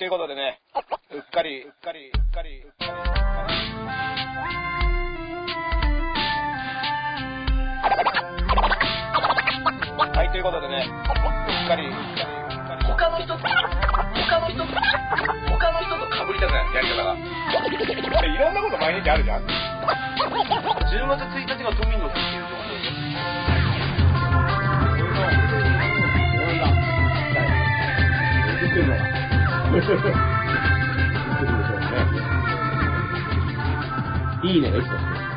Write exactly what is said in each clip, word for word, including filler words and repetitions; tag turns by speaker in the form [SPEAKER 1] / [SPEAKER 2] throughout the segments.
[SPEAKER 1] ということでね、うっかり、うっかり、うっかり、うっかり、うっかり。はい、ということでね、うっかり、うっかり、うっかり。他の人と、他の人と、他の人と被りたくない、やり方が。いろんなこと毎日あるじゃん。じゅうがつついたちが都民の日っていう情報です。
[SPEAKER 2] いいねがいつも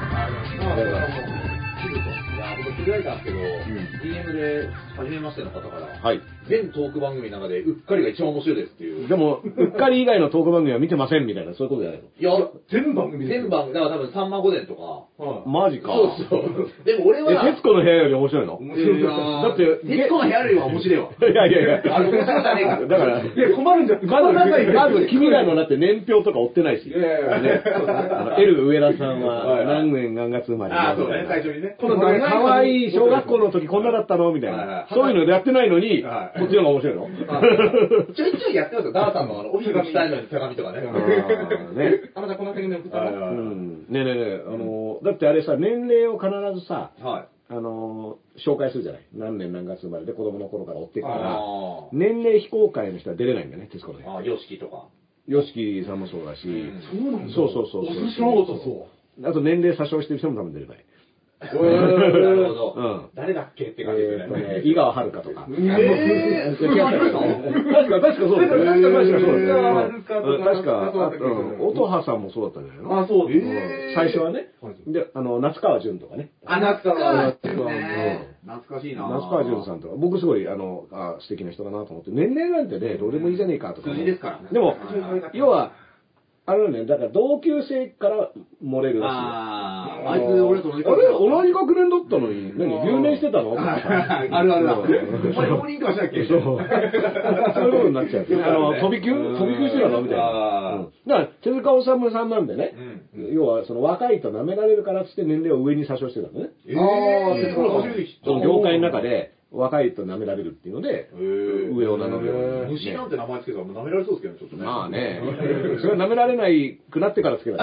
[SPEAKER 3] つぶやいたんですけど、うん、ディーエム で初めましての方から、
[SPEAKER 2] はい、
[SPEAKER 3] 全トーク番組の中でうっかりが一番面白いですっていう。
[SPEAKER 2] でも、うっかり以外のトーク番組は見てませんみたいな、そういうことじゃないの？
[SPEAKER 3] いや、全番組全番組、だから多分さんま御殿とか。
[SPEAKER 2] はい、マジか。
[SPEAKER 3] そうそう。でも俺は。
[SPEAKER 2] え、徹子の部屋より面白いの？
[SPEAKER 3] 面白いな。だって、徹子の部屋よりは面白いわ。
[SPEAKER 2] いやいやいや。
[SPEAKER 3] あの、面白いじゃねえか。
[SPEAKER 2] だから、
[SPEAKER 4] いや、困るんじゃって、
[SPEAKER 2] まず、まず君らのだって年表とか追ってないし。いやいやいや。エル上田さんは何年何月生まれ。
[SPEAKER 3] あ、そうね、最初にね。
[SPEAKER 2] このかわいい小学校の時こんなだったのみたいな。そういうのやってないのに、こっちの方が面白いの？
[SPEAKER 3] ちょいちょいやってますよ。ダーさんのあの、オフィスがしたいのに手紙とかね。
[SPEAKER 2] ね。
[SPEAKER 4] あなたこの手紙送ったの？
[SPEAKER 2] うん。ねえねえねえ、あの、だってあれさ、年齢を必ずさ、あの、紹介するじゃない。何年何月生まれで子供の頃から追っていくから、年齢非公開の人は出れないんだね、徹子の部屋。
[SPEAKER 3] ああ、ヨシキとか。
[SPEAKER 2] ヨシキさんもそうだし、
[SPEAKER 4] そうなんだ。
[SPEAKER 2] そうそうそう。
[SPEAKER 4] 知らなかったそう。
[SPEAKER 2] あと年齢詐称してる人も多分出れない。
[SPEAKER 3] なるほど。うん。誰だっけって感じですね。
[SPEAKER 2] 井川遥とか。
[SPEAKER 3] えぇー。
[SPEAKER 2] 確か、確かそうです。確か、確かそうです。確か、音羽さんもそうだったんじゃないの？
[SPEAKER 4] あ、そう。
[SPEAKER 2] 最初はね。で、あの、夏川淳とかね。
[SPEAKER 3] あ、夏川淳ね。懐かしいな。
[SPEAKER 2] 夏川淳さんとか。僕すごい、あの、あ、素敵な人だなと思って。年齢なんてね、どうでもいいじゃねえかとか。
[SPEAKER 3] 数字ですからね。
[SPEAKER 2] でも、要は、あれね、だから同級生から漏れるらしい。あ
[SPEAKER 3] あ、あいつ俺と同じ学
[SPEAKER 2] 年。あれ同じ学年だったのに、何留年してたの？
[SPEAKER 3] あるあるだ。お前浪人とかしたっけ？
[SPEAKER 2] そう。そういうことになっちゃう。あの、飛び級飛び級してたのみたいな。だから、手塚治虫さんなんでね、要は、その若いと舐められるからっつって年齢を上に詐称してたのね。
[SPEAKER 3] ああ、手塚
[SPEAKER 2] 治虫。その業界の中で、若いと舐められるっていうので、上を名乗るように。
[SPEAKER 3] 虫なんて名前つけたら舐められそうですけどね、ちょっとね。
[SPEAKER 2] まあね。それは舐められないくなってからつけた。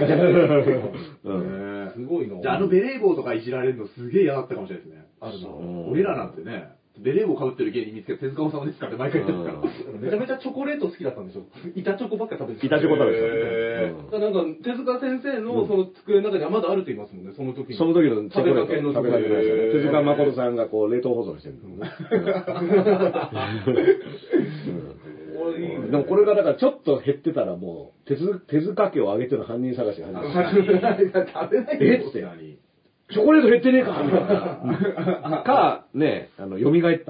[SPEAKER 3] すごいな。じゃああのベレー帽とかいじられるのすげえ嫌だったかもしれないですね。あるの。俺らなんてね、ベレー帽被ってる芸人見つけて手塚治虫ですかって毎回言ってたから。
[SPEAKER 4] めちゃめちゃチョコレート好きだったんでしょ。板チョコばっか食べてた。
[SPEAKER 2] 板チョコ食べて
[SPEAKER 4] た。なんか、手塚先生のその机の中にはまだあると言いますもんね、その時に。
[SPEAKER 2] その時のチョコレート。食べかけましたね。手塚誠さんがこう冷凍保存してるのね。でもこれがだからちょっと減ってたらもう、手塚家を挙げての犯人探しが始まる。
[SPEAKER 3] 食べない
[SPEAKER 2] えっつって。チョコレート減ってねえかみたいな。か、ね、あの、蘇った。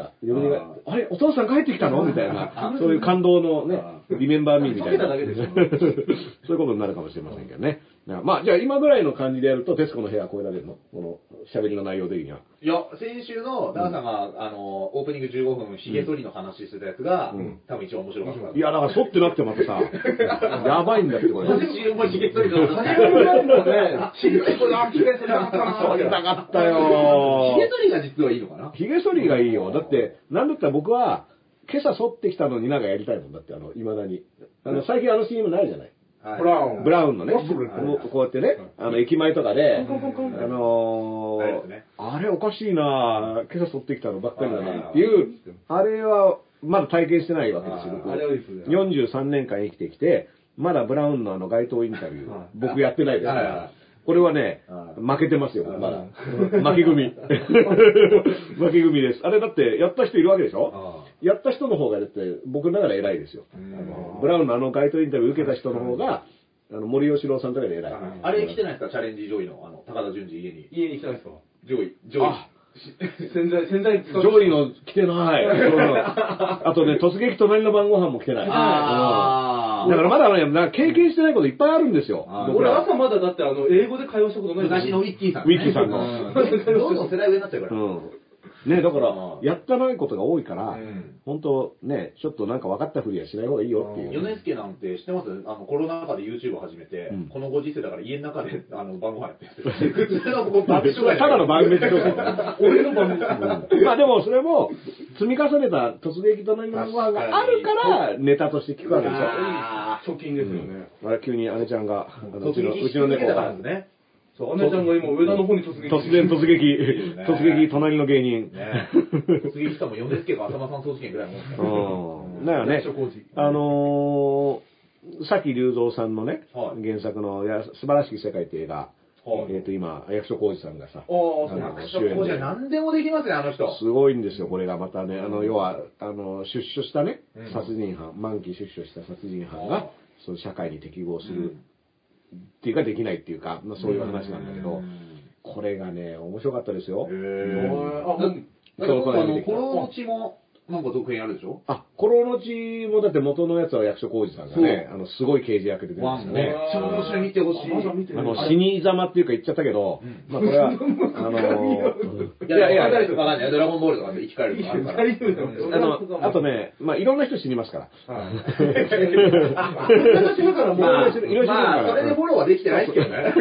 [SPEAKER 2] 蘇った。あれ、お父さん帰ってきたのみたいな。そういう感動のね、リメンバーミーみたいな。そういうことになるかもしれませんけどね。まあ、じゃあ今ぐらいの感じでやると、徹子の部屋超えられるの？この喋りの内容的には。
[SPEAKER 3] いや、先週のダーさんが、あの、オープニングじゅうごふん、髭剃りの話してたやつが、多分一番面白かった。
[SPEAKER 2] いや、だから剃ってなくてまたさ、やばいんだってこれ。
[SPEAKER 3] 私も髭剃りの話。
[SPEAKER 4] 髭剃りなんだね。髭剃り、髭剃りなかったな。
[SPEAKER 2] 剃りたかったよ。
[SPEAKER 3] 髭剃りが実はいいのかな？
[SPEAKER 2] 髭剃りがいいよ。だって、なんだったら僕は、今朝剃ってきたのになんかやりたいもんだって、あの、未だに。あの、最近あの シーエム ないじゃない。
[SPEAKER 4] ブラウン。
[SPEAKER 2] ブラウンのね。こうやってね、あの、駅前とかで、あのー、あれおかしいなぁ、今朝剃ってきたのばっかりだなっていう、あれは、まだ体験してないわけですよ、僕。よんじゅうさんねんかん生きてきて、まだブラウンのあの街頭インタビュー、僕やってないですから。これはね、負けてますよ、まだ。負け組。負け組です。あれだって、やった人いるわけでしょ？やった人の方がだって、僕ながら偉いですよ。ブラウンのあの街頭インタビュー受けた人の方が、あの、森喜朗さんとかで偉い。
[SPEAKER 3] あれ来てないですか？チャレンジ上位の、あの、高田純次家に。
[SPEAKER 4] 家に来てないですか？
[SPEAKER 3] 上位、上位。
[SPEAKER 4] 潜在、潜在
[SPEAKER 2] 上位の来てない。あとね、突撃隣の晩ご飯も来てない。ああ。だからまだね、経験してないこといっぱいあるんですよ。
[SPEAKER 4] 俺朝まだだってあの、英語で会話したことない。
[SPEAKER 3] 昔のウィッキーさん。
[SPEAKER 2] ウィッキーさんの。
[SPEAKER 3] どんどん世代上になっちゃうから。
[SPEAKER 2] ね、だから、やったないことが多いから、本当ね、ちょっとなんか分かったふりはしない方がいいよっていう。
[SPEAKER 3] 米助なんて知ってます？あの、コロナ禍で YouTube を始めて、このご時世だから家の中で、あの、晩ご飯やってる。普通の番組紹介。
[SPEAKER 2] ただの番組紹介。
[SPEAKER 4] 俺の番組。
[SPEAKER 2] まあでも、それも、積み重ねた突撃隣のご飯があるから、ネタとして聞くわけでしょ。
[SPEAKER 4] 貯金ですよね。
[SPEAKER 2] あれ、急に姉ちゃんが、
[SPEAKER 3] うちの、うちの猫がね。
[SPEAKER 4] そう、姉ちゃんが今上田の方に突撃。
[SPEAKER 2] 突然突撃、突撃、隣の芸人。
[SPEAKER 3] 突撃したも米助が浅間山荘事件ぐらいも
[SPEAKER 2] ん。だよね。あのー、さっき龍造さんのね、原作の素晴らしき世界って映画、えっと今、役所広司さんがさ、
[SPEAKER 3] 役所広司は何でもできますね、あの人。
[SPEAKER 2] すごいんですよ、これがまたね。あの、要は、あの、出所したね、殺人犯、満期出所した殺人犯が、その社会に適合する。っていうかできないっていうか、まあ、そういう話なんだけど、これがね、面白かったですよ。へ
[SPEAKER 3] ぇー。あ、あの、コロの血も、なんか続編あるでしょ？
[SPEAKER 2] あ、コロの血もだって元のやつは役所広司さんがね、あの、すごい刑事役で出てますよね。
[SPEAKER 3] めっちゃ面白い、見てほしい。
[SPEAKER 2] あの、死に様っていうか言っちゃったけど、まあこれは、あの、
[SPEAKER 3] いやいや、わかんない。ドラゴンボールとかで生き返るとかあるから。
[SPEAKER 2] あの、あとね、まあいろんな人死にますから。
[SPEAKER 3] まあ、それでフォローはできてないですけどね。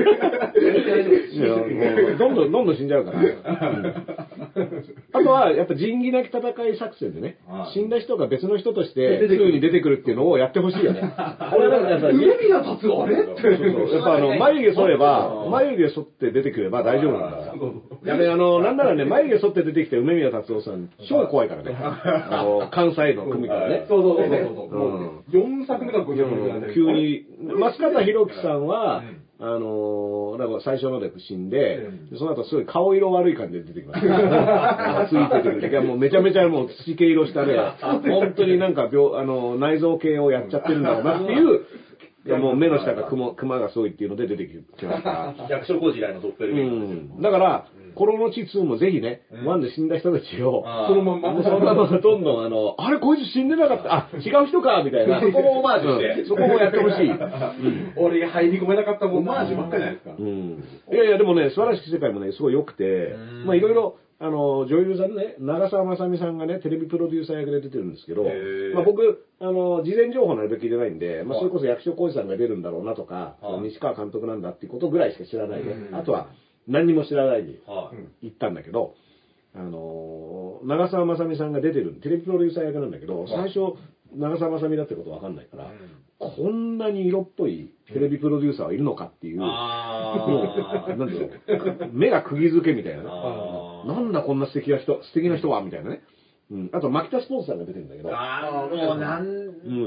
[SPEAKER 2] どんどん、どんどん死んじゃうから。あとは、やっぱ仁義なき戦い作戦でね、死んだ人が別の人としてすぐに出てくるっていうのをやってほしいよね。これなんかやっぱり、
[SPEAKER 4] 海が立つあれって。
[SPEAKER 2] やっぱあの、眉毛剃れば、眉毛剃って出てくれば大丈夫なんだから。やべ、あの、なんならね、眉毛剃って出てきて梅宮達夫さん、超怖いからね。あの、関西の組からね。
[SPEAKER 4] そうそうそうそう。よんさくめかごさくめぐらい。
[SPEAKER 2] 急に、松方弘樹さんは、あのー、だから最初ので死んで、その後すごい顔色悪い感じで出てきます。ついてくる。いやもうめちゃめちゃもう土系色したね、本当になんか病、あの、内臓系をやっちゃってるんだろうなっていう、いやもう目の下がクマ、クマがすごいっていうので出てきました。
[SPEAKER 3] 役所広司以来のドッペルゲンガー。
[SPEAKER 2] だから、コロの血ツーもぜひね、ワンで死んだ人たちを、
[SPEAKER 4] そのまま、
[SPEAKER 2] そのままどんどんあの、あれこいつ死んでなかった、あ、違う人か、みたいな。
[SPEAKER 3] そこもオマージュして。
[SPEAKER 2] そこもやってほしい。
[SPEAKER 4] 俺入り込めなかったもん。
[SPEAKER 3] オマージュばっかりじゃないですか。
[SPEAKER 2] うん。いやいや、でもね、素晴らしき世界もね、すごい良くて、まあいろいろ、あの、女優さんね、長澤まさみさんがね、テレビプロデューサー役で出てるんですけど、まあ僕、あの、事前情報なるべきじゃないんで、まあそれこそ役所広司さんが出るんだろうなとか、西川監督なんだっていうことぐらいしか知らないね。あとは、何にも知らないで行ったんだけど、あの、長澤まさみさんが出てる、テレビプロデューサー役なんだけど、最初、長澤まさみだってことわかんないから、こんなに色っぽいテレビプロデューサーはいるのかっていう、なんていうの、目が釘付けみたいなね。なんだこんな素敵な人、素敵な人はみたいなね。うん。あと、牧田スポーツさんが出てるんだけど。
[SPEAKER 3] ああ、もうなん、うん、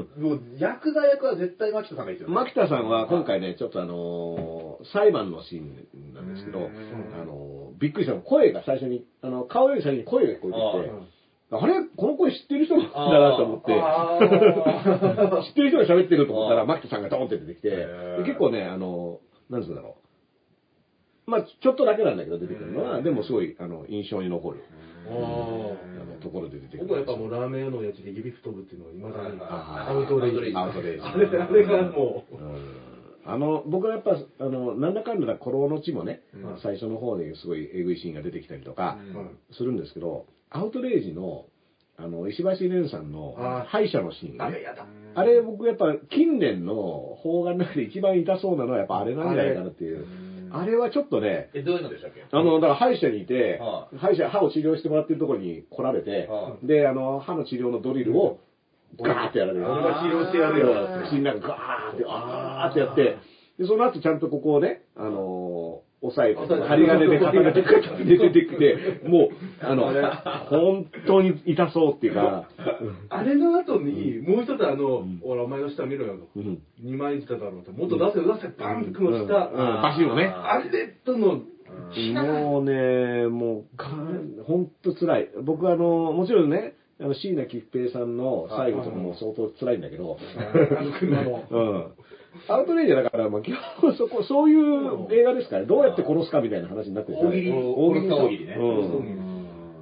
[SPEAKER 3] もう、ヤクザ役は絶対牧田さんがいいですよね。
[SPEAKER 2] 牧田さんは今回ね、ちょっとあのー、裁判のシーンなんですけど、あのー、びっくりしたの。声が最初に、あの、顔より先に声が聞こえてきて、あれこの声知ってる人なんだなと思って、知ってる人が喋ってると思ったら、牧田さんがドーンって出てきて、結構ね、あのー、なんつうんだろう。まあちょっとだけなんだけど出てくるのは、でもすごい、あの、印象に残る。あのところで出てくる。
[SPEAKER 4] 僕はやっぱもうラーメン屋のやつで指太ぶっていうのは今だにアウ
[SPEAKER 3] トレ
[SPEAKER 4] イジ。
[SPEAKER 2] アウトレイジ。
[SPEAKER 4] あれ、あれがもう。
[SPEAKER 2] あの、僕はやっぱ、あの、なんだかんだ、コロの地もね、最初の方ですごいえぐいシーンが出てきたりとか、するんですけど、アウトレイジの、あの、石橋蓮さんの歯医者のシーン、ね、あれ僕やっぱ近年の邦画の中で一番痛そうなのはやっぱあれなんじゃないかなっていう。あれはちょっとね、
[SPEAKER 3] え、どういうのでしたっけ？
[SPEAKER 2] あの、だから歯医者にいて、歯医者、歯を治療してもらってるところに来られて、で、あの、歯の治療のドリルをガーってやられる。
[SPEAKER 4] 俺が治療してやるよ。
[SPEAKER 2] 口の中ガーって、あーってやって、で、その後ちゃんとここをね、あのー、押さえて、針金で固めて出てきて、もう、あの、本当に痛そうっていうか。
[SPEAKER 4] あれの後に、もう一つあの、ほら、お前の下見ろよと。にまい舌だろうと。もっと出せ出せ、バンってこの下。
[SPEAKER 2] バシをね。
[SPEAKER 4] あれとの、
[SPEAKER 2] もうね、もう、か本当辛い。僕あの、もちろんね、あの、椎名桔平さんの最後とかも相当辛いんだけど、
[SPEAKER 4] あの車の。
[SPEAKER 2] うん。アウトレイジャーだから、まあ、基本そこ、そういう映画ですから、どうやって殺すかみたいな話になってるんですよね。
[SPEAKER 3] 大喜利。大喜利ね。
[SPEAKER 2] うん。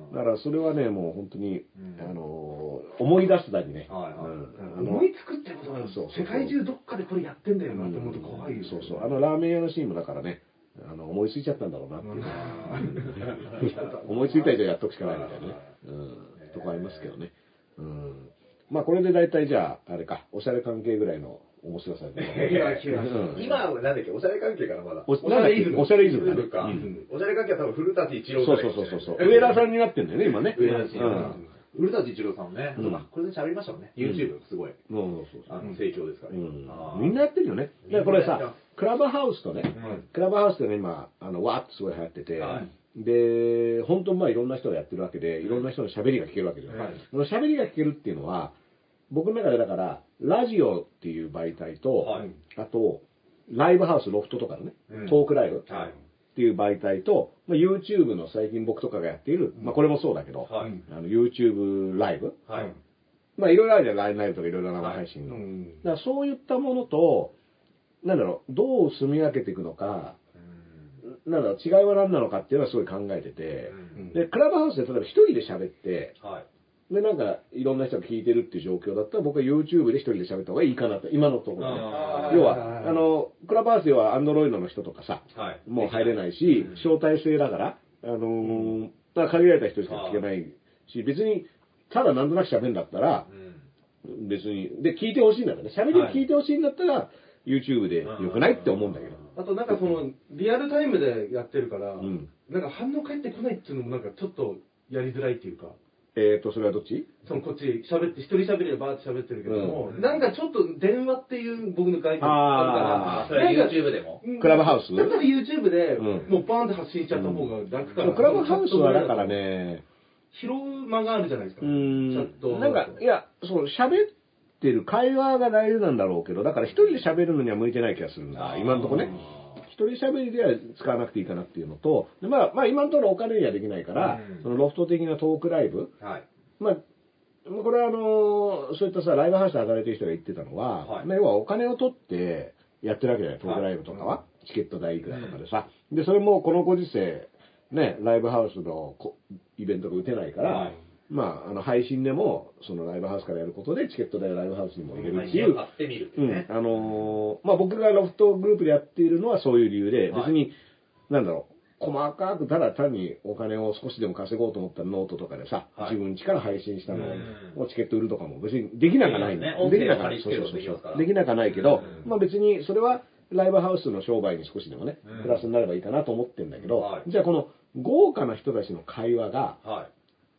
[SPEAKER 2] だからそれはね、もう本当に、あの、思い出すだにね。
[SPEAKER 4] 思いつくってことは、世界中どっかでこれやってんだよなって思うと怖いよ。
[SPEAKER 2] そうそう。あのラーメン屋のシーンもだからね、あの、 思いついちゃったんだろうなっていう。思いついた以上やっとくしかないみたいなね。うん。とこありますけどね。うん。まあこれで大体じゃあ、あれか、おしゃれ関係ぐらいの面白さで、ね。
[SPEAKER 3] 今はなんだっけ、おしゃれ関係かな、まだ。
[SPEAKER 2] おしゃれイズム。おしゃれイズム
[SPEAKER 3] か。おしゃれ関係は多分古舘一郎
[SPEAKER 2] そうそうそうそう。上田さんになってんだよね、今ね。
[SPEAKER 3] 上田一郎。古舘一郎さんね。これで喋りましたもんね。YouTube すごい。
[SPEAKER 2] そうそうそう。
[SPEAKER 3] あの、盛況ですから。
[SPEAKER 2] みんなやってるよね。だからこれさ、クラブハウスとね、クラブハウスってね、今、あの、わーっとすごい流行ってて、で、本当まあいろんな人がやってるわけで、いろんな人の喋りが聞けるわけですよ。その喋りが聞けるっていうのは、僕の中でだから、ラジオっていう媒体と、あと、ライブハウス、ロフトとかのね、トークライブっていう媒体と、まあ、YouTube の最近僕とかがやっている、まあこれもそうだけど、あの YouTube ライブ、まあいろいろあるじゃん、ラインライブとかいろいろな生配信の。だからそういったものと、なんだろう、どう住み分けていくのか、なんだろう、違いは何なのかっていうのはすごい考えてて、で、クラブハウスで例えば一人で喋って、で、なんか、いろんな人が聞いてるっていう状況だったら、僕は YouTube で一人で喋った方がいいかなと、今のところね。要は、あの、クラブハウスでは Android の人とかさ、もう入れないし、招待制だから、あのー、だから限られた人しか聞けないし、別に、ただなんとなく喋るんだったら、別に、で、聞いてほしいんだからね。喋り聞いてほしいんだったら、YouTube で良くないって思うんだけど。
[SPEAKER 4] あとなんかその、リアルタイムでやってるから、なんか反応返ってこないっていうのもなんかちょっとやりづらいっていうか。
[SPEAKER 2] えっと、それはどっち？
[SPEAKER 4] そのこっち喋って、一人喋りでバーって喋ってるけども、うん、なんかちょっと電話っていう僕の概念
[SPEAKER 3] あるから、それは YouTube でも。
[SPEAKER 2] クラブハウス
[SPEAKER 4] だったら YouTube でもうバーンって発信しちゃった方が楽かな、うん。
[SPEAKER 2] クラブハウスはだからね、
[SPEAKER 4] 拾う間があるじゃないですか。
[SPEAKER 2] うん。チャット。なんか、いや、そう、喋ってる会話が大事なんだろうけど、だから一人で喋るのには向いてない気がするんだ。今のところね。一人喋りでは使わなくていいかなっていうのと、でまあ、まあ今のところお金にはできないから、うん、そのロフト的なトークライブ、はい、まあ、これはあの、そういったさ、ライブハウスで働いてる人が言ってたのは、はい、要はお金を取ってやってるわけじゃない、トークライブとかは、はい、チケット代いくらとかでさ、うん、で、それもこのご時世、ね、ライブハウスのイベントが打てないから、はい、まあ、あの、配信でも、そのライブハウスからやることで、チケット代をライブハウスにも入れるっていう。
[SPEAKER 3] 買ってみるってね。
[SPEAKER 2] うん。あのー、まあ、僕がロフトグループでやっているのはそういう理由で、別に、はい、なんだろう、細かくただ単にお金を少しでも稼ごうと思ったらノートとかでさ、はい、自分家から配信したのをチケット売るとかも別にできなかないんだよ。できなかない。そうそうそう。できなかないけど、まあ別にそれはライブハウスの商売に少しでもね、プラスになればいいかなと思ってるんだけど、はい、じゃあこの豪華な人たちの会話が、はい、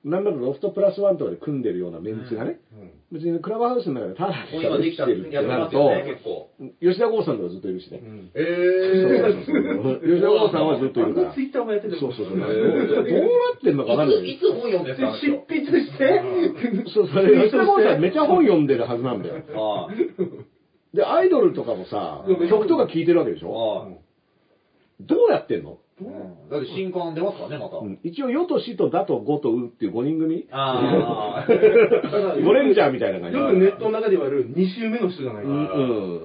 [SPEAKER 2] なんだろう、ロフトプラスワンとかで組んでるようなメンツがね、うんうん、別にクラブハウスの中でただで喋ってるってなると、吉田剛さんとかずっといるしね。うん、えー、そうそうそう。吉田剛さんはずっといるから。
[SPEAKER 4] ツイッターもやってる。
[SPEAKER 2] そうそうそう。どうなってんのかな。
[SPEAKER 3] いつ本読んでたんですか？
[SPEAKER 4] 執筆して。
[SPEAKER 2] そう、それ、吉田剛さんめちゃ本読んでるはずなんだよ。あで、アイドルとかもさ、曲とか聴いてるわけでしょ？どうやってんの？
[SPEAKER 3] うん、だって新刊出ますからね、また。うん、
[SPEAKER 2] 一応、よとしとだとごとうっていうごにん組ああ。ゴレンジャーみたいな感じ。
[SPEAKER 4] よくネットの中で言われるに週目の人じゃないか。うん。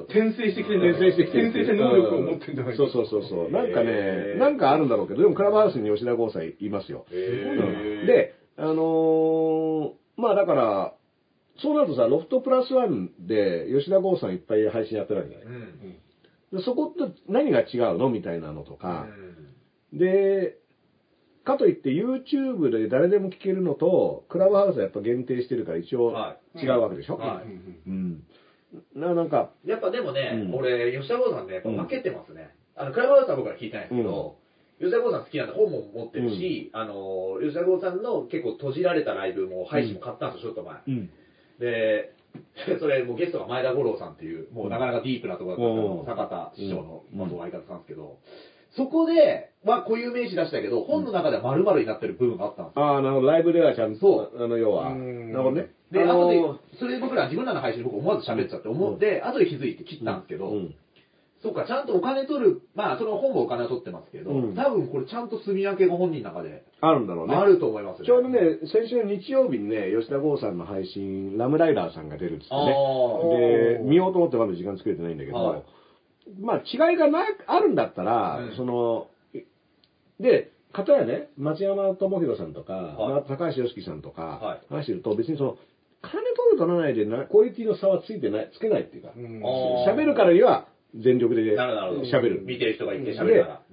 [SPEAKER 4] 転生してきてる。
[SPEAKER 2] 転生してきてる。
[SPEAKER 4] 転生して能力を持ってるんじゃないか。
[SPEAKER 2] そうそうそうそう。なんかね、なんかあるんだろうけど、でもクラブハウスに吉田剛さんいますよ。うん、で、あのー、まあだから、そうなるとさ、ロフトプラスワンで吉田剛さんいっぱい配信やってるわけじゃない。うん、でそこと何が違うのみたいなのとか、うんで、かといって YouTube で誰でも聞けるのと、クラブハウスはやっぱ限定してるから一応違うわけでしょ？はい。うん。な、なんか。
[SPEAKER 3] やっぱでもね、うん、俺、吉田剛さんね、やっぱ負けてますね。うん、あの、クラブハウスは僕は聞いてないんですけど、うん、吉田剛さん好きなんで本も持ってるし、うん、あの、吉田剛さんの結構閉じられたライブも配信も買ったんですよ、ちょっと前。うん、で、それ、もうゲストが前田五郎さんっていう、もうなかなかディープなところだったんですけど、坂田師匠の、まあ、相方さんですけど、そこで、まあ固有名詞出したけど、本の中では丸々になってる部分があったんですよ。
[SPEAKER 2] ああ、なるほど。ライブではちゃんと、あの、要は。なるほどね。
[SPEAKER 3] で、後で、それで僕ら自分らの配信で僕思わず喋っちゃって思って、後で気づいて切ったんですけど、そうか、ちゃんとお金取る、まあその本もお金を取ってますけど、多分これちゃんと住み分けが本人の中で。
[SPEAKER 2] あるんだろうね。
[SPEAKER 3] あると思いますね。
[SPEAKER 2] ちょうどね、先週の日曜日にね、吉田剛さんの配信、ラムライダーさんが出るっつってね。で、見ようと思ってまだ時間作れてないんだけど、まあ違いがなあるんだったら、その、で、かたやね、松山智博さんとか、はい、高橋良樹さんとか、話してると、別にその、金取る取らないでな、クオリティの差はついてない、つけないっていうか、喋るからには全力で喋る。
[SPEAKER 3] 見てる人がいて喋るから。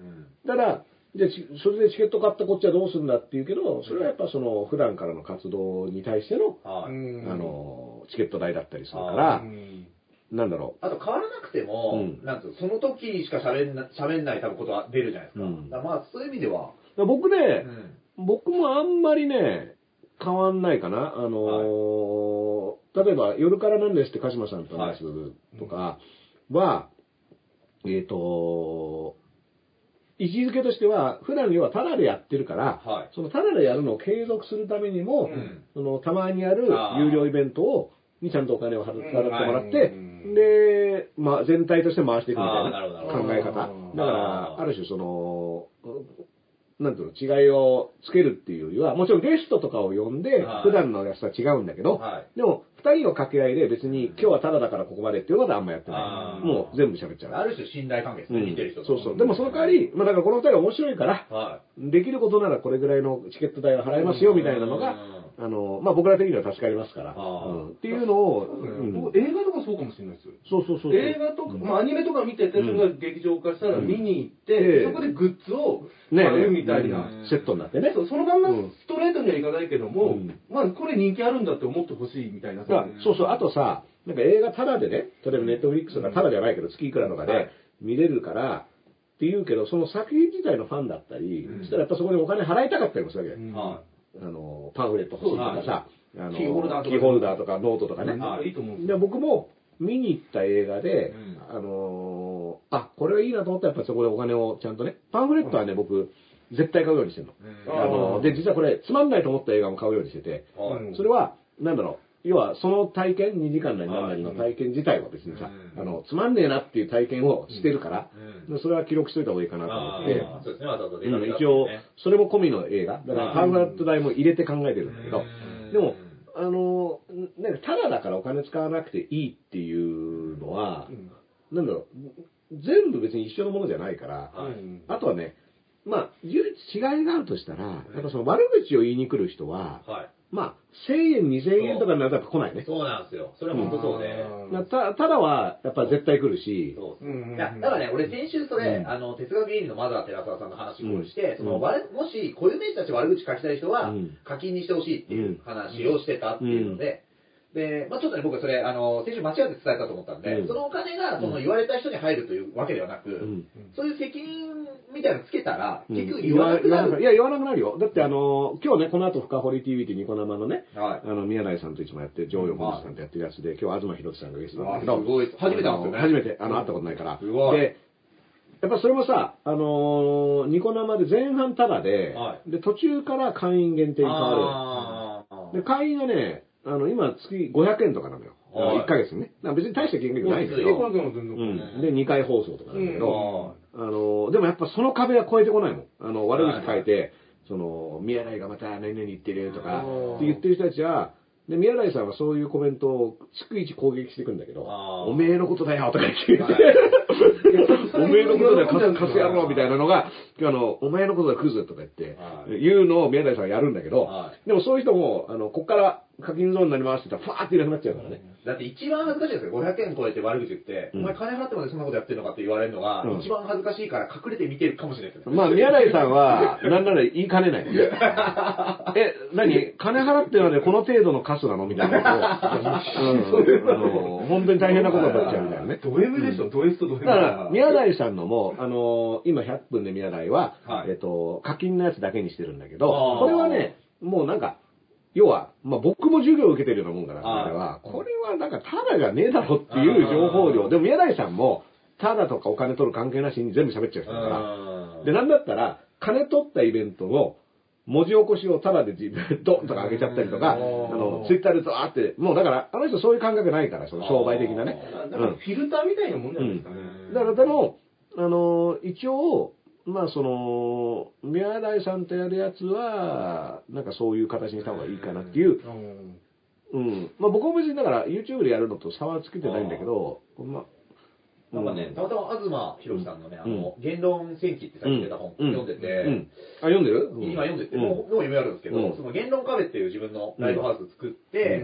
[SPEAKER 2] だから、じゃあそれでチケット買ったこっちはどうするんだって言うけど、それはやっぱその普段からの活動に対しての、あの、チケット代だったりするから、なんだろ
[SPEAKER 3] う。あと変わらなくても、うん、なんとその時しか喋んな、喋んない多分ことは出るじゃないですか。うん、だからまあそういう意味では。
[SPEAKER 2] 僕ね、うん、僕もあんまりね、変わんないかな。あのーはい、例えば夜からなんですって鹿島さんと話すとかは、はい、えっ、ー、と、位置づけとしては、普段要はタダでやってるから、はい、そのタダでやるのを継続するためにも、うん、そのたまにある有料イベントを、にちゃんとお金を払ってもらって、うん、で、まあ、全体として回していくみたいな考え方。だから、ある種その、なんていうの、違いをつけるっていうよりは、もちろんゲストとかを呼んで、普段のやつとは違うんだけど、はい、でも、二人の掛け合いで別に今日はタダだからここまでっていうことはあんまやってない。もう全部喋っちゃう。
[SPEAKER 3] ある種信頼関係ですね、見てる人と。
[SPEAKER 2] そうそう。でもその代わり、まあだからこの二人面白いから、はい、できることならこれぐらいのチケット代を払いますよみたいなのが、あの、まあ僕ら的には助かりますから、うん、っていうのを、
[SPEAKER 4] うん、映画とかそうかもしれないですよ。
[SPEAKER 2] そうそうそう。
[SPEAKER 4] 映画とか、まあアニメとか見てて、それが劇場化したら見に行って、そこでグッズを買うみたいな。
[SPEAKER 2] セットになってね。
[SPEAKER 4] そう、そのまんまストレートにはいかないけども、まあこれ人気あるんだって思ってほしいみたいな。
[SPEAKER 2] そうそう、あとさ、なんか映画タダでね、例えばネットフリックスとかタダじゃないけど月いくらとかで見れるから、って言うけど、その作品自体のファンだったり、そしたらやっぱそこでお金払いたかったりもするわけ。あの、パンフレット欲しいとかさ、あの、キーホルダーとか、キーホルダーとかノートとかね。いいと思う。で、僕も見に行った映画で、うん、あのー、あ、これはいいなと思ったらやっぱそこでお金をちゃんとね、パンフレットはね、僕、絶対買うようにしてるの。あの、で、実はこれ、つまんないと思った映画も買うようにしてて、それは、なんだろう、要はその体験、にじかんなり何なりの体験自体は別にさ、あの、つまんねえなっていう体験をしてるから、それは記録しといた方がいいかなと思って、
[SPEAKER 3] そうですね、わざわざ
[SPEAKER 2] 一応、それも込みの映画、だからパンフレット代も入れて考えてるんだけど、でも、あの、なんか、ただだからお金使わなくていいっていうのは、なんだろう、全部別に一緒のものじゃないから、あとはね、まあ、唯一違いがあるとしたら、やっぱその悪口を言いに来る人は、まあ、せんえん、にせんえんとかになるとやっぱ来ないね。
[SPEAKER 3] そうなんですよ。それは本当そうで。
[SPEAKER 2] たただは、やっぱ絶対来るし。
[SPEAKER 3] そう。いや、だからね、俺先週それ、あの、哲学芸人のマザー寺澤さんの話をして、その、もし、固有名詞たち悪口書きたい人は、課金にしてほしいっていう話をしてたっていうので、で、まあちょっとね、僕はそれ、あの、先週間違って伝えたと思ったんで、そのお金が、その、言われた人に入るというわけではなく、そういう責任みたいなのつけたら、結局言わなくなる。
[SPEAKER 2] いや、言わなくなるよ。だって、あの、今日ね、この後、深堀 ティーブイ ってニコ生のね、あの、宮台さんといつもやって、上陽本さんとやってるやつで、今日、東博さんがゲストなんだけど、
[SPEAKER 3] すごい。初めてなんですよね。
[SPEAKER 2] 初めて、あの、会ったことないから。で、やっぱそれもさ、あのニコ生で前半タダで、で、途中から会員限定に変わる。で、会員がね、あの、今、月ごひゃくえんとかなのよ。いっかげつね。別に大した金額ないんだけど。で、にかい放送とかなんだけど、あの、でもやっぱその壁は超えてこないもん。あの、悪口書いて、その、宮台がまた何々言ってるとか、って言ってる人たちは、で、宮台さんはそういうコメントを逐一攻撃してくんだけど、おめえのことだよとか言って、おめえのことだよ、カス野郎みたいなのが、あの、お前のことだクズとか言って、言うのを宮台さんはやるんだけど、でもそういう人も、あの、こっから課金ゾーンになりますって言ったら、ファーっていなくなっちゃうからね。
[SPEAKER 3] だって一番恥ずかしいですよ。ごひゃくえん超えて悪口言って、お前金払ってまでそんなことやってるのかって言われるのが、一番恥ずかしいから隠れて見てるかもしれないですよね。
[SPEAKER 2] まあ、宮台さんは、なんなら言いかねない。え、何金払ってるのでこの程度のカスなのみたいなことを、本当に大変なことになっちゃうみたいなね。
[SPEAKER 4] ド M でしょ、ド S とド M。
[SPEAKER 2] だから、宮台さんのも、あの、今ひゃっぷんで宮台は、えっと、課金のやつだけにしてるんだけど、これはね、もうなんか、要は、まあ、僕も授業を受けてるようなもんだから、これは、これはなんかただじゃねえだろっていう情報量。でも宮台さんも、ただとかお金取る関係なしに全部喋っちゃう人だから。で、なんだったら、金取ったイベントの文字起こしをただで自分ドンとか上げちゃったりとか、あの、ツイッターでザーって、もうだから、あの人そういう感覚ないから、その商売的なね。
[SPEAKER 4] だからフィルターみたいなもんじゃないですかね。
[SPEAKER 2] うん、だからでも、あの、一応、まあその、宮台さんとやるやつは、なんかそういう形にした方がいいかなっていう。うん。まあ僕も別にだから YouTube でやるのと差はつけてないんだけど、まあ、
[SPEAKER 3] なんかね、たまたま東博さんのね、あの、言論戦記ってさっき出た本読んでて、
[SPEAKER 2] あ、読んでる
[SPEAKER 3] 今読んでて、もう読みあるんですけど、その言論壁っていう自分のライブハウス作って、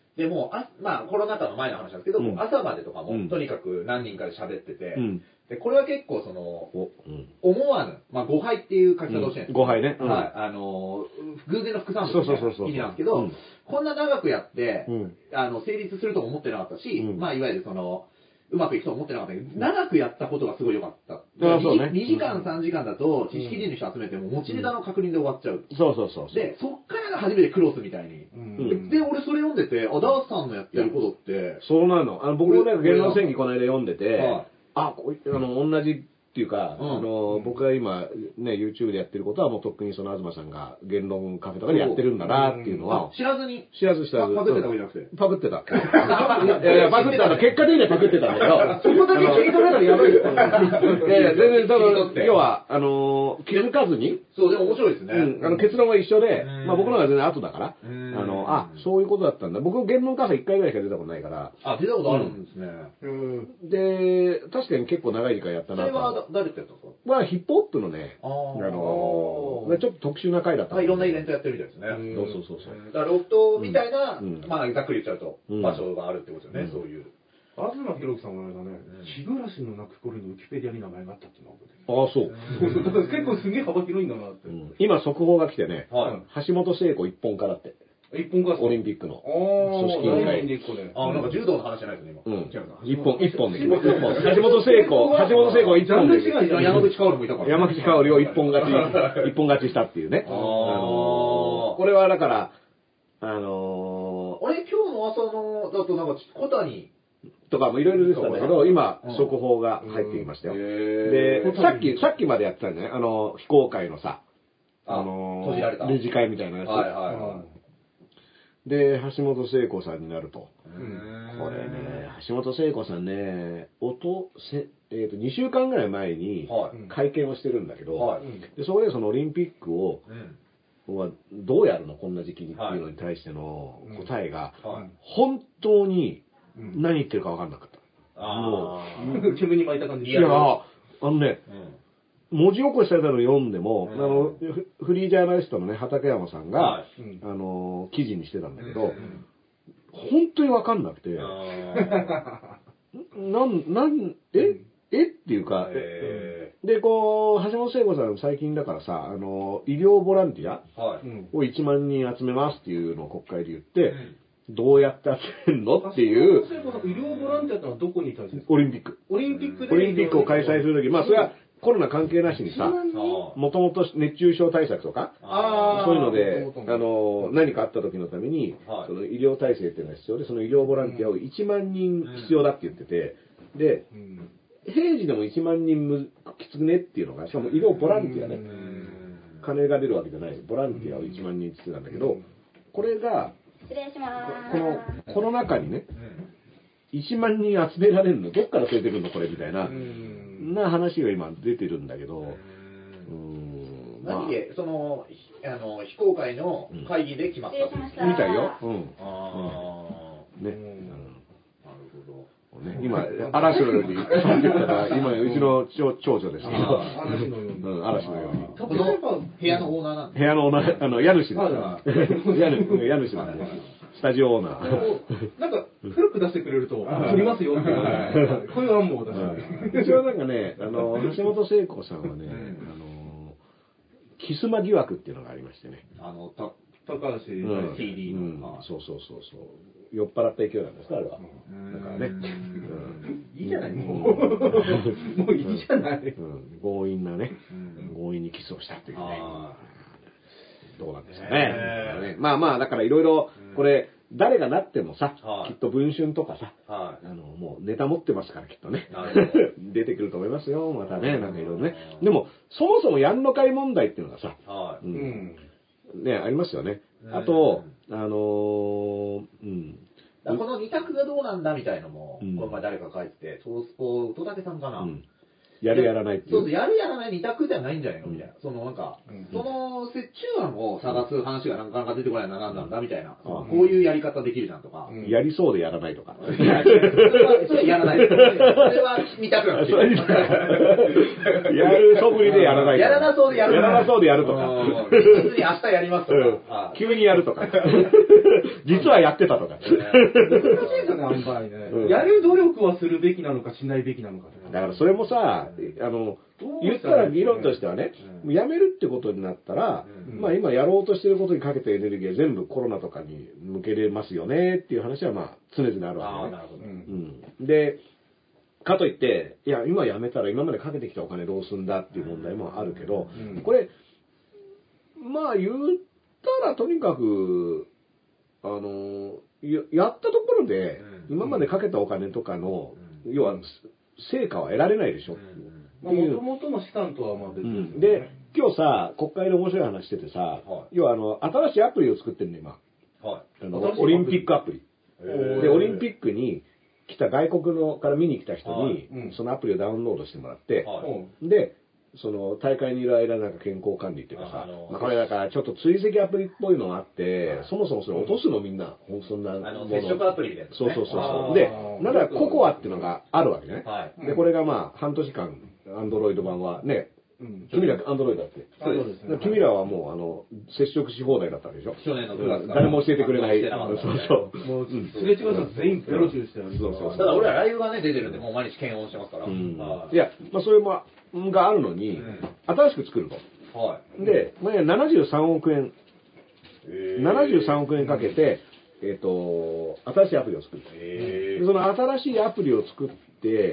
[SPEAKER 3] でもあ、まあコロナ禍の前の話なんですけど、
[SPEAKER 2] うん
[SPEAKER 3] 朝までとかも、
[SPEAKER 2] うん
[SPEAKER 3] とにかく何人かで喋ってて、
[SPEAKER 2] うん
[SPEAKER 3] で、これは結構その、
[SPEAKER 2] おうん
[SPEAKER 3] 思わぬ、まあ誤配っていう書き方をしてるんです
[SPEAKER 2] うん誤配ねうん
[SPEAKER 3] はい。あの、偶然の副産物みたいな
[SPEAKER 2] そうそうそうそう
[SPEAKER 3] 意味なんですけど、
[SPEAKER 2] うん
[SPEAKER 3] こんな長くやって、
[SPEAKER 2] うん
[SPEAKER 3] あの、成立するとも思ってなかったし、
[SPEAKER 2] うん
[SPEAKER 3] まあいわゆるその、うまくいくと思ってなかったけど、長くやったことがすごい良かった。
[SPEAKER 2] あそうね
[SPEAKER 3] にじかん、さんじかんだと、知識人の人集めても持ちネタの確認で終わっちゃう。
[SPEAKER 2] そうそうそうそう。
[SPEAKER 3] で、そっからが初めてクロスみたいに。
[SPEAKER 4] うん
[SPEAKER 3] で、俺それ読んでて、あ、ダースさんのやってることって、
[SPEAKER 2] そうなの。あの僕もね、言論戦議この間読んでて、
[SPEAKER 3] はい
[SPEAKER 2] あ、こうあの、同じっていうか、
[SPEAKER 3] うん
[SPEAKER 2] あの、僕が今、ね、YouTube でやってることはもうとっくにその東さんが言論カフェとかでやってるんだなっていうのは
[SPEAKER 3] あ、知らずに。
[SPEAKER 2] 知らず知らず。
[SPEAKER 3] パパクってたわけじゃなくて。
[SPEAKER 2] パクってた。いやいや、パクってたの。結果的にはパクってたんだけど。
[SPEAKER 3] そこだけ切り取れたらやばいよ。
[SPEAKER 2] いやいや、全然、多分、
[SPEAKER 3] 切り取って
[SPEAKER 2] 要は、あの、気づかずに、
[SPEAKER 3] そう、でも面白いですね。
[SPEAKER 2] うん、あの結論は一緒で、
[SPEAKER 3] うん
[SPEAKER 2] まあ僕の方が全然後だから、あ
[SPEAKER 3] うん
[SPEAKER 2] の、あ、そういうことだったんだ。僕、言論カフェいっかいぐらいしか出たことないから、
[SPEAKER 3] あ、出たことあるんですね。
[SPEAKER 2] で、確かに結構長い時間やったなと。
[SPEAKER 3] それはだ誰とやったんですか
[SPEAKER 2] まあ、ヒップホップのね、
[SPEAKER 3] あ
[SPEAKER 2] あ
[SPEAKER 3] ー
[SPEAKER 2] の、ちょっと特殊な回だった。
[SPEAKER 3] あ、いろんなイベントやってるみたいですね。
[SPEAKER 2] そうそうそうそう。
[SPEAKER 3] だからロフトみたいな、
[SPEAKER 2] うん
[SPEAKER 3] まあざっくり言っちゃうと、
[SPEAKER 2] うん
[SPEAKER 3] 場所があるってことですよね、
[SPEAKER 2] うん
[SPEAKER 3] そういう。
[SPEAKER 4] 東博樹さんはあれだね、日暮らしの泣く頃にウィキペディアに名前があったっていうのは覚えてる。
[SPEAKER 2] ああ、そう。
[SPEAKER 4] そうそう、だから結構すげえ幅広いんだなって。
[SPEAKER 2] うん今、速報が来てね、
[SPEAKER 3] はい。
[SPEAKER 2] 橋本聖子一本からって、
[SPEAKER 4] 一本化
[SPEAKER 2] オリンピックの。
[SPEAKER 4] ああ、
[SPEAKER 2] 組織委員会
[SPEAKER 4] ラインで一個で。
[SPEAKER 3] あ、なんか柔道の話じゃないですね、今。
[SPEAKER 2] うん。
[SPEAKER 3] 違うな
[SPEAKER 2] 一本、一本で。一本。橋本聖子、橋本聖子一本で。
[SPEAKER 4] ジャンル違いじゃん
[SPEAKER 3] 山口薫もいたから。
[SPEAKER 2] 山口香織を一本勝ち、一本勝ちしたっていうね。
[SPEAKER 3] あー
[SPEAKER 2] のーこれはだから、あの
[SPEAKER 3] あれ、今日の朝の、だとなんか、小谷。
[SPEAKER 2] ーとかもいろいろ出てたんだけど、今
[SPEAKER 3] うん、
[SPEAKER 2] 速報が入ってきましたよ。
[SPEAKER 3] へ
[SPEAKER 2] で、さっき、さっきまでやってたんじゃないあの、非公開のさ、
[SPEAKER 3] あ
[SPEAKER 2] あのー
[SPEAKER 3] 閉じられた
[SPEAKER 2] 理事会みたいなやつ。
[SPEAKER 3] はいはいは
[SPEAKER 2] で、橋本聖子さんになると。
[SPEAKER 3] い。うん
[SPEAKER 2] これね、橋本聖子さんね、おと、せ、えっ、と、にしゅうかんぐらい前に
[SPEAKER 3] はい
[SPEAKER 2] 会見をしてるんだけど、
[SPEAKER 3] はい。
[SPEAKER 2] でそこでそのオリンピックを、
[SPEAKER 3] うん。
[SPEAKER 2] はどうやるのこんな時期にっていうのに対しての答えが、
[SPEAKER 3] はい。
[SPEAKER 2] 本当に
[SPEAKER 4] うん
[SPEAKER 2] 何言ってるか分かんなかった。
[SPEAKER 3] あ
[SPEAKER 4] 煙に巻いた感じ。
[SPEAKER 2] いや、あのね、
[SPEAKER 3] ーうん。
[SPEAKER 2] 文字起こしされたのを読んでも、
[SPEAKER 3] うん
[SPEAKER 2] あのフフリージャーナリストのね、畠山さんが、
[SPEAKER 3] はい
[SPEAKER 4] うん
[SPEAKER 2] あの記事にしてたんだけど、
[SPEAKER 3] うん
[SPEAKER 2] 本当に分かんなくて、
[SPEAKER 3] あ
[SPEAKER 2] なん、なん、ええっていうか、
[SPEAKER 3] へ
[SPEAKER 2] で、こう、橋本聖子さん最近だからさ、あの、医療ボランティア
[SPEAKER 3] ーはい。
[SPEAKER 4] うん
[SPEAKER 2] をいちまんにん集めますっていうのを国会で言って、
[SPEAKER 3] うん
[SPEAKER 2] どうやって集めるのっていう、
[SPEAKER 4] 橋本聖子さん医療ボランティアってのはどこに対してですか？
[SPEAKER 2] オリンピック。
[SPEAKER 4] オリンピックで。
[SPEAKER 2] オリンピックを開催するとき、まあ、それはコロナ関係なしにさ、
[SPEAKER 3] あ
[SPEAKER 2] もともと熱中症対策とか、
[SPEAKER 3] あー
[SPEAKER 2] そういうので、
[SPEAKER 4] 元々
[SPEAKER 2] あの、何かあった時のために、
[SPEAKER 3] はい
[SPEAKER 2] その医療体制っていうのが必要で、その医療ボランティアをいちまんにん必要だって言ってて、で、
[SPEAKER 4] うん
[SPEAKER 2] 平時でもいちまんにんむきつくねっていうのが、しかも医療ボランティアね
[SPEAKER 4] う、
[SPEAKER 3] うん
[SPEAKER 2] 金が出るわけじゃない、ボランティアをいちまんにんって言ってたんだけど、これが、
[SPEAKER 5] 失礼します。
[SPEAKER 2] このコロナ禍にね、
[SPEAKER 3] うん
[SPEAKER 2] いちまんにん集められるの、どっから連れてくるの、これみたいな、
[SPEAKER 4] うん
[SPEAKER 2] な話が今出てるんだけど、うー
[SPEAKER 3] うん
[SPEAKER 2] ん、まあ
[SPEAKER 3] 何で、その、ひあの、非公開の会議で決まった
[SPEAKER 5] 失礼しました
[SPEAKER 2] みたいよ。うん。
[SPEAKER 3] ああ、
[SPEAKER 2] ね。
[SPEAKER 4] うん
[SPEAKER 3] なるほど。
[SPEAKER 2] うんね今、嵐のように、言ったら、今、うちの長長女ですけど、
[SPEAKER 3] あ
[SPEAKER 4] 嵐のように。
[SPEAKER 2] うん、嵐のように。
[SPEAKER 3] この部屋のオーナーなんで
[SPEAKER 2] 部屋のオーナー、あの、家主ですから
[SPEAKER 3] は。
[SPEAKER 2] 家主、家主なんで、スタジオオーナ
[SPEAKER 4] でも
[SPEAKER 2] ー。
[SPEAKER 4] なんか、古く出してくれると、撮りますよっていう、こういう案も出して
[SPEAKER 2] うん一応なんかね、あの、橋本聖子さんはね、
[SPEAKER 3] ん
[SPEAKER 2] あの、キスマ疑惑っていうのがありましてね。
[SPEAKER 3] あの、た、
[SPEAKER 4] 高橋
[SPEAKER 2] うん、
[SPEAKER 3] ティーディー
[SPEAKER 2] うん
[SPEAKER 3] の。
[SPEAKER 2] そうそうそうそう。酔っ払った勢いなんですか、あれは。
[SPEAKER 3] うん
[SPEAKER 2] だからね。
[SPEAKER 4] いいじゃない、もう。
[SPEAKER 2] うん
[SPEAKER 4] もういいじゃない。
[SPEAKER 2] うん、強引なね、
[SPEAKER 3] うん
[SPEAKER 2] 強引にキスをしたっていうね。
[SPEAKER 3] あ
[SPEAKER 2] どうなんですか
[SPEAKER 3] へ
[SPEAKER 2] ね。
[SPEAKER 3] ー
[SPEAKER 2] まあまあ、だからいろいろ、これ、誰がなってもさ、
[SPEAKER 3] はい
[SPEAKER 2] きっと文春とかさ、
[SPEAKER 3] はい。
[SPEAKER 2] あの、もうネタ持ってますから、きっとね
[SPEAKER 3] なるほど。
[SPEAKER 2] 出てくると思いますよ、またね、なんかいろいろね。でも、そもそもやんのかい問題っていうのがさ、
[SPEAKER 3] はい。
[SPEAKER 2] う
[SPEAKER 4] うんん。
[SPEAKER 2] ね、ありますよね
[SPEAKER 3] う。ん
[SPEAKER 2] あと、あのーうん。
[SPEAKER 3] だからこの二択がどうなんだみたいのも、
[SPEAKER 2] うん
[SPEAKER 3] この前誰か書いてて、トースポ、戸竹さんかな、
[SPEAKER 2] うんやるやらないっていう。
[SPEAKER 3] そうそう、やるやらない二択ではないんじゃないのみたいな。そのなんか、その折衷案を探す話がなかなか出てこないのは何なんだみたいな。こういうやり方できるじゃんとか。
[SPEAKER 2] やりそうでやらないとか。
[SPEAKER 3] いや、それは、それはやらない。それは二択なんですよ。
[SPEAKER 2] やるそぶりでやらないとか。
[SPEAKER 3] やらなそうでやる。
[SPEAKER 2] やらなそうでやるとか。
[SPEAKER 3] 別に明日やりますとか。
[SPEAKER 2] 急にやるとか。実はやってたとか。
[SPEAKER 4] 難しいですよね、あんまりね。やる努力はするべきなのかしないべきなのか。
[SPEAKER 2] だからそれもさ、あの、言ったら議論としてはね、やめるってことになったら、まあ今やろうとしてることにかけたエネルギーは全部コロナとかに向けれますよねっていう話はまあ常々あるわけね。
[SPEAKER 3] なるほど。
[SPEAKER 2] うん。で、かといって、いや、今やめたら今までかけてきたお金どうすんだっていう問題もあるけど、これ、まあ言ったらとにかく、あの、ややったところで、今までかけたお金とかの、要は、成果は得られないでしょ。
[SPEAKER 4] もともとの資産とはまあ別ですよね。
[SPEAKER 2] で、今日さ、国会で面白い話しててさ、要はあの、新しいアプリを作ってるの今。あのオリンピックアプリ。で、オリンピックに来た外国のから見に来た人に、そのアプリをダウンロードしてもらって、で、その大会にいる間なんか健康管理っていうかさ、まあこれだからちょっと追跡アプリっぽいのがあって、そもそもそれ落とすのみんな、そんなもの。
[SPEAKER 3] あの、接触アプリで、ね。
[SPEAKER 2] そうそうそう。で、なんだココアっていうのがあるわけね。で、これがまあ半年間、アンドロイド版はね、君らアンドロイドだって。
[SPEAKER 4] そうですね。
[SPEAKER 2] 君らはもう、あの、接触し放題だったわけでしょ。
[SPEAKER 3] 去年のくがつ
[SPEAKER 2] 誰も教えてくれない。そうそう。
[SPEAKER 4] もう、すれ違うと全員ベロチューしてる。
[SPEAKER 2] そうそう。
[SPEAKER 3] ただ俺らライブがね、出てるんで、もう毎日検温してますから。
[SPEAKER 2] いや、まあそれも、があるのに、新しく作ると。
[SPEAKER 3] はい。
[SPEAKER 2] で、まあ、ななじゅうさんおくえん、ななじゅうさんおくえんかけて、えっと、新しいアプリを作る。でその新しいアプリを作って、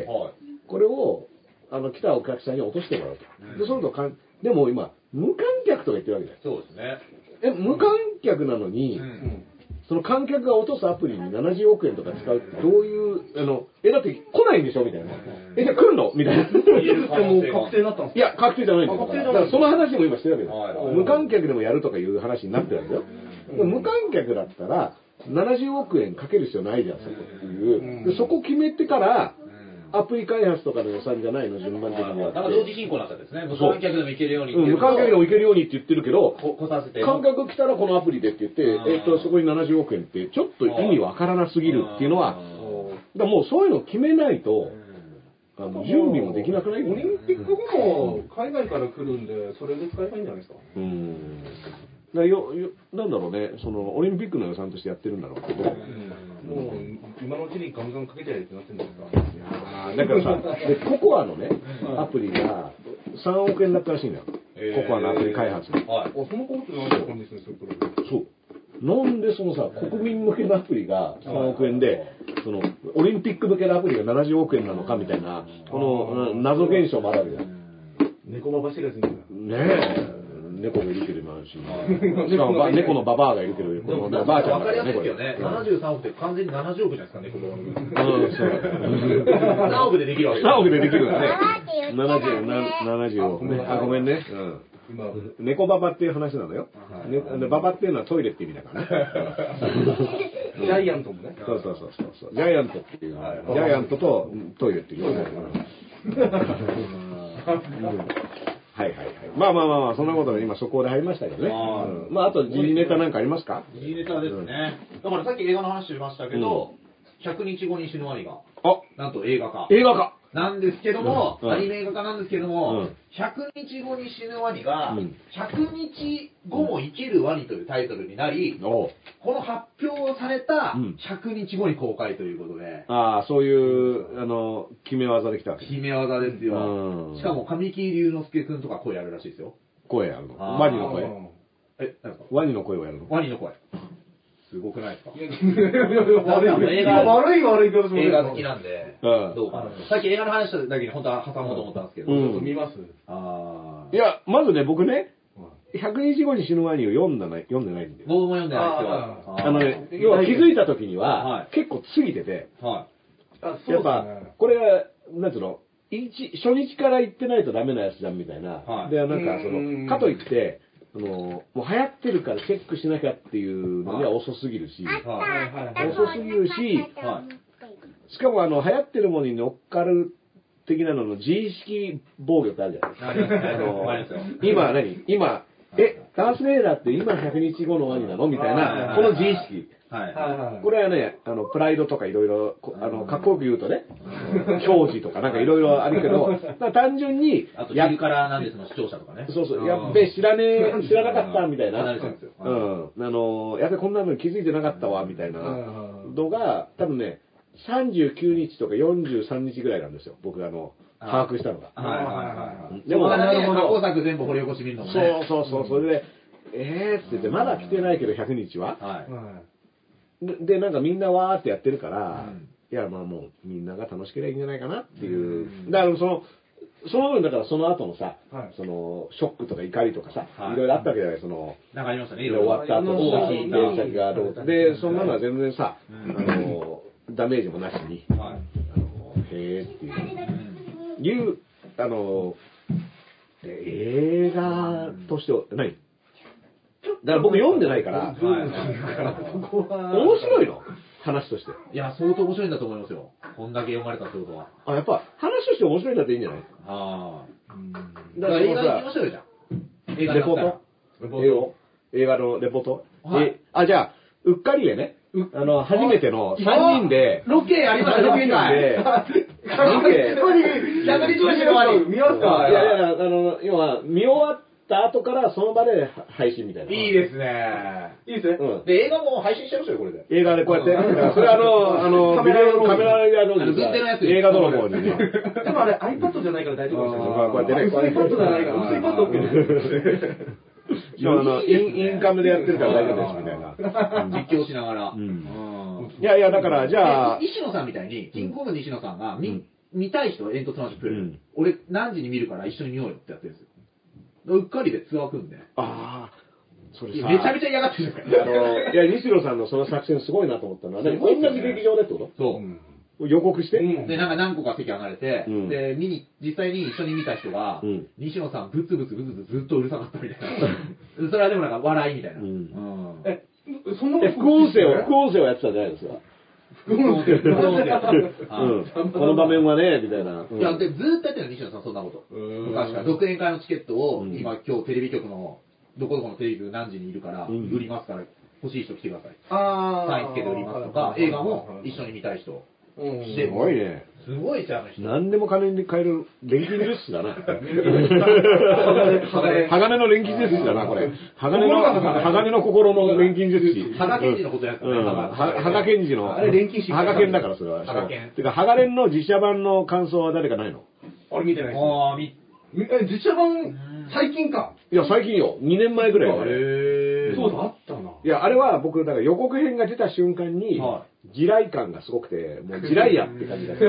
[SPEAKER 2] これを、あの、来たお客さんに落としてもらうと。で、そのとかん、でも今、無観客とか言ってるわけじゃない。
[SPEAKER 3] そうですね。
[SPEAKER 2] え、無観客なのに、その観客が落とすアプリにななじゅうおくえんとか使うってどういう、あの、え、だって来ないんでしょみたいな。え、じゃあ来んのみたいな。
[SPEAKER 4] もう確定になったんです
[SPEAKER 2] いや、確定じゃないんだよ。
[SPEAKER 4] 確定じゃない
[SPEAKER 2] だからその話も今してるわけだよ。無観客でもやるとかいう話になってるわけだよ。無観客だったら、ななじゅうおくえんかける必要ないじゃん、そこっていう。でそこ決めてから、アプリ開発とかの予算じゃないの、順番的には。
[SPEAKER 3] なんか同時進行になったんですね。無観客でもいけるように。
[SPEAKER 2] 無観客でもいけるようにって言ってるけど、
[SPEAKER 3] 来させて。
[SPEAKER 2] 観客来たらこのアプリでって言って、えっと、そこにななじゅうおくえんって、ちょっと意味わからなすぎるっていうのは、だもうそういうのを決めないと、あの準備もできなくない？
[SPEAKER 4] オリンピック後も海外から来るんで、それで使えばいいんじゃないですか。
[SPEAKER 2] うん。だよよなんだろうね、そのオリンピックの予算としてやってるんだろうけど、もう
[SPEAKER 4] 今のうちにガンガンかけちゃえってなってるんですか。
[SPEAKER 2] だからさ、でココアのね、アプリがさんおくえんだったらしいんだよ。ココアのアプリ開発に。
[SPEAKER 3] はい。
[SPEAKER 4] あ、その子って何の感じですね、それ。
[SPEAKER 2] そう。なんでそのさ、国民向けのアプリがさんおくえんで、その、オリンピック向けのアプリがななじゅうおくえんなのかみたいな、この謎現象もあるわけだよ。
[SPEAKER 4] 猫ババ知らずに。
[SPEAKER 2] ねえ。猫がいるけどもあるし。しかも猫のババアがいるけど、このばあちゃん
[SPEAKER 3] わかりやすいですよね。ななじゅうさんおくって完全にななじゅうおくじゃないですか、猫ババ。うん、そう。何億でできるわけです。
[SPEAKER 2] 何億でできるからね。ななじゅう、ななじゅうおくね。あ、ごめんね。うん。猫ババっていう話なのよ。ババっていうのはトイレって意味だからね。
[SPEAKER 4] ジャイアントもね。
[SPEAKER 2] そうそうそうそう。ジャイアントっていう、ジャイアントとトイレっていう。はいはいはい。まあまあまあまあ、そんなことで今そこで入りましたけどね。まああと時事ネタなんかありますか？
[SPEAKER 3] 時事ネタですね。だからさっき映画の話しましたけど、ひゃくにちごに死ぬワニが、なんと映画化。
[SPEAKER 2] 映画化
[SPEAKER 3] なんですけども、アニメ映画化なんですけども、ひゃくにちごに死ぬワニが、ひゃくにちごも生きるワニというタイトルになり、この発表されたひゃくにちごに公開ということで。
[SPEAKER 2] ああ、そういう、あの、決め技できたわけ。
[SPEAKER 3] 決め技ですよ。しかも神木隆之介くんとか声やるらしいですよ。
[SPEAKER 2] 声やるの？ワニの声？
[SPEAKER 3] え、何ですか？
[SPEAKER 2] ワニの声をやるの？
[SPEAKER 3] ワニの声。すごくないですか？
[SPEAKER 4] 悪い悪いけど、
[SPEAKER 3] 映画好きなんで、どうかな。さっき映画の話だけに本当は挟もうと思ったんですけど、
[SPEAKER 4] 見ます？
[SPEAKER 3] あ
[SPEAKER 2] いや、まずね、僕ね、ひゃくにちごに死ぬワニを読んだない、読んでないんで。
[SPEAKER 3] 僕も読んでないですよ。
[SPEAKER 2] あのね、要は気づいた時には、結構過ぎてて、やっぱ、これが、なんつうの、初日から行ってないとダメなやつじゃんみたいな。で、なんか、その、かといって、あの、もう流行ってるからチェックしなきゃっていうのには遅すぎるし、遅すぎるし、しかもあの、流行ってるものに乗っかるっ的なのの自意識防御ってあるじゃないですか。あの
[SPEAKER 3] ありますよ
[SPEAKER 2] 今何今、え、ダース・ベイダーって今ひゃくにちごのワニなのみたいな、この自意識。
[SPEAKER 3] はい
[SPEAKER 4] はい。
[SPEAKER 2] これはね、あの、プライドとかいろいろ、あの、かっこよく言うとね、矜持とかなんかいろいろあるけど、だ単純に、
[SPEAKER 3] あと、昼からなんですの視聴者とかね。
[SPEAKER 2] そうそう、やっべ、知らねえ、知らなかったみたいな。
[SPEAKER 3] 離れちゃうんですよ
[SPEAKER 2] うん。あの、やべ、こんなの気づいてなかったわ、みたいなのが、多分ね、さんじゅうきゅうにちとかよんじゅうさんにちぐらいなんですよ、僕あの、把握したのが。
[SPEAKER 3] はいはいはいはい。
[SPEAKER 2] でも、
[SPEAKER 3] なるほど。過去作全部掘り起こし見るのもね。
[SPEAKER 2] そうそうそう、それで、えーって言って、まだ来てないけどひゃくにちは。
[SPEAKER 3] はい。
[SPEAKER 2] で、でなんかみんなわーってやってるから、
[SPEAKER 3] うん、
[SPEAKER 2] いや、まあもうみんなが楽しければいいんじゃないかなっていう。うん、だからその、その分だからその後のさ、はい、その、ショックとか怒りとかさ、はい、いろいろあったわけじゃない、その、
[SPEAKER 3] なんかありましたね、
[SPEAKER 2] 終わった後、大きい電車がどうで、そんなのは全然さ、うん、あの、ダメージもなしに、はい、あの、へーっていう、いう、あの、映画として、何だから僕読んでないから、面白いの話として。
[SPEAKER 3] いや、相当面白いんだと思いますよ。こんだけ読まれたってことは。
[SPEAKER 2] あ、やっぱ話として面白いんだっていいんじゃない？
[SPEAKER 3] ああ。
[SPEAKER 2] だから
[SPEAKER 3] 映画行きましょうよ、じゃあ。
[SPEAKER 2] 映画レポート映画映画のレポートえ、あ、じゃあ、うっかりでね、あの、初めてのさんにんで、
[SPEAKER 3] ロケありました、ロケ会。
[SPEAKER 2] で、見て、
[SPEAKER 3] ひゃくにちごの終わり。
[SPEAKER 4] 見ますか？
[SPEAKER 2] いやいや、あの、要は、見終わった後からその場で配信みたいな。
[SPEAKER 3] いいですね。
[SPEAKER 4] いいですね。
[SPEAKER 2] うん。
[SPEAKER 3] で、映画も配信しちゃいましょうよ、これで。
[SPEAKER 2] 映画でこうやって。それあの、あの、ビデオカメラやるんです映画泥棒にね。
[SPEAKER 4] でもあれ iPad じゃないから大丈夫ですよ。
[SPEAKER 2] こうやってね。
[SPEAKER 4] 薄いパッドじゃないから、薄いパッド OK です。
[SPEAKER 2] しかもあの、イン、インカムでやってるから大丈夫ですみたいな。
[SPEAKER 3] 実況しながら。
[SPEAKER 2] うん。いやいや、だから、じゃあ。
[SPEAKER 3] 西野さんみたいに、キングコング西野さんが、見、見たい人は煙突マンションくれる。俺、何時に見るから一緒に見ようよってやってるんですよ。うっかりでツアー組んで。
[SPEAKER 2] ああ。それさ。
[SPEAKER 3] めちゃめちゃ嫌がってるじゃないですか。
[SPEAKER 2] あの、いや、西野さんのその作戦すごいなと思ったのは、同じ劇場でってこと
[SPEAKER 3] そう。
[SPEAKER 2] 予告して、
[SPEAKER 3] で、なんか何個か席離れて、で、見に、実際に一緒に見た人が、西野さんブツブツブツブツずっとうるさかったみたいな。それはでもなんか笑いみたいな。
[SPEAKER 4] え、そんなこと
[SPEAKER 2] 副音声を、副音声をやってたんじゃないですか。
[SPEAKER 3] 副音声、副音
[SPEAKER 2] 声。この場面はね、みたいな。
[SPEAKER 3] いや、で、ずーっとやってるの、西野さん、そんなこと。昔から。独演会のチケットを、今、今日テレビ局の、どこどこのテレビ局何時にいるから、売りますから、欲しい人来てください。サインつけて売りますとか、映画も一緒に見たい人。
[SPEAKER 2] すごいね。
[SPEAKER 3] すごいじゃん。
[SPEAKER 2] 何でも金に変える錬金術師だな。鋼の錬金術師だな、これ。鋼の、鋼の心の錬金術師。
[SPEAKER 3] ハガケンジのことやったね。
[SPEAKER 2] ハガケンジの。
[SPEAKER 4] あれ錬金師。
[SPEAKER 2] ハガケンだから、それは。
[SPEAKER 3] ハガケン。
[SPEAKER 2] てか、ハガレンの実写版の感想は誰かないの？
[SPEAKER 4] あれ見てないです。
[SPEAKER 3] ああ、み、
[SPEAKER 4] え、実写版、最近か。
[SPEAKER 2] いや、最近よ。にねんまえぐらい。
[SPEAKER 4] へそうだ、あったな。
[SPEAKER 2] いや、あれは僕、だから予告編が出た瞬間に、地雷感がすごくて、もう地雷やって感じだった。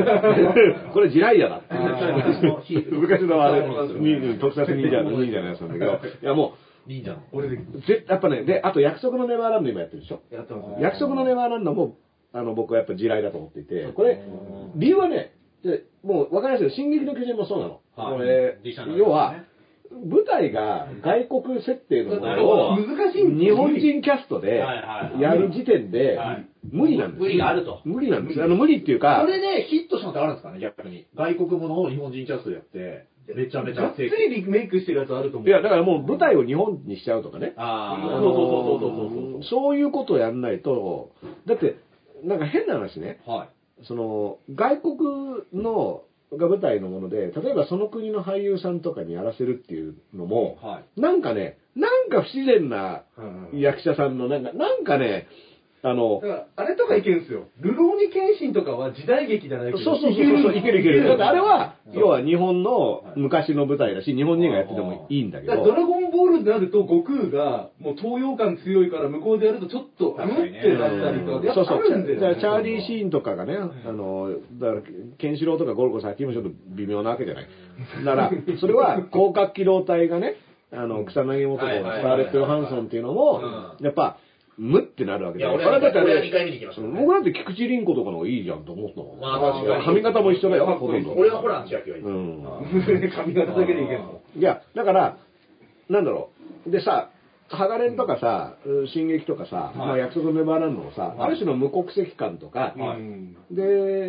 [SPEAKER 2] これ地雷やだって。昔のあれ、特撮忍者の忍者のやつなんだけど、いやもう、
[SPEAKER 3] 忍者の。
[SPEAKER 2] 俺で、やっぱね、で、あと約束のネバーランド今やってるでしょ。
[SPEAKER 4] やってます。
[SPEAKER 2] 約束のネバーランドも、あの、僕はやっぱ地雷だと思っていて、これ、理由はね、もう分かりやすいけど、進撃の巨人もそうなの。これ、要は、舞台が外国設定のものを日本人キャストでやる時点で無理なんですよ。
[SPEAKER 3] 無理があると。
[SPEAKER 2] 無理なんですよ。あの無理っていうか。
[SPEAKER 3] それでヒットしたのってあるんですかね、逆に。外国ものを日本人キャストでやって、めちゃめちゃ
[SPEAKER 4] 正規。リメイクしてるやつあると思う。
[SPEAKER 2] いや、だからもう舞台を日本にしちゃうとかね。
[SPEAKER 3] ああ、
[SPEAKER 2] そうそうそうそうそう。そういうことをやんないと、だって、なんか変な話ね。はい。その、外国の、が舞台のもので、例えばその国の俳優さんとかにやらせるっていうのも、はい、なんかね、なんか不自然な役者さんの、なんか、なんかね、あの、
[SPEAKER 4] だからあれとかいけるんですよ。ルローニケンシンとかは時代劇じゃないけど。
[SPEAKER 2] そうそうそうそう、いけるいける。だってあれは、要は日本の昔の舞台だし、日本人がやっててもいいんだけど。
[SPEAKER 4] ドラゴンボールになると、悟空がもう東洋感強いから向こうでやるとちょっと、うんってなったりとか。
[SPEAKER 2] そうそう。じゃあチャーリーシーンとかがね、あの、だから、ケンシロウとかゴルゴさっきもちょっと微妙なわけじゃない。だから、それは広角機動隊がね、あの、草薙元子、スカーレット・ヨハンソンっていうのも、やっぱ、無ってなるわけで。
[SPEAKER 3] いや、俺はだって俺はにかい見に行きました。
[SPEAKER 2] 僕だって菊池凛子とかの方がいいじゃんと思ったもん。
[SPEAKER 3] まあ確かに。
[SPEAKER 2] 髪型も一緒だよ、ほとんど。
[SPEAKER 3] 俺はホラン千秋はいい。
[SPEAKER 2] うん。
[SPEAKER 4] 髪型だけでいけるの。
[SPEAKER 2] いや、だから、なんだろう。でさ、ハガレンとかさ、進撃とかさ、まあ約束のネバーランドもさ、ある種の無国籍感とか、で、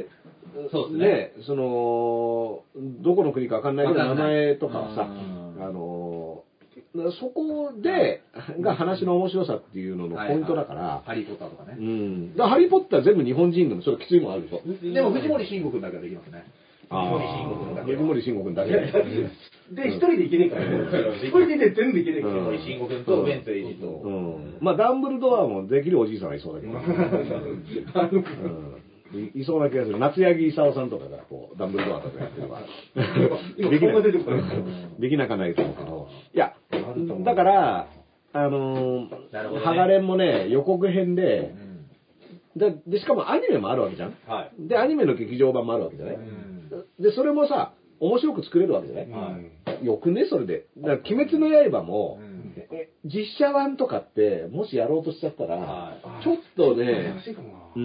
[SPEAKER 3] そうですね。
[SPEAKER 2] その、どこの国かわかんないけど、名前とかはさ、あの、そこで、が話の面白さっていうののポイントだから。
[SPEAKER 3] ハリーポッターとかね。
[SPEAKER 2] うん。だからハリーポッター全部日本人でもちょっときついもんあるでしょ。
[SPEAKER 3] でも藤森慎吾くんだけはできますね。
[SPEAKER 2] 藤森慎吾くんだけ。藤森慎吾くんだけ。
[SPEAKER 4] で、一人でいけねえから。一人で全部いけねえから。
[SPEAKER 3] 藤森慎吾くんとウェンツエイジと。
[SPEAKER 2] まあ、ダンブルドアもできるおじいさんがいそうだけど。いそうな気がする。夏柳勲さんとかが、こう、ダンブルドアとかやってれば。できない。できなかないと思うけど。いや、だから、あのー、ハガレンもね、予告編で、で、でしかもアニメもあるわけじゃん。はい。で、アニメの劇場版もあるわけじゃない。で、それもさ、面白く作れるわけじゃない。はい。よくね、それで。だから、鬼滅の刃も、実写版とかって、もしやろうとしちゃったら、ちょっとね、
[SPEAKER 3] うん。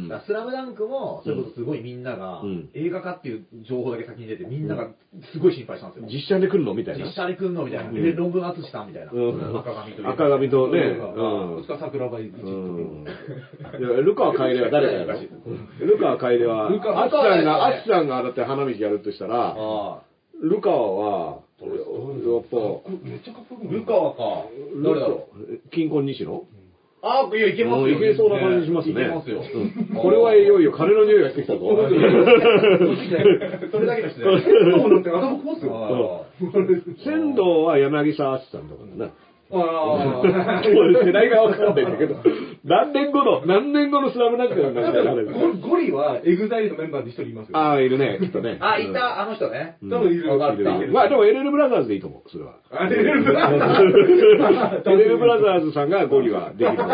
[SPEAKER 3] スラムダンクも、それこそすごいみんなが、映画化っていう情報だけ先に出て、みんながすごい心配したんですよ。
[SPEAKER 2] 実写で来るのみたいな。
[SPEAKER 3] 実写で来るのみたいな。で、論文厚したみたいな。赤髪と。
[SPEAKER 2] 赤髪とね、
[SPEAKER 4] うん。そ桜庭いじっと。
[SPEAKER 2] ルカワ楓は誰かやろ。ルカワ楓は、アッチさんが、アッチさんがだって花道やるとしたら、ルカワは、やっぱ、
[SPEAKER 4] めっちゃかっこよく
[SPEAKER 3] ルカワか。誰だろ
[SPEAKER 2] う。金婚西野
[SPEAKER 3] あ、いや、いけますよ。
[SPEAKER 2] いけそうな感じしますね。
[SPEAKER 3] いけますよ。
[SPEAKER 2] これはいよいよ金の匂いがしてきたぞ。
[SPEAKER 3] それだけの人だよ。
[SPEAKER 4] 仙道なんて頭こうっすよ。
[SPEAKER 2] 仙道は柳沢敦さんとかだな。
[SPEAKER 4] ああ。
[SPEAKER 2] 世代がわかんないんだけど、何年後の、何年後のスラムダンクなんだろう。
[SPEAKER 4] ゴリはエグザイルのメンバーで一人いますよ。
[SPEAKER 2] ああ、いるね、きっとね。
[SPEAKER 3] あ、いた、あの人ね。
[SPEAKER 4] 多分いる。
[SPEAKER 2] まあでもエルエルブラザーズでいいと思う、それは。
[SPEAKER 4] エルエルブラザーズ
[SPEAKER 2] エルエルブラザーズさんがゴリはできるから。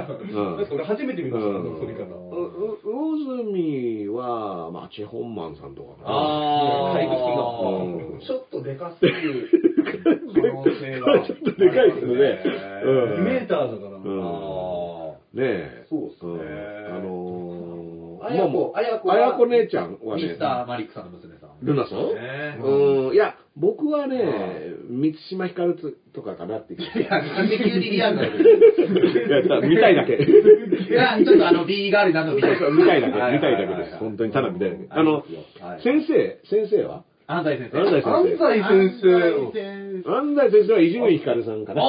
[SPEAKER 4] 俺初めて見ました、それから。
[SPEAKER 2] 魚住は、まあ、チェホンマンさんとかかな。
[SPEAKER 3] ああ、怪奇が。ちょっとでかすぎる可能性が。
[SPEAKER 2] ちょっとでかいですね。
[SPEAKER 4] にメーターだから。
[SPEAKER 2] ねえ。
[SPEAKER 3] そうっすね。
[SPEAKER 2] あの
[SPEAKER 3] ー、あやこ、あやこ。
[SPEAKER 2] あやこ姉ちゃんはね。
[SPEAKER 3] ミスターマリックさんの娘さん。
[SPEAKER 2] ルナさんうん。いや、僕はね、満島ひかるとかかなって聞いて。
[SPEAKER 3] いや、なんで急にリアルなの
[SPEAKER 2] いや、見たいだけ。
[SPEAKER 3] いや、ちょっとあの、ビーガールなの見たい。
[SPEAKER 2] 見たいだけ、見たいだけです。本当にただ見たいだけ。あの、先生、先生は
[SPEAKER 3] 安西先生。
[SPEAKER 4] 安西先生。
[SPEAKER 2] 安西先生は伊集院光さんかな。伊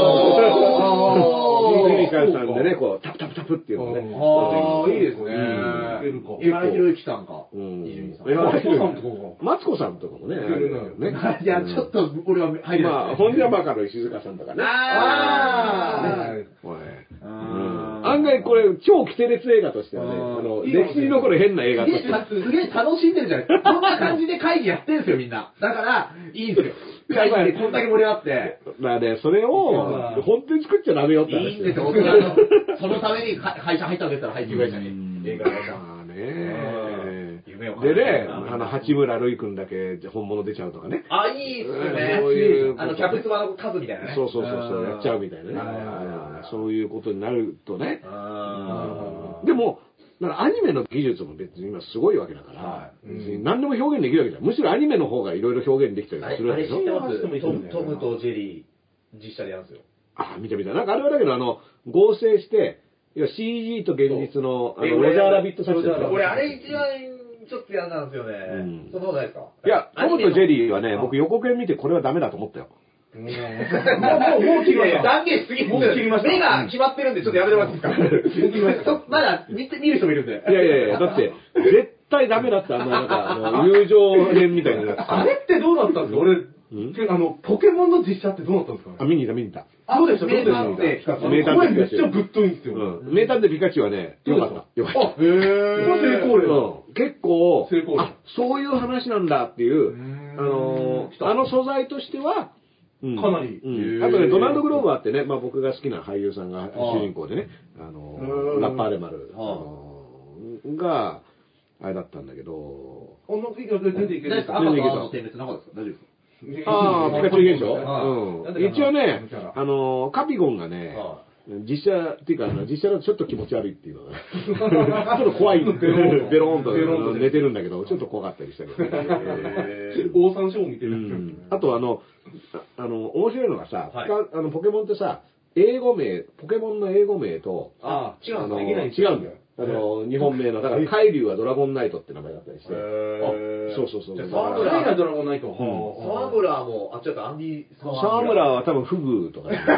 [SPEAKER 2] 集院光さんでね、こう、タプタプタプっていうのね。
[SPEAKER 3] ああ、いいですね。今井博之さんか。伊集院さん。
[SPEAKER 2] マツコさんとかもね。
[SPEAKER 3] いや、ちょっと、俺は入る。
[SPEAKER 2] まあ、本山家の石塚さんとかね。ああ。案外これ、超キテレツ映画としてはね、あの、歴史に残る変な映画として。
[SPEAKER 3] すげえ楽しんでるじゃないですか。こんな感じで会議やってんすよ、みんな。だから、いいんすよ。会議でこんだけ盛り上がって。
[SPEAKER 2] まあね、それを、本当に作っちゃダメよって話。
[SPEAKER 3] いいんですよ、大人の。そのために会社入ったんですから、配給会社に。映画会社。
[SPEAKER 2] まあね。でね、あの、八村塁君だけ本物出ちゃうとかね。
[SPEAKER 3] あ、いいっすね。そういう。あの、キャプツバの数みたいなね。
[SPEAKER 2] そうそうそう、やっちゃうみたいなね。そういうことになるとね。でも、だからアニメの技術も別に今すごいわけだから、何でも表現できるわけじゃん。むしろアニメの方がいろいろ表現できたりするわけでしょ。
[SPEAKER 3] あれ知ってます？トムとジェリー、実写でやるんですよ。
[SPEAKER 2] あ、見た見た。なんかあれはだけど、あの、合成して、いや シージー と現実の、あの、ロジャーラビット作戦。
[SPEAKER 3] 俺、あれ一番、ちょっと嫌なんですよね。そんなことないですか？
[SPEAKER 2] いや、トムとジェリーはね、僕予告編見てこれはダメだと思ったよ。
[SPEAKER 3] もう、もう、もう切りました。断言しすぎもう切りました。目が決まってるんで、ちょっとやめてもらっていいですか？まだ見て、見る人もいるんで。
[SPEAKER 2] いやいやいや、だって、絶対ダメだって、あの、なんか、あの、友情編みたいなやつ。
[SPEAKER 4] あれってどうだったんですか？俺、あの、ポケモンの実写ってどうだったんですか？
[SPEAKER 2] あ、見に行った、見に行った。
[SPEAKER 4] そうでしょ、どうでしょ。
[SPEAKER 2] 名探偵
[SPEAKER 4] めっちゃぶっといんですよ。
[SPEAKER 2] 名探偵ピカチュウはね、よかった。よかった。
[SPEAKER 4] あ、へぇー。成功例。
[SPEAKER 2] 結構、
[SPEAKER 4] 成功例。
[SPEAKER 2] あ、そういう話なんだっていう、あの、あの素材としては、
[SPEAKER 4] かなり。
[SPEAKER 2] あとね、ドナルド・グローバーってね、まあ僕が好きな俳優さんが主人公でね、あの、ラッパーでもある、が、あれだったんだけど、
[SPEAKER 4] あんな、いいから全然いける。
[SPEAKER 3] 赤と青の点滅なかったですか？大丈夫ですか？
[SPEAKER 2] ああ、ピカチュウ現象？うん。一応ね、あの、カピゴンがね、実写っていうか、実写だとちょっと気持ち悪いっていうのが、ちょっと怖い。ベローンと寝てるんだけど、ちょっと怖かったりしたけどね。
[SPEAKER 4] オオサンショー見てる。
[SPEAKER 2] あとあの、あの、面白いのがさ、あの、ポケモンってさ、英語名、ポケモンの英語名と、
[SPEAKER 3] ああ、違うんだ。
[SPEAKER 2] 違うんだよ。 あの、日本名の、だから、海竜はドラゴンナイトって名前だったりして。あ、そうそうそう。
[SPEAKER 4] 沢村はドラゴンナイト。
[SPEAKER 3] 沢村も、あっちゃったアンディ
[SPEAKER 2] 沢村は多分フグとか。いや、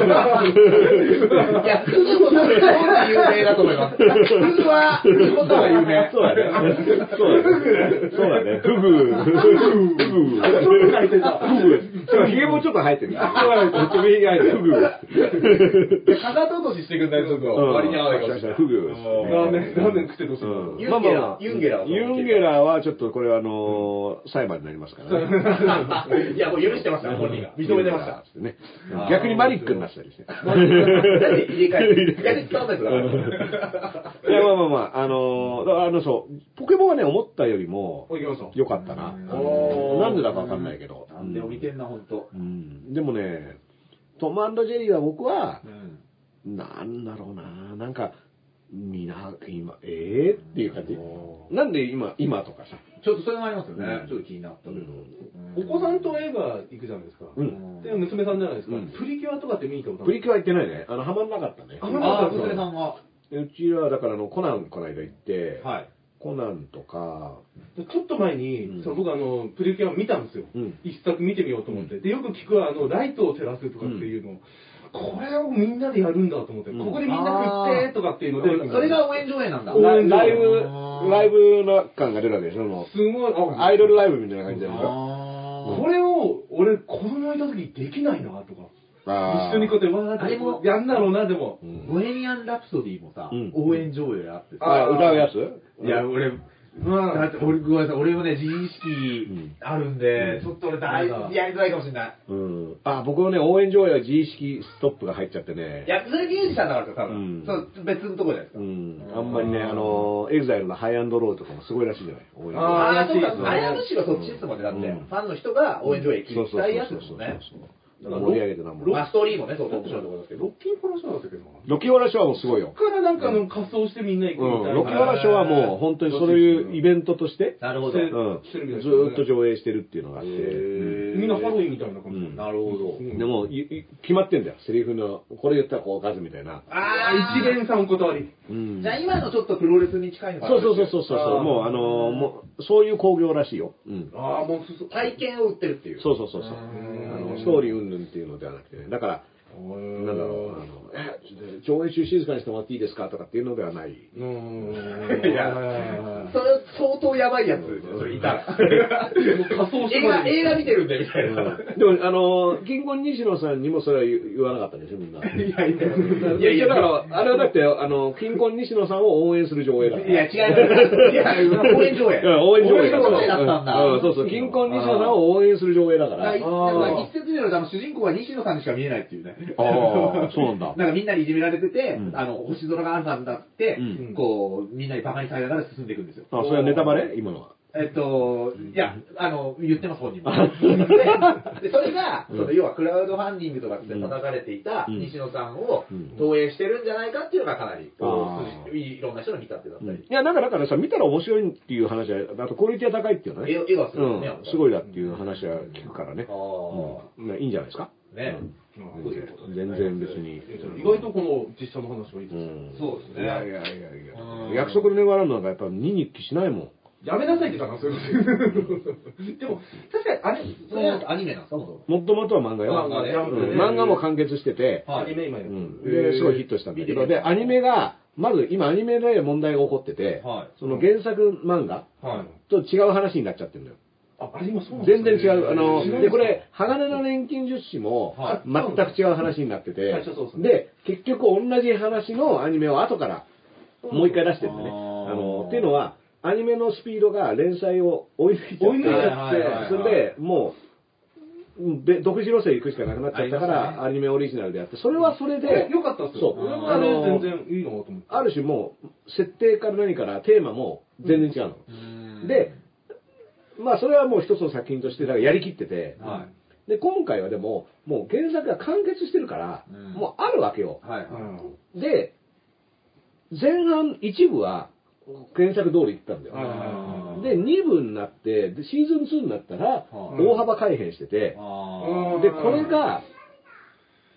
[SPEAKER 3] フグも多分有名だと思います。フグは、フグことは有名。
[SPEAKER 2] そうだね。そうだね。そうだね。フグ。フグ。フグ。フグ。ヒゲもちょっと生えてる。そうだね。ちょっとヒゲ生えてる。フグ。
[SPEAKER 3] かかと落とししてくんないとちょっと割に合わないかもしれない。
[SPEAKER 2] フグ。
[SPEAKER 4] ラーメン、ラーメン食ってどうするの？
[SPEAKER 3] ユンゲラー。ユンゲラー。
[SPEAKER 2] ユンゲラーはちょっとこれはあの、裁判になりますから
[SPEAKER 3] ね。いや、もう許してました、本人が。認めてました。
[SPEAKER 2] 逆にマリックになってたりして。
[SPEAKER 3] なんで入れ替える？逆に伝わんないとだから。
[SPEAKER 2] いや、まあまあまあ、あの、あの、そう、ポケモンはね、思ったよりも、良かったな。なんでだかわかんないけど。
[SPEAKER 3] なんでも見てんな、ほんと。
[SPEAKER 2] でもね、トム&ジェリーは僕は、なんだろうな、なんか、みな、今、ええー、っていう感じ。なんで今、今とかさ。
[SPEAKER 3] ちょっとそれもありますよね。ちょっと気になったけど。
[SPEAKER 4] お子さんと映画行くじゃないですか。で、娘さんじゃないですか。プリキュアとかって見に行ったこと
[SPEAKER 2] プリキュア行ってないね。あの、ハマんなかったね。
[SPEAKER 3] あ、あ、娘さんが。
[SPEAKER 2] うちは、だからあの、コナンこの間行って、
[SPEAKER 3] はい。
[SPEAKER 2] コナンとか、
[SPEAKER 4] ちょっと前に、その僕あの、プリキュア見たんですよ。一作見てみようと思って。で、よく聞くあの、ライトを照らすとかっていうのを、これをみんなでやるんだと思って、ここでみんな食ってとかっていうので、
[SPEAKER 3] それが応援上映なんだ。
[SPEAKER 2] ライブ、ライブの感が出るわけでしょ。
[SPEAKER 4] すごい、
[SPEAKER 2] アイドルライブみたいな感じで。
[SPEAKER 4] これを、俺、子供いた時できないなとか。一緒にこうやってわーってやんだろうな、でも。
[SPEAKER 3] ボヘミアン・ラプソディもさ、応援上映あってさ。
[SPEAKER 2] あ、歌うやつ？
[SPEAKER 3] いや、俺、まあ、だって俺、ごめんなさい、俺もね、自意識あるんで、ちょっと俺、だいぶやりづらいかもしれない。
[SPEAKER 2] うん。あ、僕のね、応援上映は自意識ストップが入っちゃってね。
[SPEAKER 3] いや、それミュージシャンだからさ、多分。そう、別のとこじゃないですか。
[SPEAKER 2] うん。あんまりね、あの、エグザイルのハイアンドローとかもすごいらしいじゃない。応援上映。
[SPEAKER 3] ああ、そうか、あれはむしろそっちですもんね、だって。ファンの人が応援上映聞きたいやつですもんね。
[SPEAKER 2] だから盛り上げてなんぼ。
[SPEAKER 3] まあ、ストーリーもね、そう面白いところですけど。
[SPEAKER 4] ロッキーホラーショーだったけどな。
[SPEAKER 2] ロッキーホラーショーはもうすごいよ。
[SPEAKER 4] そっからなんかあの、仮装してみんな行くみたいな。
[SPEAKER 2] ロッキーホラーショーはもう本当にそういうイベントとして、
[SPEAKER 3] なるほど。
[SPEAKER 2] ずーっと上映してるっていうのがあって。
[SPEAKER 4] みんなハロウィンみたいな感じ。
[SPEAKER 3] なるほど。
[SPEAKER 2] でも、決まってんだよ。セリフの、これ言ったらこう数みたいな。
[SPEAKER 4] ああ、一元さんお断り。
[SPEAKER 3] じゃあ今のちょっとプロレスに近いのかな。
[SPEAKER 2] そうそうそうそう。もうあの、もう、そういう興行らしいよ。
[SPEAKER 3] ああ、もう体験を売ってるっていう。
[SPEAKER 2] そうそうそうそう。ストーリー云々っていうのではなくてね。だから、なんだろう、あの、え、上映中静かにしてもらっていいですかとかっていうのではない。
[SPEAKER 3] いや、それ相当やばいやつですよ、それいたら。
[SPEAKER 4] 仮装して
[SPEAKER 3] 映画、映画見てるんで、みたいな。
[SPEAKER 2] でも、あの、金婚西野さんにもそれは言わなかったんですよ、みんな。いやいや、いやいや、だから、あれはだって、あの、金婚西野さんを応援する上映だから。
[SPEAKER 3] いや、違います。いや、応援上映。
[SPEAKER 2] 応援上映
[SPEAKER 3] だったんだ。
[SPEAKER 2] そうそう、金婚西野さんを応援する上映だから。
[SPEAKER 3] 一説によると、主人公は西野さんにしか見えないっていうね。
[SPEAKER 2] ああ、そうなんだ。
[SPEAKER 3] なんかみんなにいじめられてて、あの、星空があるはずだって、こう、みんなにバカにされながら進んでいくんですよ。
[SPEAKER 2] あ、それはネタバレ今のは。
[SPEAKER 3] えっと、いや、あの、言ってます、本人も。で、それが、その要はクラウドファンディングとかって叩かれていた西野さんを投影してるんじゃないかっていうのがかなり、いろんな人の見立てだったり。い
[SPEAKER 2] や、だからだからさ、見たら面白いっていう話は、あとクオリティは高いっていうのね。
[SPEAKER 3] 絵がすごいね。
[SPEAKER 2] すごいだっていう話は聞くからね。いいんじゃないですか。
[SPEAKER 3] ね。
[SPEAKER 2] 全然別に。
[SPEAKER 4] 意外とこの実写の話はいいです。
[SPEAKER 3] そうですね。
[SPEAKER 2] いやいやいやいや。約束の願われるのがやっぱ見に行きしないもん。
[SPEAKER 4] やめなさいって言ったらそういうことでも、確かにあれ、
[SPEAKER 3] それはアニメなんですかも
[SPEAKER 2] ともとは漫画よ。漫画も完結してて、
[SPEAKER 4] アニメ今
[SPEAKER 2] で、すごいヒットしたんだけど、で、アニメが、まず今アニメで問題が起こってて、その原作漫画と違う話になっちゃってるんだよ。
[SPEAKER 4] あ、あれ今そうなんです
[SPEAKER 2] か？全然違う。あの、で、これ、鋼の錬金術師も、全く違う話になってて、で、結局同じ話のアニメを後から、もう一回出してるんだね。あの、っていうのは、アニメのスピードが連載を追い抜いちゃって、それでもう、独自路線行くしかなくなっちゃったから、アニメオリジナルでやって、それはそれで、
[SPEAKER 4] よかったっすよ。
[SPEAKER 2] そう。
[SPEAKER 4] あの、全然いいのと思って。
[SPEAKER 2] ある種もう、設定から何からテーマも全然違うの。で、まあそれはもう一つの作品として、だからやりきってて、で、今回はでも、もう原作が完結してるから、もうあるわけよ。で、前半一部は、原作通り言ったんだよ。で、に部になって、でシーズンツーになったら、大幅改変してて、で、これが、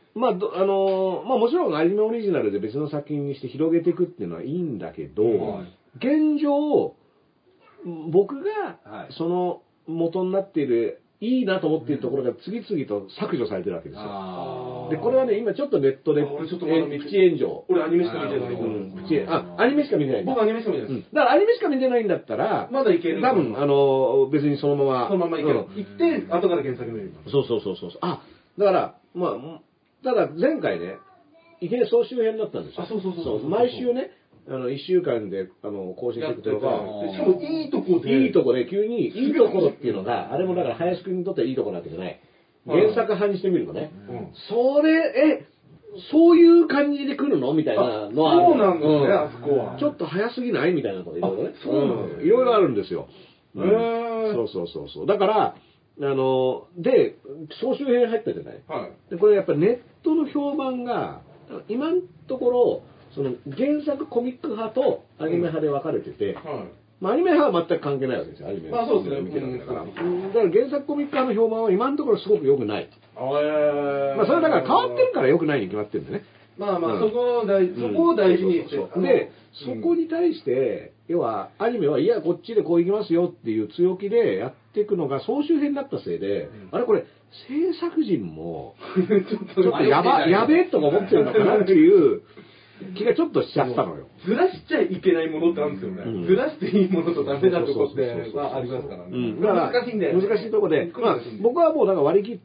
[SPEAKER 2] まあ、どあのー、まあもちろんアニメオリジナルで別の作品にして広げていくっていうのはいいんだけど、はい、現状、僕がその元になっている、いいなと思っているところが次々と削除されてるわけですよ。で、これはね、今ちょっとネットでプチ炎上。
[SPEAKER 4] 俺アニメしか見てない。
[SPEAKER 2] プチあ、アニメしか見てない。
[SPEAKER 4] 僕アニメしか見てない。
[SPEAKER 2] だからアニメしか見てないんだったら、
[SPEAKER 4] まだいける。
[SPEAKER 2] 多分、あの、別にそのまま。
[SPEAKER 4] そのままいける。行って、後から原作見る。
[SPEAKER 2] そうそうそうそう。あ、だから、まあ、ただ前回ね、いきなり総集編だったんですよ。
[SPEAKER 4] あ、そうそうそう。
[SPEAKER 2] 毎週ね、あの、一週間で、あの、更新していくというか、
[SPEAKER 4] しかもいいとこで。
[SPEAKER 2] いいとこで、急に、いいところっていうのが、あれもだから林くんにとってはいいところなわけじゃない。原作派にしてみるとね、それ、え、そういう感じで来るのみたいなのはある。
[SPEAKER 4] そうなんですね、あそこは。
[SPEAKER 2] ちょっと早すぎないみたいなこといろいろね。
[SPEAKER 4] そうなんです
[SPEAKER 2] いろいろあるんですよ。へぇそうそうそうそう。だから、あの、で、総集編入ったじゃない。
[SPEAKER 4] はい。
[SPEAKER 2] で、これやっぱネットの評判が、今のところ、その原作コミック派とアニメ派で分かれてて、うんはい、まあアニメ派は全く関係ないわけですよ、アニメ
[SPEAKER 4] 派。あ、そうですね。
[SPEAKER 2] 見てるわけだから。だから原作コミック派の評判は今のところすごく良くない。
[SPEAKER 4] あえー、
[SPEAKER 2] まあそれだから変わってるから良くないに決まってるんでね。
[SPEAKER 4] まあまあ、うん、そこを大そこを大事にして、
[SPEAKER 2] うん、で、そこに対して、要はアニメはいやこっちでこういきますよっていう強気でやっていくのが総集編になったせいで、うん、あれこれ制作陣もちょっとやばやべえとか思ってるのかなっていう気がちょっとしちゃったのよ。
[SPEAKER 4] ずらしちゃいけないものってあるんですよね。うん、ずらしていいものとダメなとこってはありますからね。
[SPEAKER 2] うん、だから難しいんだよ、ね。難しいとこで、まあ僕はもうなんか割り切って、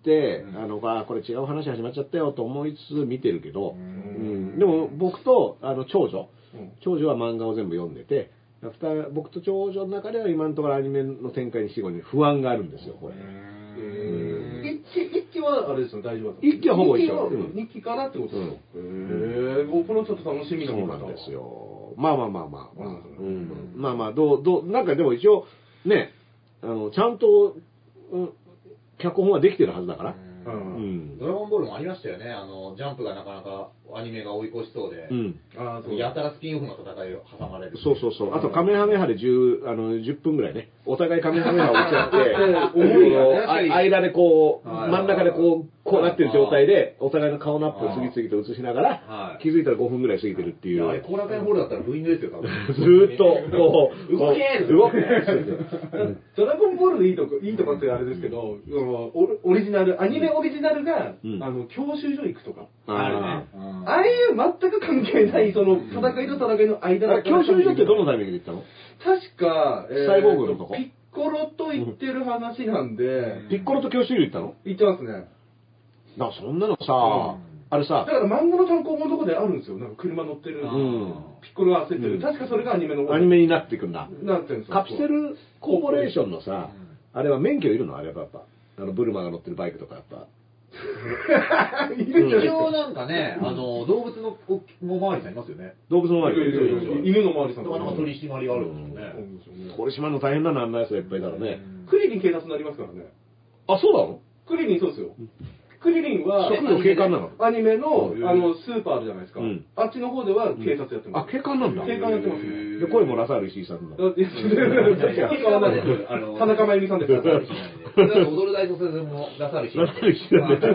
[SPEAKER 2] うん、あのあこれ違う話始まっちゃったよと思いつつ見てるけど、うん、でも僕とあの長女、うん、長女は漫画を全部読んでて、僕と長女の中では今のところアニメの展開にしてに不安があるんですよこれ。
[SPEAKER 4] 一期はあれですよ大丈夫だった。
[SPEAKER 2] 一期はほぼ一緒。
[SPEAKER 4] 二期からってことですか。へえ。僕このちょっと楽しみな
[SPEAKER 2] そうなんですよ。まあまあまあまあまあ、うん、まあまあどうどうなんかでも一応ねあのちゃんと、うん、脚本はできてるはずだから。
[SPEAKER 3] うん、ドラゴンボールもありましたよね。あのジャンプがなかなかアニメが追い越しそうで、うん、あそうやたらスピンオフの戦いを挟まれる。
[SPEAKER 2] そうそうそう。あとカメハメハでじゅうあのじゅっぷんぐらいね。お互いカメハメハを打ち合って、間でこう真ん中でこうこうなってる状態でお互いの顔のアップを次々と映しながら気づいたらごふんぐらい過ぎてるっていう。
[SPEAKER 3] あれ後楽園ホールだったらブーイングですよ多分。
[SPEAKER 2] ずーっとこう
[SPEAKER 3] 動け
[SPEAKER 2] 動け。
[SPEAKER 4] ドラゴンボールのいいとこいいとこってあれですけど、オリジナルアニメオリジナルが、うん、あの教習所行くとか
[SPEAKER 3] あるね。
[SPEAKER 4] ああいう全く関係ないその戦いと戦いの間
[SPEAKER 2] だった。教習所ってどのタイミングで行ったの？
[SPEAKER 4] 確か、
[SPEAKER 2] えー、サイボーグのとこ。
[SPEAKER 4] ピッコロと言ってる話なんで、
[SPEAKER 2] うん、ピッコロと教習所行ったの？
[SPEAKER 4] 行ってますね。
[SPEAKER 2] だそんなのさ、うん、あれさ、
[SPEAKER 4] だから漫画の単行本のとこであるんですよ。なんか車乗ってる、うん、ピッコロが焦ってる、うん。確かそれがアニメの
[SPEAKER 2] アニメになっていくんだ。
[SPEAKER 4] なってるんですよ。
[SPEAKER 2] カプセルコーポレーションのさ、あれは免許いるの？あれはやっぱあのブルマが乗ってるバイクとかやっぱ。
[SPEAKER 3] 一応なんかね、あの動物のおまわりさんいますよね。
[SPEAKER 2] 動物のおまわりさん。
[SPEAKER 4] 犬のおまわりさん
[SPEAKER 3] とかなんか取り締まりがあるんですよね。
[SPEAKER 2] 取り締まるの大変だな、あんなやつがいっぱいいたらね。
[SPEAKER 4] クリリン警察になりますからね。
[SPEAKER 2] あ、そうなの？
[SPEAKER 4] クリリンそうですよ。クリリンは
[SPEAKER 2] 職業警官なの？
[SPEAKER 4] アニメのあのスーパーあるじゃないですか。あっちの方では警察やってます。
[SPEAKER 2] あ、警官なんだ。
[SPEAKER 4] 警官やってますね。
[SPEAKER 2] で声もラサール石井さんだ。
[SPEAKER 4] 田中真由美さんです。
[SPEAKER 3] 踊る大卒でもラサール石井。ラサール石井。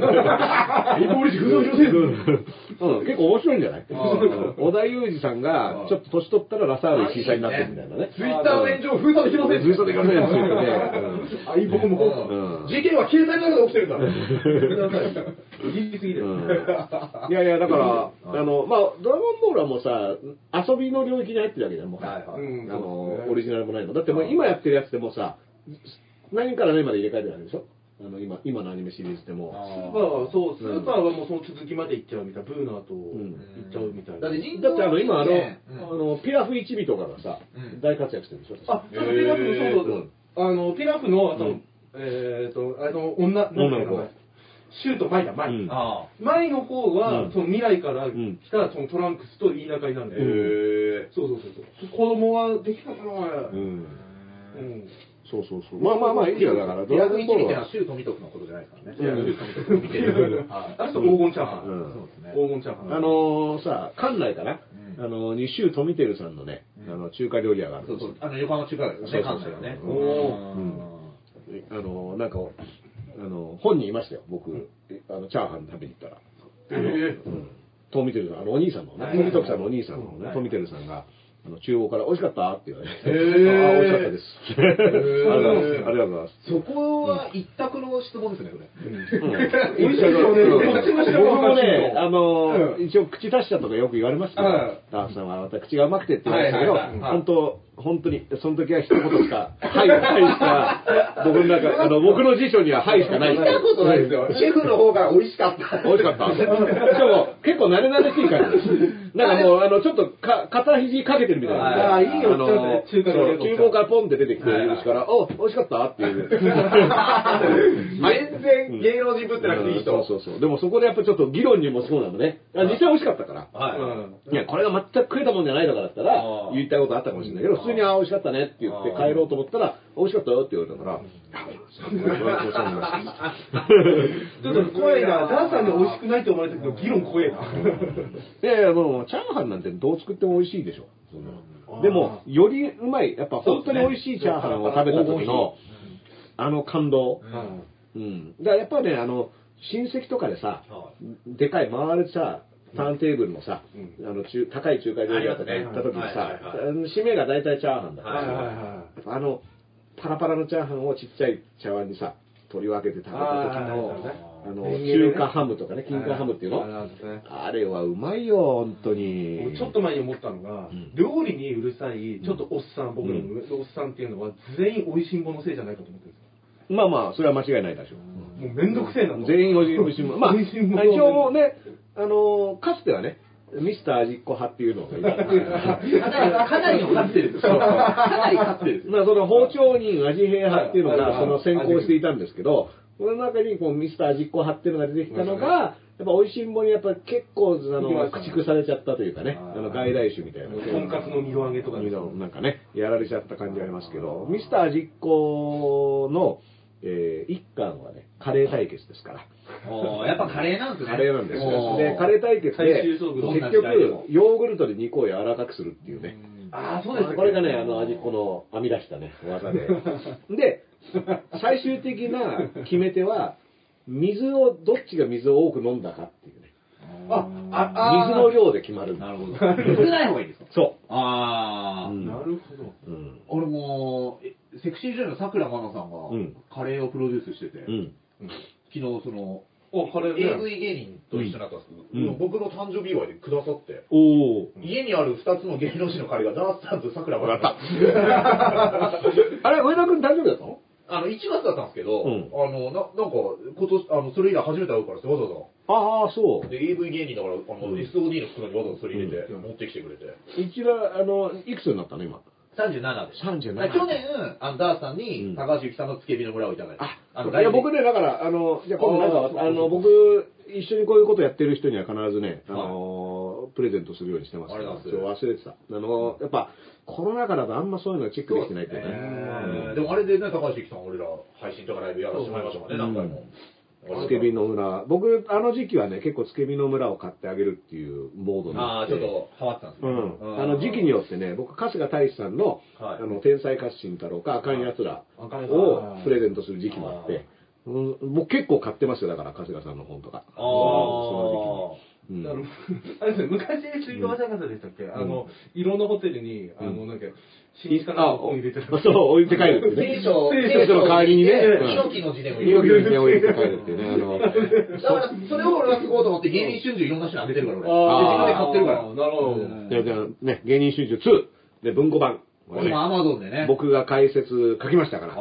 [SPEAKER 2] 結構面白いんじゃない？織田裕二さんがちょっと年取ったらラサール石井さんになってるみたいなね。
[SPEAKER 3] ツイッターの炎上封鎖できません。
[SPEAKER 2] 封鎖できませんって言って。
[SPEAKER 4] あ、僕も
[SPEAKER 3] 事件は携帯の中で起きてるんだ。
[SPEAKER 4] 言い過ぎです。
[SPEAKER 2] いやいやだからあのまあドラゴンボールはもうさ遊びの領域に入ってるわけじゃんもう。あのオリジナルもないの。だってもう今やってるやつでもさ何から何まで入れ替えてるわけでしょ。あの今今のアニメシリーズでも
[SPEAKER 4] スーパーはそうスーパーはもうその続きまでいっちゃうみたいなブーナーといっちゃうみたいな。
[SPEAKER 2] だってあの今あのあのピラフ一尾とかがさ大活躍してるでしょ。
[SPEAKER 4] あ、ピラフそうそうあのピラフのあとえっとあの女
[SPEAKER 2] 女の子。
[SPEAKER 4] シュートマイだマイ、うん、マイの方は、うん、その未来から来たそのトランクスと言い仲になるんで、うん、そうそうそうそう子供はできたかなあれ、うんうん、
[SPEAKER 2] そうそうそうまあまあまあいいよだから
[SPEAKER 3] ドラゴンボールはシュート見とくのことじゃないですからね、うん、シュート見とくの見てる
[SPEAKER 4] あれと黄金チャーハン、うん、そうですね黄金チャーハン
[SPEAKER 2] あのー、さ館内かな、うん、あの西州富輝さんのね、うん、あの中華料理屋があるんですよ。
[SPEAKER 3] そうそうあの横浜中華街ですね館内がね。お
[SPEAKER 2] お、うん、あのー、なんかあの本人いましたよ僕あのチャーハン食べに行ったらトミテルさん、あのお兄さんのね、トミトクさんのお兄さんのね、トミテルさんが、あの、中央から美味しかったって言われて、ああ、美味しかったです。ありがとうございます。ありがとうございます。
[SPEAKER 3] そこは一択の質問ですね、これ。
[SPEAKER 2] 美味しいよね。僕もね、あの、一応口達者とかよく言われますけど、ダースさんはまた口がうまくてって言われましたけど、本当、本当に、その時は一言しか、はい、はいしか、僕の中、あの、僕の辞書にははいしかない。
[SPEAKER 3] 見たことないですよ。シェフの方が美味しかった。
[SPEAKER 2] 美味しかった。しかも、結構慣れ慣れしい感じです。なんかもう、あの、ちょっとか、片肘かけてるみたいな。
[SPEAKER 4] ああ、いいよ、
[SPEAKER 2] あの、中華の厨房からポンって出てきてるから、お、美味しかったっていう。
[SPEAKER 3] 全然芸能人ぶってなくていい人。
[SPEAKER 2] そうそうそう。でもそこでやっぱちょっと議論にもそうなのね。実際美味しかったから。はい。いや、これが全く食えたもんじゃないとかだったら、言いたいことあったかもしれないけど、普通にあ、美味しかったねって言って帰ろうと思ったら、美味しかったよって言われたから、
[SPEAKER 4] ちょっと怖いな。ダーさんに美味しくないって思われたけど、議論怖いな。
[SPEAKER 2] いやいや、もう、チャーハンなんてどう作っても美味しいでしょ。でも、よりうまい、やっぱ本当に美味しいチャーハンを食べた時の、あの感動。うん。だからやっぱね、あの、親戚とかでさ、でかい回るさ、ターンテーブルのさ、あの中高い中華料理屋とか行った時にさ、締めが大体チャーハンだからさ、あの、パラパラのチャーハンをちっちゃい茶碗にさ、取り分けて食べた時の、あの、中華ハムとかね、金華ハムっていうの、あれはうまいよ、本当に。
[SPEAKER 4] ちょっと前に思ったのが、料理にうるさい、ちょっとおっさん、僕のおっさんっていうのは、全員美味しんぼのせいじゃないかと思ってるんですよ。
[SPEAKER 2] まあまあ、それは間違いないでしょ
[SPEAKER 4] う。もうめんどくせえな。
[SPEAKER 2] 全員美味しんぼ。まあ、一応ね、あの、かつてはね、ミスター味っ子派っていうのがいた。
[SPEAKER 3] かなりの勝ってるんですよ。かなり勝ってるんですよ。
[SPEAKER 2] まあその包丁人味平派っていうのがその先行していたんですけど、この中にこうミスター味っ子派っていうのが出てきたのが、やっぱ美味しんぼにやっぱ結構あの駆逐されちゃったというかね、あの外来種みたいな。
[SPEAKER 4] とんかつの二度揚げとか
[SPEAKER 2] なんかね、やられちゃった感じがありますけど、ミスター味っ子のえー、一巻はね、カレー対決ですから。
[SPEAKER 3] おやっぱカレーなんですね。
[SPEAKER 2] カレーなんですよ。で、カレー対決で、結局、ヨーグルトで肉を柔らかくするっていうね。
[SPEAKER 4] ああ、そうですね。
[SPEAKER 2] これがね、あの、味、この編み出したね、技で。で、最終的な決め手は、水を、どっちが水を多く飲んだかっていうね。あ、あ、水の量で決まる。
[SPEAKER 3] なるほど。少ない方がいいですか？
[SPEAKER 2] そう。
[SPEAKER 4] ああ、なるほど。
[SPEAKER 3] 俺も、セクシー女優のさくらまなさんが、カレーをプロデュースしてて、昨日その、エーブイ 芸人と一緒になったんですけど、僕の誕生日祝いでくださって、家にあるふたつの芸能人のカレーがダースさんとさくらまなさん。
[SPEAKER 2] あれ、上田君誕生日だったの？
[SPEAKER 3] あの、いちがつだったんですけど、うん、あの、な、なんか、今年、あの、それ以来初めて会うからってわざわざ。
[SPEAKER 2] ああ、そう。
[SPEAKER 3] で、エーブイ 芸人だから、あの、うん、エスオーディー の袋にわざわざそれ入れて、持ってきてくれて。
[SPEAKER 2] 一番、あの、いくつになったの今。
[SPEAKER 3] さんじゅうななです。
[SPEAKER 2] さんじゅうなな。
[SPEAKER 3] 去年、あの、ダースさんに、高橋由紀さんのつけ火の村をいただいて。
[SPEAKER 2] あ、いや、僕ね、だから、あの、じゃ今度なんか、あの、僕、一緒にこういうことやってる人には必ずね、あの、プレゼントするようにしてますから。忘れてた。あの、やっぱ、コロナ禍だとあんまそういうのチェックできてないってね。
[SPEAKER 3] でもあれでね、高橋由紀さん、俺ら配信とかライブやらせてもらいましたもんね、何回も。
[SPEAKER 2] つけ火の村。僕、あの時期はね、結構つけ火の村を買ってあげるっていうモードに
[SPEAKER 3] なって。ああ、ちょっと変わったんですね。
[SPEAKER 2] うん。あの時期によってね、僕、春日大志さんの、あの、天才歌手太郎か、あかんやつらをプレゼントする時期もあって、僕結構買ってますよ、だから、春日さんの本とか。ああ、その時期。
[SPEAKER 4] あれですね、昔、水道博士でしたっけ、あの、いろんなホテルに、あの、なんか、新かな本入れてた。
[SPEAKER 2] そう、置いて帰るってね。
[SPEAKER 3] 聖書、
[SPEAKER 2] 聖書の代わりにね。
[SPEAKER 3] 猪木の字でもいい。
[SPEAKER 2] 猪木の字で置いて帰るっていうね。あの、だ
[SPEAKER 3] から、それを俺は聞こうと思って、芸人春秋いろんな人にあげてるから、俺。自分で買ってるから。
[SPEAKER 4] なるほど。
[SPEAKER 2] じゃあね、芸人春秋ツーで文庫版。
[SPEAKER 3] 今、アマゾンでね。
[SPEAKER 2] 僕が解説書きましたから。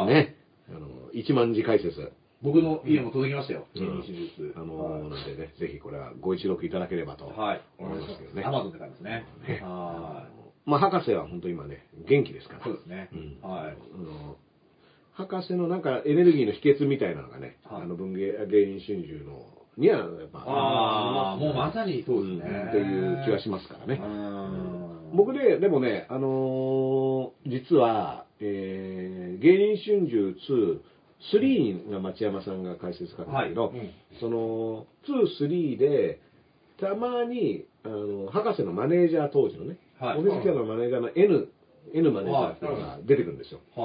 [SPEAKER 2] ね。あの、一万字解説。
[SPEAKER 3] 僕の家も届きましたよ。芸人春秋ツー。
[SPEAKER 2] あの、なんでね、ぜひこれはご一読いただければと思いますけどね。
[SPEAKER 3] アマゾンで買いますね。
[SPEAKER 2] はい。まあ、博士は本当今ね、元気ですから。
[SPEAKER 3] そうですね。はい。
[SPEAKER 2] あの、博士のなんかエネルギーの秘訣みたいなのがね、あの文芸、芸人春秋の、にはやっぱ、
[SPEAKER 3] ああ、もうまさにそうですね。
[SPEAKER 2] っていう気がしますからね。僕で、でもね、あの、実は、えー、芸人春秋ツー、スリーが町山さんが解説書くんだけど、その、ツー、スリーで、たまに、あの、博士のマネージャー当時のね、お水キャのマネージャーの N、N マネージャーっていうのが出てくるんですよ。はい。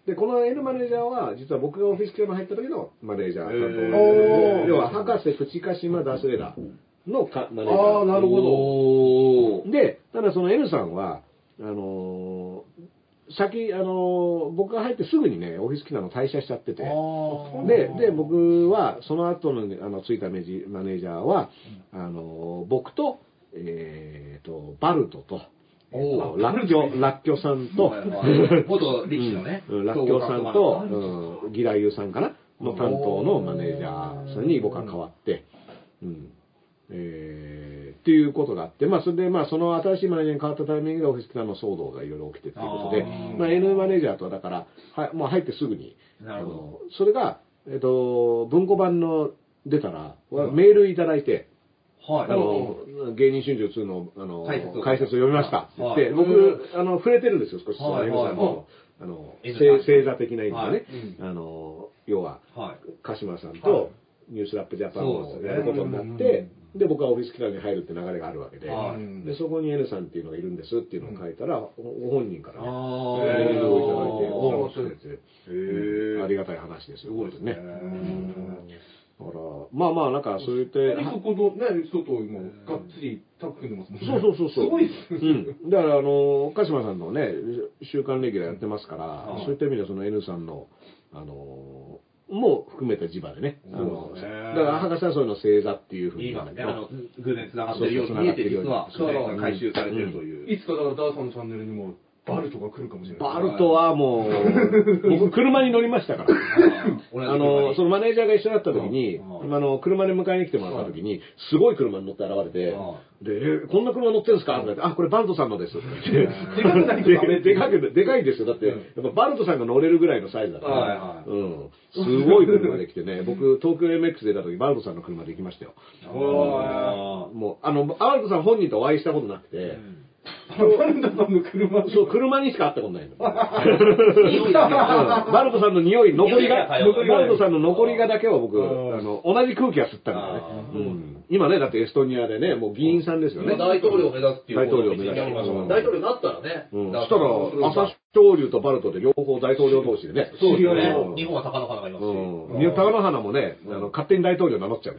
[SPEAKER 2] で、この N マネージャーは、実は僕がオフィス系の入った時のマネージャー担当なんですけど、要は、博士プチカシマダースレーダーのかマネージャー。
[SPEAKER 4] ああ、なるほ
[SPEAKER 2] ど。で、ただその N さんは、あのー、先、あのー、僕が入ってすぐにね、オフィス機能の退社しちゃってて、で、で、僕は、その後の、あの、ついたマネージャーは、あのー、僕と、えーと、バルトと、ラッキョ、ラッキョさんと、
[SPEAKER 3] 元力士のね、
[SPEAKER 2] うん、ラッキョさんと、うん、ギラユさんかなの担当のマネージャーさんに僕は変わって、うん、えー、っていうことがあって、まあ、それで、まあ、その新しいマネージャーに変わったタイミングでオフィス機能の騒動がいろいろ起きてということで、まあ、N マネージャーとはだから、はもう入ってすぐに、あのそれが、えっと、文庫版の出たら、メールいただいて、はい、あの、芸人春秋ツーの、あの、解説を解説を読みました。はい、で、僕、あの、触れてるんですよ、少し。はい、N さんの、あの、星座的な意味でね、はい、あの、要は、はい、鹿島さんとニュースラップジャパンをやることになって、で、僕はオフィス機関に入るって流れがあるわけで、はい、で、そこに N さんっていうのがいるんですっていうのを書いたら、ご本人からね、メールをいただいて、おー、そうですね。ありがたい話ですよ。すごいですね。だから、まあまあ、なんか、そう言って。
[SPEAKER 4] そこのね、外今、がっつりタッグ組んでますもんね。
[SPEAKER 2] そうそうそうそう。
[SPEAKER 4] すごいっす。
[SPEAKER 2] うん。だから、あの、鹿島さんのね、週刊レギュラーやってますから、そういった意味では、その N さんの、あの、も含めた磁場でね。あの、だから、博士はそういうの星座っていうふうに。
[SPEAKER 3] 言いますね。あの、偶然繋がってるように見えて、実は、偶然が回収されてるという。
[SPEAKER 4] いつかだから、ダーさんのチャンネルにも、バルトが来るかもしれない。
[SPEAKER 2] バルトはもう、僕車に乗りましたから。あの、そのマネージャーが一緒だった時に、あの、車で迎えに来てもらった時に、すごい車に乗って現れて、で、こんな車乗ってるんですかって言って、あ、これバルトさんのです。って言って、でかくないでかく、でかいですよ。だって、やっぱバルトさんが乗れるぐらいのサイズだから、うん。すごい車で来てね、僕、東京 エムエックス 出た時、バルトさんの車で行きましたよ。もう、あの、バルトさん本人とお会いしたことなくて、
[SPEAKER 4] バルトさんの車
[SPEAKER 2] そう、車にしか会ったことないの。バルトさんの匂い、残りが、バルトさんの残りがだけは僕、あの、同じ空気は吸ったんだよね。うん。今ね、だってエストニアでね、もう議員さんですよね。
[SPEAKER 3] 大統領を目指すっていう。
[SPEAKER 2] 大統領を目指す。
[SPEAKER 3] 大統領になったらね。
[SPEAKER 2] うん。そしたら、朝青龍とバルトで両方大統領同士でね。
[SPEAKER 3] そうですね。日本は貴乃花がいますし。
[SPEAKER 2] うん。貴乃花もね、あの、勝手に大統領名乗っちゃう。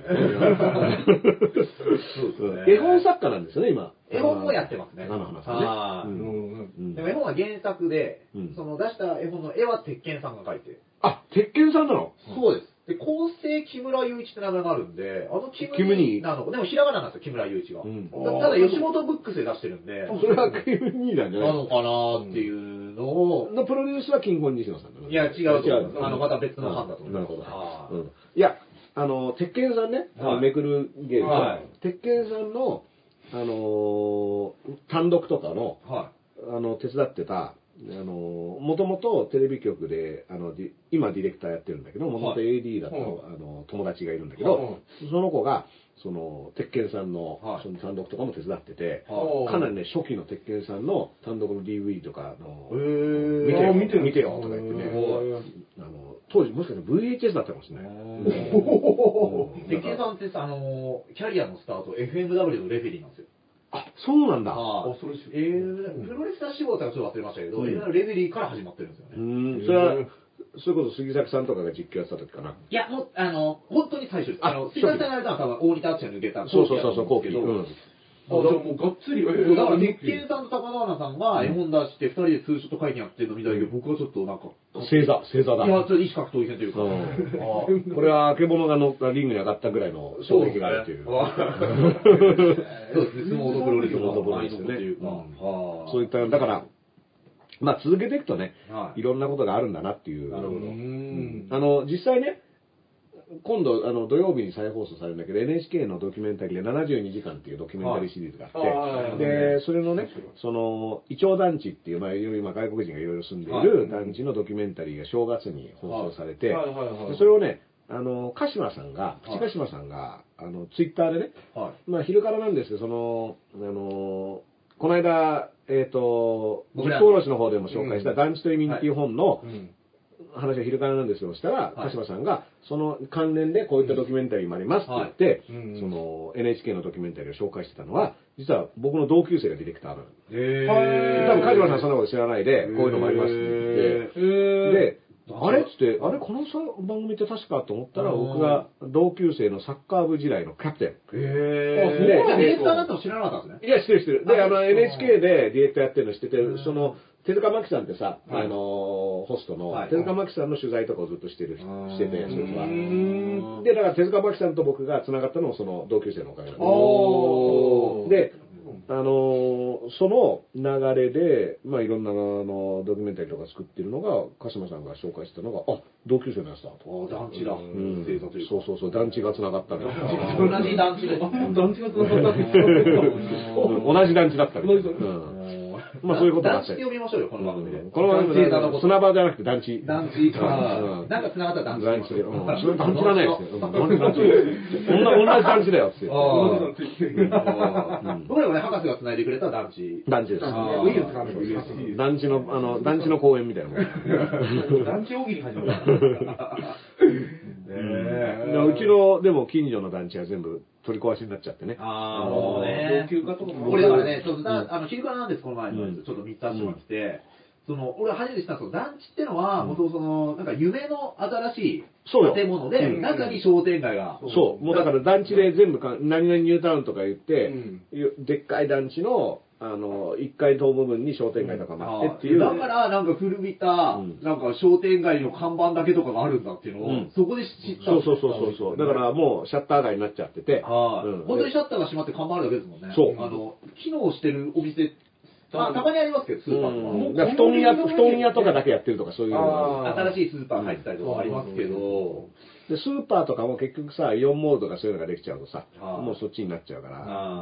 [SPEAKER 2] 絵本作家なんですよね、今。
[SPEAKER 3] 絵本もやってますね。
[SPEAKER 2] 貴乃花さん
[SPEAKER 3] ね。でも絵本は原作で、その出した絵本の絵は鉄拳さんが描いて。
[SPEAKER 2] あ、鉄拳さんなの？
[SPEAKER 3] そうです。で、構成木村雄一って名前があるんで、あの木村になの、でもひらがななんですよ、木村雄一が。うん、ただ、吉本ブックスで出してるんで、
[SPEAKER 2] それは木村になんじゃない
[SPEAKER 3] なのかなっていうのを。
[SPEAKER 2] のプロデュースは金本西野さんだね。
[SPEAKER 3] いや、違う、違う。あの、また別の班だと思う。
[SPEAKER 2] なるほど。いや、あの、鉄拳さんね、めくるゲーム。鉄拳さんの、あの、単独とかの、あの、手伝ってた、あの、もともとテレビ局で、あの、今ディレクターやってるんだけど、もともと エーディー だった、はい、あの、友達がいるんだけど、はい、その子が、その、鉄拳さんの、はい、その単独とかも手伝ってて、はい、かなりね、初期の鉄拳さんの単独の ディーブイディー とかの、見てよ、見て見てよ、とか言ってね、あの、当時もしかしたら ブイエイチエス だったかもしれない。
[SPEAKER 3] 鉄拳さんってさ、あの、キャリアのスタート、エフエムダブリュー のレフェリーなんですよ。
[SPEAKER 2] あ、そうなんだ。
[SPEAKER 3] ああ、それ、えー、プロレスラー志望ってのはちょっと忘れましたけど、うん、レベリーから始まってるんですよね。
[SPEAKER 2] うん、それは、それこそ杉崎さんとかが実況やってた時かな。
[SPEAKER 3] いや、もう、あの、本当に最初です。あの、杉崎さんがやったのは多分、大仁田敦也抜けた。
[SPEAKER 2] そうそうそうそう、後期。うん。
[SPEAKER 4] あ、じゃあもうがっつり、
[SPEAKER 3] だから、鉄拳さんと高野花さんが絵本出して、二人でツーショット会議やってるの見たけど、僕はちょっとなんか。
[SPEAKER 2] 星座、星座だ。
[SPEAKER 3] いや、ちょっと意思格闘技戦というか。
[SPEAKER 2] これは、あけぼのが乗ったリングに上がったぐらいの衝撃があるっていう。
[SPEAKER 3] そうですね、相撲とプロレスの
[SPEAKER 2] ところですよね。そういった、だから、まあ続けていくとね、いろんなことがあるんだなっていう。なるほど。あの、実際ね、今度、あの、土曜日に再放送されるんだけど、エヌエイチケー のドキュメンタリーでななじゅうにじかんっていうドキュメンタリーシリーズがあって、で、それのね、その、イチョウ団地っていう、まあ、今外国人がいろいろ住んでいる団地のドキュメンタリーが正月に放送されて、それをね、あの、鹿島さんが、プチ鹿島さんが、あの、ツイッターでね、まあ、昼からなんですけど、その、あの、この間、えっと、実行おろしの方でも紹介した団地と移民っていう本の、話は昼からなんですけど、したら、鹿島さんが、その関連でこういったドキュメンタリーもありますって言って、その エヌエイチケー のドキュメンタリーを紹介してたのは、実は僕の同級生がディレクターなの。へー。多分鹿島さんそんなこと知らないで、こういうのもありますって言って、で、 つって、あれこの番組って確かと思ったら、僕が同級生のサッカー部時代のキャプテン。へ
[SPEAKER 3] ぇー。で、ディレクターだったの知らなかったんですね。
[SPEAKER 2] いや、知ってる知ってる。で、あの、エヌエイチケー でディレクターやってるの知ってて、その、手塚真紀さんってさ、あの、ホストの、手塚真紀さんの取材とかをずっとしてる、してて、そいつは。で、だから手塚真紀さんと僕が繋がったのもその同級生のおかげなんです。で、あの、その流れで、まあいろんなあのドキュメンタリーとか作ってるのが、鹿島さんが紹介したのが、あ、同級生のやつだと。
[SPEAKER 3] あ、団地だ。うん。
[SPEAKER 2] そうそうそう、団地が繋がったのよ。
[SPEAKER 3] 同じ団地です。
[SPEAKER 4] 団地が繋がったんです
[SPEAKER 2] 同じ団地だったみたいな。まあそういうことがあって。
[SPEAKER 3] 団地って呼びましょうよ、この番組で。
[SPEAKER 2] この番組で砂場じゃなくて団地。
[SPEAKER 3] 団地。なんか繋がったら団地。
[SPEAKER 2] 団地で。団地だねって。同じ団地。同じ団地だよって。
[SPEAKER 3] 僕らもね、博士が繋いでくれた団地。
[SPEAKER 2] 団地です。団地の、あの、団地の公園みたいなもん。
[SPEAKER 4] 団地大喜利始まった。
[SPEAKER 2] うちの、でも近所の団地は全部取り壊しになっちゃってね。
[SPEAKER 3] ああ、もうね。
[SPEAKER 4] 老朽化とかも。
[SPEAKER 3] 俺だからね、ちょっとだ、あの、昼からなんです、この前のやつ。ちょっと見たしても来て、その、俺初めて知ったんですけど、団地ってのは、もともとその、なんか夢の新しい建物で、中に商店街が。
[SPEAKER 2] そう。もうだから団地で全部か、何々ニュータウンとか言って、でっかい団地の、あの、一階棟部分に商店街とかもあってっていう。
[SPEAKER 3] だから、なんか古びた、なんか商店街の看板だけとかがあるんだっていうのを、そこで知った。
[SPEAKER 2] そうそうそうそう。だからもうシャッター街になっちゃってて。
[SPEAKER 3] はい。本当にシャッターが閉まって看板あるだけですもんね。
[SPEAKER 2] そう。
[SPEAKER 3] あの、機能してるお店、まあ、たまにありますけど、スーパーとか。
[SPEAKER 2] 布団屋、布団屋とかだけやってるとかそういうの
[SPEAKER 3] が。新しいスーパー入ってたりとかありますけど、
[SPEAKER 2] で、スーパーとかも結局さ、イオンモールとかそういうのができちゃうとさ、もうそっちになっちゃうから。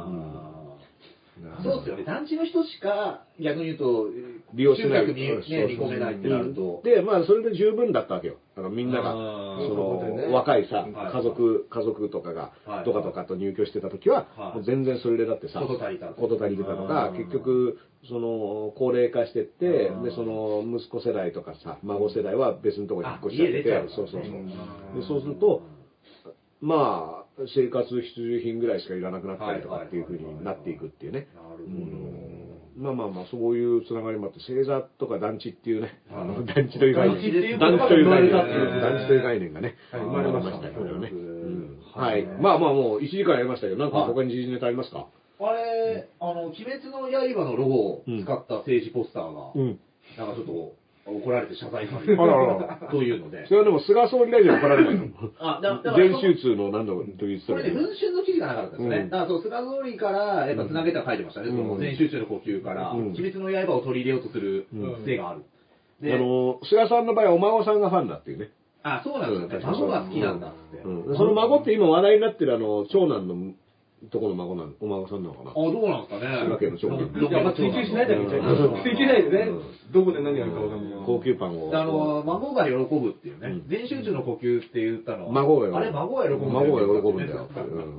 [SPEAKER 3] そうですよね。団地の人しか、逆に言うと、
[SPEAKER 2] 利用しない。
[SPEAKER 3] 集客にね、見込めないってなると。
[SPEAKER 2] で、まあ、それで十分だったわけよ。あの、みんなが、その、若いさ、家族、家族とかが、とかとかと入居してた時は、もう全然それでだってさ、
[SPEAKER 3] こと足りた。
[SPEAKER 2] こと足りてたとか、結局、その、高齢化してって、で、その、息子世代とかさ、孫世代は別のところに引っ越しちゃってて、そうそうそう。で、そうすると、まあ、生活必需品ぐらいしかいらなくなったりとかっていう風になっていくっていうね。なるほど。まあまあまあ、そういうつながりもあって、星座とか団地っていうね、あの団地という概念。団地という概念。団地という概念がね、生まれましたよね。はい。まあまあもういちじかんやりましたけど、なんか他に時事ネタありますか？
[SPEAKER 3] あれ、あの、鬼滅の刃のロゴを使った政治ポスターが、なんかちょっと、怒られて謝罪される。あららら。というので。
[SPEAKER 2] それはでも菅総理大臣怒られないの？
[SPEAKER 3] あ、だから。
[SPEAKER 2] 全集通の何度もと言ってた。
[SPEAKER 3] これね、文春の記事がなかったですね。だからそう、菅総理からやっぱ繋げたら書いてましたね。その全集中の呼吸から、鬼滅の刃を取り入れようとする癖がある。
[SPEAKER 2] あの、菅さんの場合はお孫さんがファンだっていうね。
[SPEAKER 3] あ、そうなんですよね。孫が好きなんだって。
[SPEAKER 2] その孫って今話題になってるあの、長男のとこの孫なの、お孫さんなのかな。あ、
[SPEAKER 3] どうなんですかね。
[SPEAKER 2] 滋賀県の長男。
[SPEAKER 4] いや、まあ追求しないだけじゃ追求しないでね。どこで何やるかわかんない。
[SPEAKER 2] 高級パンを。
[SPEAKER 3] あの、孫が喜ぶっていうね。全集中の呼吸って言ったのは。
[SPEAKER 2] 孫が喜ぶ。
[SPEAKER 3] あれ、孫が喜ぶ。
[SPEAKER 2] 孫が喜ぶんだよ。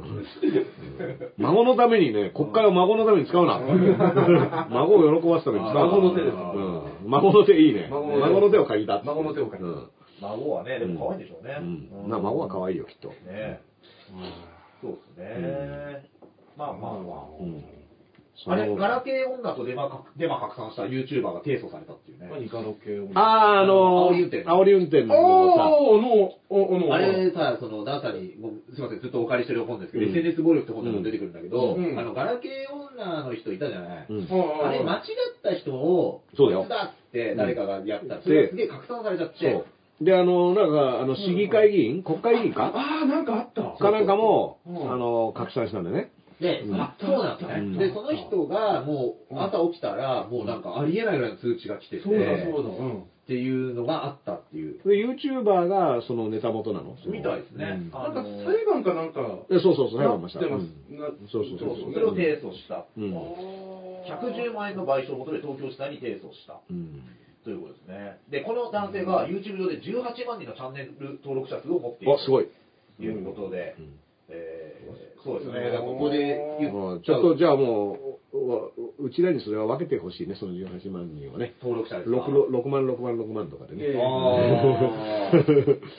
[SPEAKER 2] 孫のためにね、国会を孫のために使うな。孫を喜ばすために使うな。
[SPEAKER 4] 孫の手です。
[SPEAKER 2] 孫の手いいね。孫の手を借りた。
[SPEAKER 4] 孫の手を借りた。
[SPEAKER 3] 孫はね、でも可愛いんでしょうね。
[SPEAKER 2] な、孫は可愛いよ、きっと。
[SPEAKER 3] ね。そうですね。まあまあまあ。
[SPEAKER 4] あ
[SPEAKER 3] れ、ガラケー女とデマデマ拡散した YouTuber が提訴されたっていうね。
[SPEAKER 4] 何ガラケー女？
[SPEAKER 2] ああ、あの、
[SPEAKER 3] 煽り運転。
[SPEAKER 2] 煽り運転のさ。
[SPEAKER 3] あれさ、その、ダンサーに、すいません、ずっとお借りしてる本ですけど、エスエヌエス 暴力って本でも出てくるんだけど、あの、ガラケー女の人いたじゃない。あれ、間違った人を、
[SPEAKER 2] そうだよ。
[SPEAKER 3] だって誰かがやった。それがすげえ拡散されちゃって。
[SPEAKER 2] で、あの、なんか、あの、市議会議員、国会議員か
[SPEAKER 4] ああ、なんかあった。
[SPEAKER 2] かなんかも、あの、拡散したんだよね。
[SPEAKER 3] で、そうなんですね。で、その人がもう朝起きたら、もうなんかありえないぐらいの通知が来てて、
[SPEAKER 4] そうだそうだ。
[SPEAKER 3] っていうのがあったっていう。
[SPEAKER 2] で、YouTuber がそのネタ元なの？
[SPEAKER 3] みたいですね。
[SPEAKER 4] なんか裁判かなんか。
[SPEAKER 2] そうそうそう、裁判ました。
[SPEAKER 4] そう
[SPEAKER 2] そうそう。
[SPEAKER 3] それを提訴した。ひゃくじゅうまんえんの賠償を求め東京地裁に提訴した。ということですね。で、この男性が YouTube 上でじゅうはちまんにんのチャンネル登録者数を持っている。
[SPEAKER 2] あ、すごい。
[SPEAKER 3] ということで、えー、そうですね。ここで
[SPEAKER 2] 言っちょっとじゃあもう、うちらにそれは分けてほしいね、そのじゅうはちまんにんをね。
[SPEAKER 3] 登録者ですか。
[SPEAKER 2] ろくまん、ろくまん、ろくまんとかでね。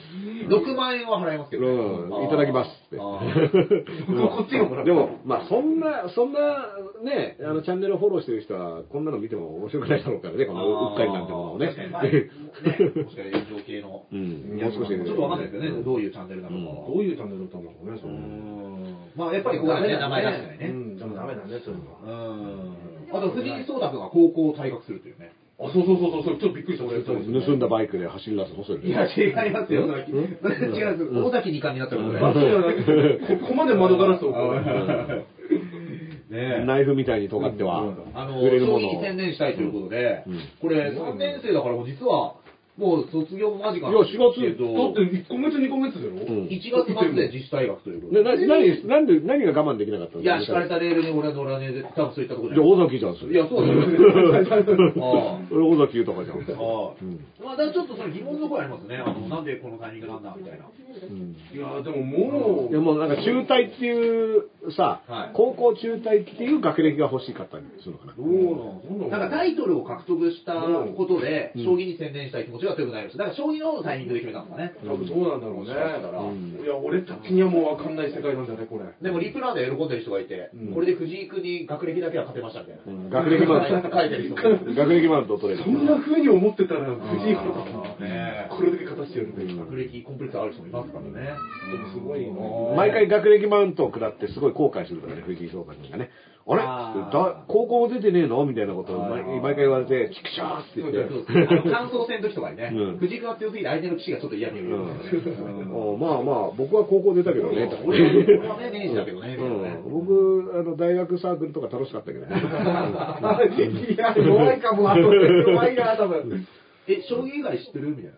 [SPEAKER 3] ろくまん円は払いますけど、
[SPEAKER 2] うん、いただきますって。
[SPEAKER 4] こっちがもらう。
[SPEAKER 2] でも、まあ、そんな、そんな、ね、あの、チャンネルをフォローしてる人は、こんなの見ても面白くないだろうからね、このうっかりなんてものをね。
[SPEAKER 3] 確かに、まあ、ね、もしかしたら炎上系の。
[SPEAKER 2] うん。もう少し。
[SPEAKER 3] ちょっとわかんないですよね、どういうチャンネルなのか。
[SPEAKER 4] どういうチャンネルだったんだろうね、それ。
[SPEAKER 3] まあ、やっぱりここはね、名前出してないね。
[SPEAKER 4] うん、でもダメだね、そういうのは。
[SPEAKER 3] うん。あと、藤井聡太君が高校を退学するというね。
[SPEAKER 4] あ、そうそうそうそう、ちょっとびっくりした、俺。
[SPEAKER 2] 盗んだバイクで走り出すの、それ。
[SPEAKER 3] いや、違いますよ、それ。違うんです。大崎二冠になったことで。
[SPEAKER 4] ここまで窓ガラスを。
[SPEAKER 2] ナイフみたいに尖っては、
[SPEAKER 3] あの、将棋に専念したいということで、これさんねん生だからもう実は、もう卒業間近なんですけど。
[SPEAKER 2] いや、しがつ。
[SPEAKER 4] だっていっかげつ、にかげつだよ。
[SPEAKER 3] いちがつ末で自主退学ということで。
[SPEAKER 2] な、な、何、なんで、何が我慢できなかったの？
[SPEAKER 3] いや、敷かれたレールに俺は乗らねえで、多分そういったところ
[SPEAKER 2] じゃあ、尾崎じゃん、それ。
[SPEAKER 3] いや、そうですよ。ああ。
[SPEAKER 2] 俺、尾崎豊じゃん。
[SPEAKER 3] ああ。まあ、だからちょっとそれ疑問のところありますね。あの、なんでこのタイミングなんだ、みたいな。
[SPEAKER 4] いや、でももう。
[SPEAKER 2] いや、もうなんか中退っていうさ、高校中退っていう学歴が欲しかったりするのかな。
[SPEAKER 3] どうなんなんかタイトルを獲得したことで、将棋に専念したい気持ちが強くなりました。だから将棋のタイミングで決めたんですかね。
[SPEAKER 4] 多分そうなんだろうね。いや、俺たちにはもう分かんない世界なんだよね、これ。
[SPEAKER 3] でもリプランで喜んでる人がいて、これで藤井君に学歴だけは勝てましたみたいな。
[SPEAKER 2] 学歴マウント。
[SPEAKER 3] 書いてる人
[SPEAKER 2] 学歴マウント取れる。
[SPEAKER 4] そんな風に思ってたら、藤井君ね、これだけ勝たしてやるという。
[SPEAKER 3] 学歴コンプレックスある人もいますからね。
[SPEAKER 4] すごい
[SPEAKER 2] 毎回学歴マウントを食らってすごい後悔するからね、藤井聡太君がね。あれだ高校も出てねえのみたいなことを毎回言われて、チクシャーって言って。
[SPEAKER 3] 感想戦の時とかにね、藤井君が強すぎて相手の騎士がちょっと嫌に見える。
[SPEAKER 2] まあまあ、僕は高校出たけどね。
[SPEAKER 3] 俺はね、明治だけどね。
[SPEAKER 2] 僕、あの、大学サークルとか楽しかったけどね。
[SPEAKER 4] いや、弱いかも、あと弱いな、多分。
[SPEAKER 3] え、将棋以外知ってるみたいな。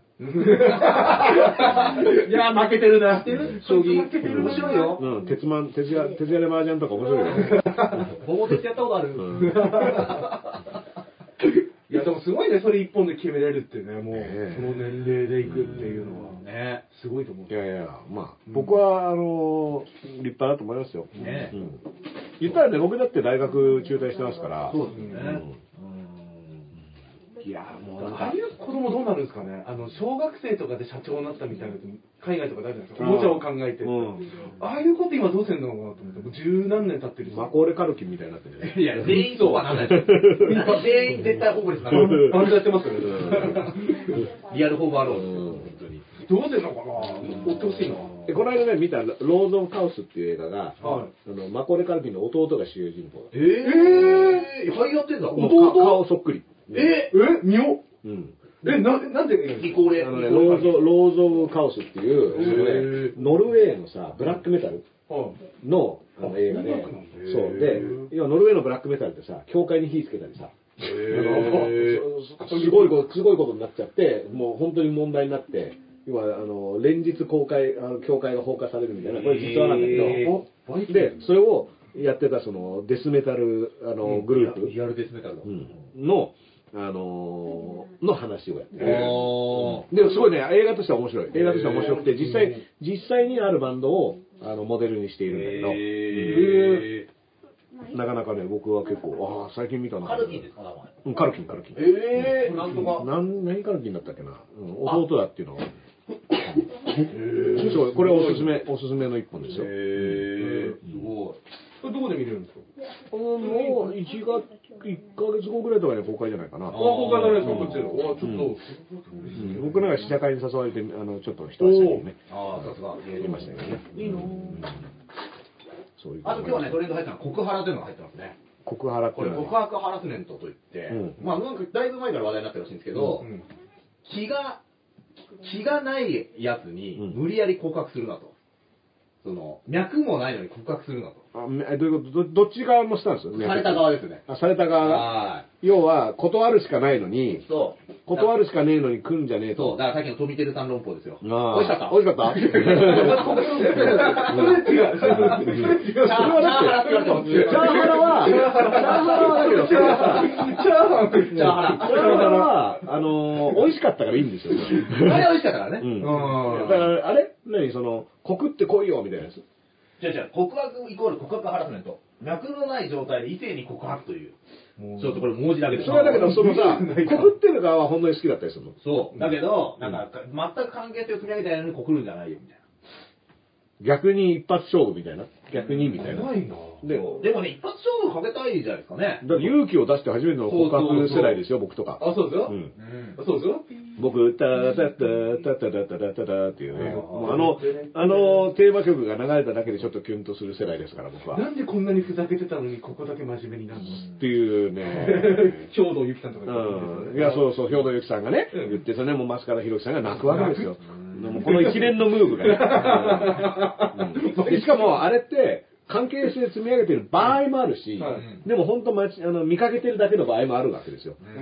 [SPEAKER 4] いや、負けてるな。
[SPEAKER 3] 知ってる将棋。面白いよ。
[SPEAKER 2] うん、鉄マン、鉄や、鉄やで麻雀とか面白いよ。
[SPEAKER 3] 桃鉄やったことある。
[SPEAKER 4] いや、でもすごいね、それ一本で決めれるってね、もう、その年齢でいくっていうのは。ね。すごいと思う。
[SPEAKER 2] いやいや、まあ、僕は、あの、立派だと思いますよ。
[SPEAKER 3] ね。
[SPEAKER 2] 言ったらね、僕だって大学中退してますから。
[SPEAKER 3] そうですね。
[SPEAKER 4] いやもうああいう子供どうなるんですかね。あの小学生とかで社長になったみたいな海外とか大丈夫ですか。おもちゃを考えて、うん、ああいうこと今どうせんのかなと思って、もう十何年経ってるし。
[SPEAKER 2] マコーレカルキンみたいになってるね。
[SPEAKER 3] いや全員そうはなんないです。全員絶対ホームレスなの。
[SPEAKER 4] バンドやってますからね。
[SPEAKER 3] リアルホーバーロード。本当に。
[SPEAKER 4] どうせんのかな。追ってほしいな。
[SPEAKER 2] えこの間ね見たロード・オブ・カオスっていう映画が、はい、あのマコーレカルキンの弟が主要人公だ。
[SPEAKER 3] ええー、俳優やってんだ。
[SPEAKER 2] 弟顔そっくり。
[SPEAKER 4] ええ見よう。うん。え、な、なんで
[SPEAKER 3] リコーレ、
[SPEAKER 2] あのね、ローゾ、ローゾ・オブ・カオスっていう、ノルウェーのさ、ブラックメタルの映画で、そう。で、要はノルウェーのブラックメタルってさ、教会に火つけたりさ、すごいこと、すごいことになっちゃって、もう本当に問題になって、要は、あの、連日公開、あの、教会が放火されるみたいな、これ実話なんだけど、で、それをやってたその、デスメタル、あの、グループ。
[SPEAKER 3] リアルデスメタル
[SPEAKER 2] の、あのー、の話をやってる。でもすごいね、映画としては面白い。映画としては面白くて、実際、実際にあるバンドをあのモデルにしているんだけど、えー、なかなかね、僕は結構、ああ、最近見たな。
[SPEAKER 3] カルキンですか、名前。
[SPEAKER 2] うん、カルキン、カルキン。
[SPEAKER 3] ええー、なんとか。
[SPEAKER 2] なん、何カルキンだったっけな。うん、弟だっていうのは。そう、これおすすめ、おすすめの一本ですよ。へ
[SPEAKER 3] え、すごい。
[SPEAKER 4] これどこで見れるんですか。
[SPEAKER 2] もういちがつ、いっかげつごぐらいとかに公開じゃないかな。
[SPEAKER 4] 公開だね、こっちで。ちょっと、
[SPEAKER 2] 僕なんか試写会に誘われて、あの、ちょっと一足先にね。
[SPEAKER 3] ああ、さすが。
[SPEAKER 2] いましたけどね。
[SPEAKER 3] いいの。そういう。あと今日はね、トレンド入ったのは告ハラというのが入ってますね。
[SPEAKER 2] 告ハラ
[SPEAKER 3] これ告白ハラスメントといって、まあなんかだいぶ前から話題になってるらしいんですけど、気が、気がないやつに無理やり告白するなと。その、脈もないのに告白するなと。
[SPEAKER 2] あ、どういうことど、どっち側のスタンス？
[SPEAKER 3] された側ですね。
[SPEAKER 2] あ、された側が要は、断るしかないのに、
[SPEAKER 3] そう。
[SPEAKER 2] 断るしかねえのに来るんじゃねえと。
[SPEAKER 3] そう。だからさっきの富輝さん論法ですよ。美
[SPEAKER 2] 味
[SPEAKER 3] しかった
[SPEAKER 2] 美味しかったそれ違う。それはだって、チャーハラは、チャーハラはだけど、チャーハラ。チャーハラ。チャーハラは、あの、美味しかったからいいんですよ。
[SPEAKER 3] あれ美味しかったからね。うん。
[SPEAKER 2] だから、あれ何その、告ってこいよ、みたいなやつ。
[SPEAKER 3] じゃあじゃあ、告白イコール告白ハラスメント。脈のない状態で異性に告白という。 ちょっとこれ文字だけで。
[SPEAKER 2] それはだけど、そのさ、告ってる側は本当に好きだったりするの。
[SPEAKER 3] そう。だけど、なんか、全く関係性を積み上げたのに告るんじゃないよ、みたいな。
[SPEAKER 2] 逆に一発勝負みたいな。逆にみたいな。
[SPEAKER 4] ないな
[SPEAKER 2] で
[SPEAKER 3] でもね、一発勝負かけたいじゃないですかね。
[SPEAKER 2] だから勇気を出して初めての告白世代ですよ、僕とか。
[SPEAKER 4] あ、そうですよ。
[SPEAKER 2] うん。
[SPEAKER 4] そうですよ。
[SPEAKER 2] 僕、タタタタタタタタタっていうね、もうあの、あのテーマ曲が流れただけでちょっとキュンとする世代ですから、僕は。
[SPEAKER 4] なんでこんなにふざけてたのに、ここだけ真面目になるの
[SPEAKER 2] っていうね。
[SPEAKER 4] 兵藤由紀さんとか
[SPEAKER 2] うん。いや、そうそう、兵藤由紀さんがね、言ってたね、もう松川博樹さんが泣くわけですよ。もうこの一連のムーブがね。しかも、あれって、関係性積み上げてる場合もあるし、でも本当まちあの見かけてるだけの場合もあるわけですよ。
[SPEAKER 4] うん。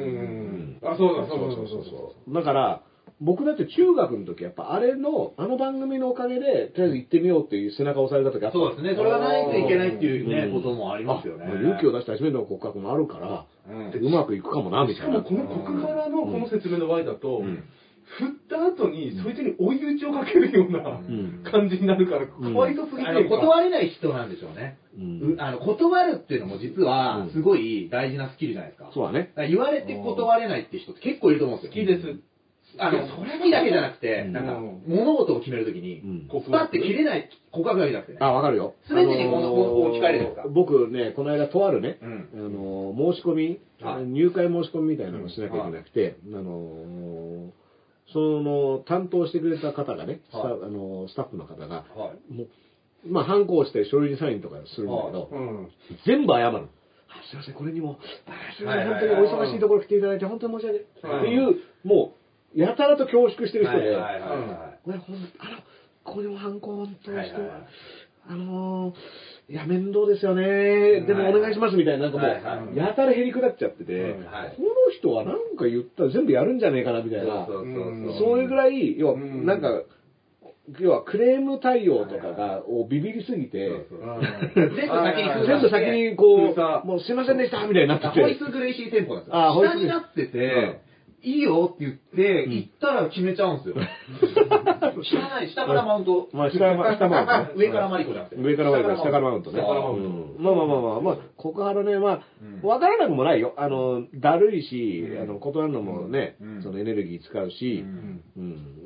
[SPEAKER 4] あ、そうだ、そうそうそうそう。
[SPEAKER 2] だから、僕だって中学の時、やっぱあれの、あの番組のおかげで、とりあえず行ってみようっていう背中を押された時あった。
[SPEAKER 3] そうですね。それがないといけないっていうね、こともありますよね。
[SPEAKER 2] 勇気を出して初めての告白もあるから、うまくいくかもな、みたいな。
[SPEAKER 4] しかもこの告原のこの説明の場合だと、振った後に、そいつに追い打ちをかけるような感じになるから、かわいそすぎて。
[SPEAKER 3] 断れない人なんでしょうね。あの断るっていうのも実は、すごい大事なスキルじゃないですか。
[SPEAKER 2] そうだね。
[SPEAKER 3] 言われて断れないって人って結構いると思うんですよ。
[SPEAKER 4] 好きです。
[SPEAKER 3] あの、好きだけじゃなくて、なんか、物事を決めるときに、スパって切れない告白だけじゃなくてね。
[SPEAKER 2] あ、わかるよ。
[SPEAKER 3] すべてにこの置き換えるんですか。
[SPEAKER 2] 僕ね、この間とあるね、あの、申し込み、入会申し込みみたいなのをしなきゃいけなくて、あの、その、担当してくれた方がね、スタあのスタッフの方が、もう、まあ、ハンコをして書類にサインとかするんだけど、全部謝る。すいません、これにも、すいません、本当にお忙しいところ来ていただいて、本当に申し訳ない。っていう、もう、やたらと恐縮してる人で、これ、ほん、あの、ここにもハンコを通して、あのー、いや、面倒ですよね。でもお願いしますみたいな、なんかもう、やたらへりくだっちゃってて、この人はなんか言ったら全部やるんじゃねえかなみたいな、そういうぐらい、要は、なんか、要はクレーム対応とかが、をビビりすぎて、
[SPEAKER 3] 全部先に、
[SPEAKER 2] 全部先にこう、もうすいませんでしたみたいになってて。
[SPEAKER 3] ホイスグレイシーテンポなんですよ。下になってて、いいよって言って、行ったら決めちゃうんですよ。知らない、下からマウント。
[SPEAKER 2] まあ、下、下マウント。
[SPEAKER 3] 上からマリコじゃなくて。
[SPEAKER 2] 上からマリコ、下からマウントね。下からマウント。まあまあまあまあ、まあ、告白ね、まあ、わからなくもないよ。あの、だるいし、あの、断るのもね、そのエネルギー使うし、うん、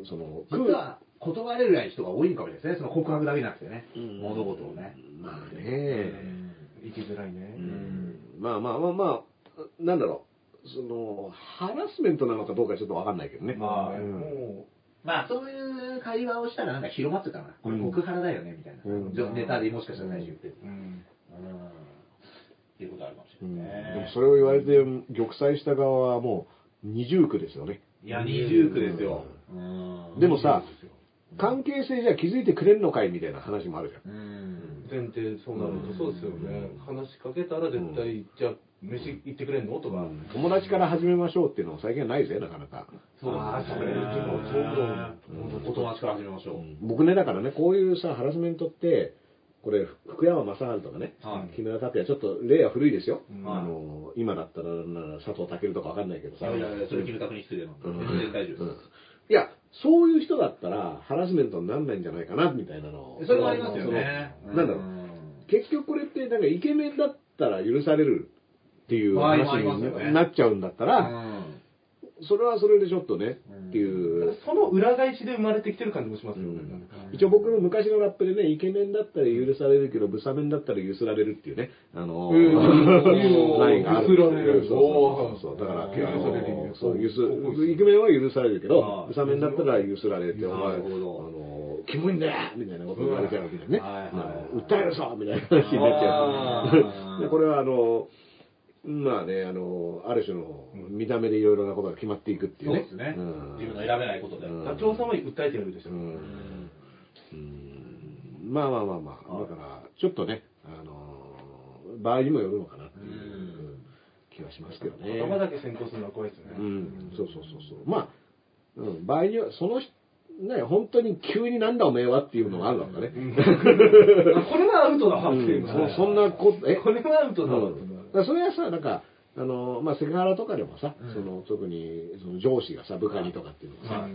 [SPEAKER 2] その、
[SPEAKER 3] 実は、断れるぐらい人が多いかもしれないですね。その告白だけじゃなくてね。物事をね。
[SPEAKER 2] まあね、
[SPEAKER 4] 生きづらいね。
[SPEAKER 2] まあまあまあまあ、なんだろう。その、ハラスメントなのかどうかちょっとわかんないけどね。
[SPEAKER 3] まあ、うん、まあ、そういう会話をしたらなんか広まってたな。これ告白だよね、みたいな。うん、ネタでもしかしたら最初言ってる。うん。うん。っていうことあるかもしれないね。
[SPEAKER 2] でもそれを言われて、玉砕した側はもう二重苦ですよね。
[SPEAKER 3] いや、二重苦ですよ。
[SPEAKER 2] うん。でもさ、関係性じゃ気づいてくれんのかいみたいな話もあるじゃん。うん。
[SPEAKER 4] 前提そうなるとそうですよね。話しかけたら絶対、じゃあ、飯行ってくれんのとか、
[SPEAKER 2] 友達から始めましょうっていうのも最近はないぜ、なかなか。
[SPEAKER 3] そうあそれ、でも、そうだ。お友達から始めましょう。
[SPEAKER 2] 僕ね、だからね、こういうさ、ハラスメントって、これ、福山雅治とかね、木村拓哉、ちょっと例は古いですよ。あの、今だったら、佐藤健とかわかんないけどさ。
[SPEAKER 3] いやいや、それ木村拓に失礼なの。全然大丈夫です。
[SPEAKER 2] いや、そういう人だったら、ハラスメントにならないんじゃないかな、みたいなの。
[SPEAKER 3] それもありますよね。
[SPEAKER 2] なんだろう。結局これって、なんかイケメンだったら許されるっていう話になっちゃうんだったら、それはそれでちょっとね、っていう。
[SPEAKER 4] その裏返しで生まれてきてる感じもしますよね。
[SPEAKER 2] 一応僕の昔のラップでね、イケメンだったら許されるけど、ブサメンだったらゆすられるっていうね、あの、ラインがある。
[SPEAKER 4] ゆすられる。
[SPEAKER 2] そうそう。だから、そう、ゆす、イケメンは許されるけど、ブサメンだったらゆすられるって、お前、あの、キモいんだよみたいなこと言われちゃうわけだよね。訴えるぞみたいな話になっちゃう。これはあの、まあね、あの、ある種の見た目でいろいろなことが決まっていくっていうね。
[SPEAKER 3] そうですね。自分の選べないことで。
[SPEAKER 4] ダチョウさんは訴えてやるでしょ。
[SPEAKER 2] まあまあまあまあ、だから、ちょっとね、あの、場合にもよるのかなっていう気はしますけどね。
[SPEAKER 4] 頭だけ先行するのは怖いですね。
[SPEAKER 2] うん、そうそうそうそう。まあ、うん、場合には、その人、ね、本当に急になんだおめえはっていうのがあるのかね。
[SPEAKER 4] これはアウトだわっていう。
[SPEAKER 2] そんなこと、
[SPEAKER 4] えこれはアウトだわ。
[SPEAKER 2] それはさ、なんか、あの、まあ、セクハラとかでもさ、その、特に、その上司がさ、部下にとかっていうのがさ、あの、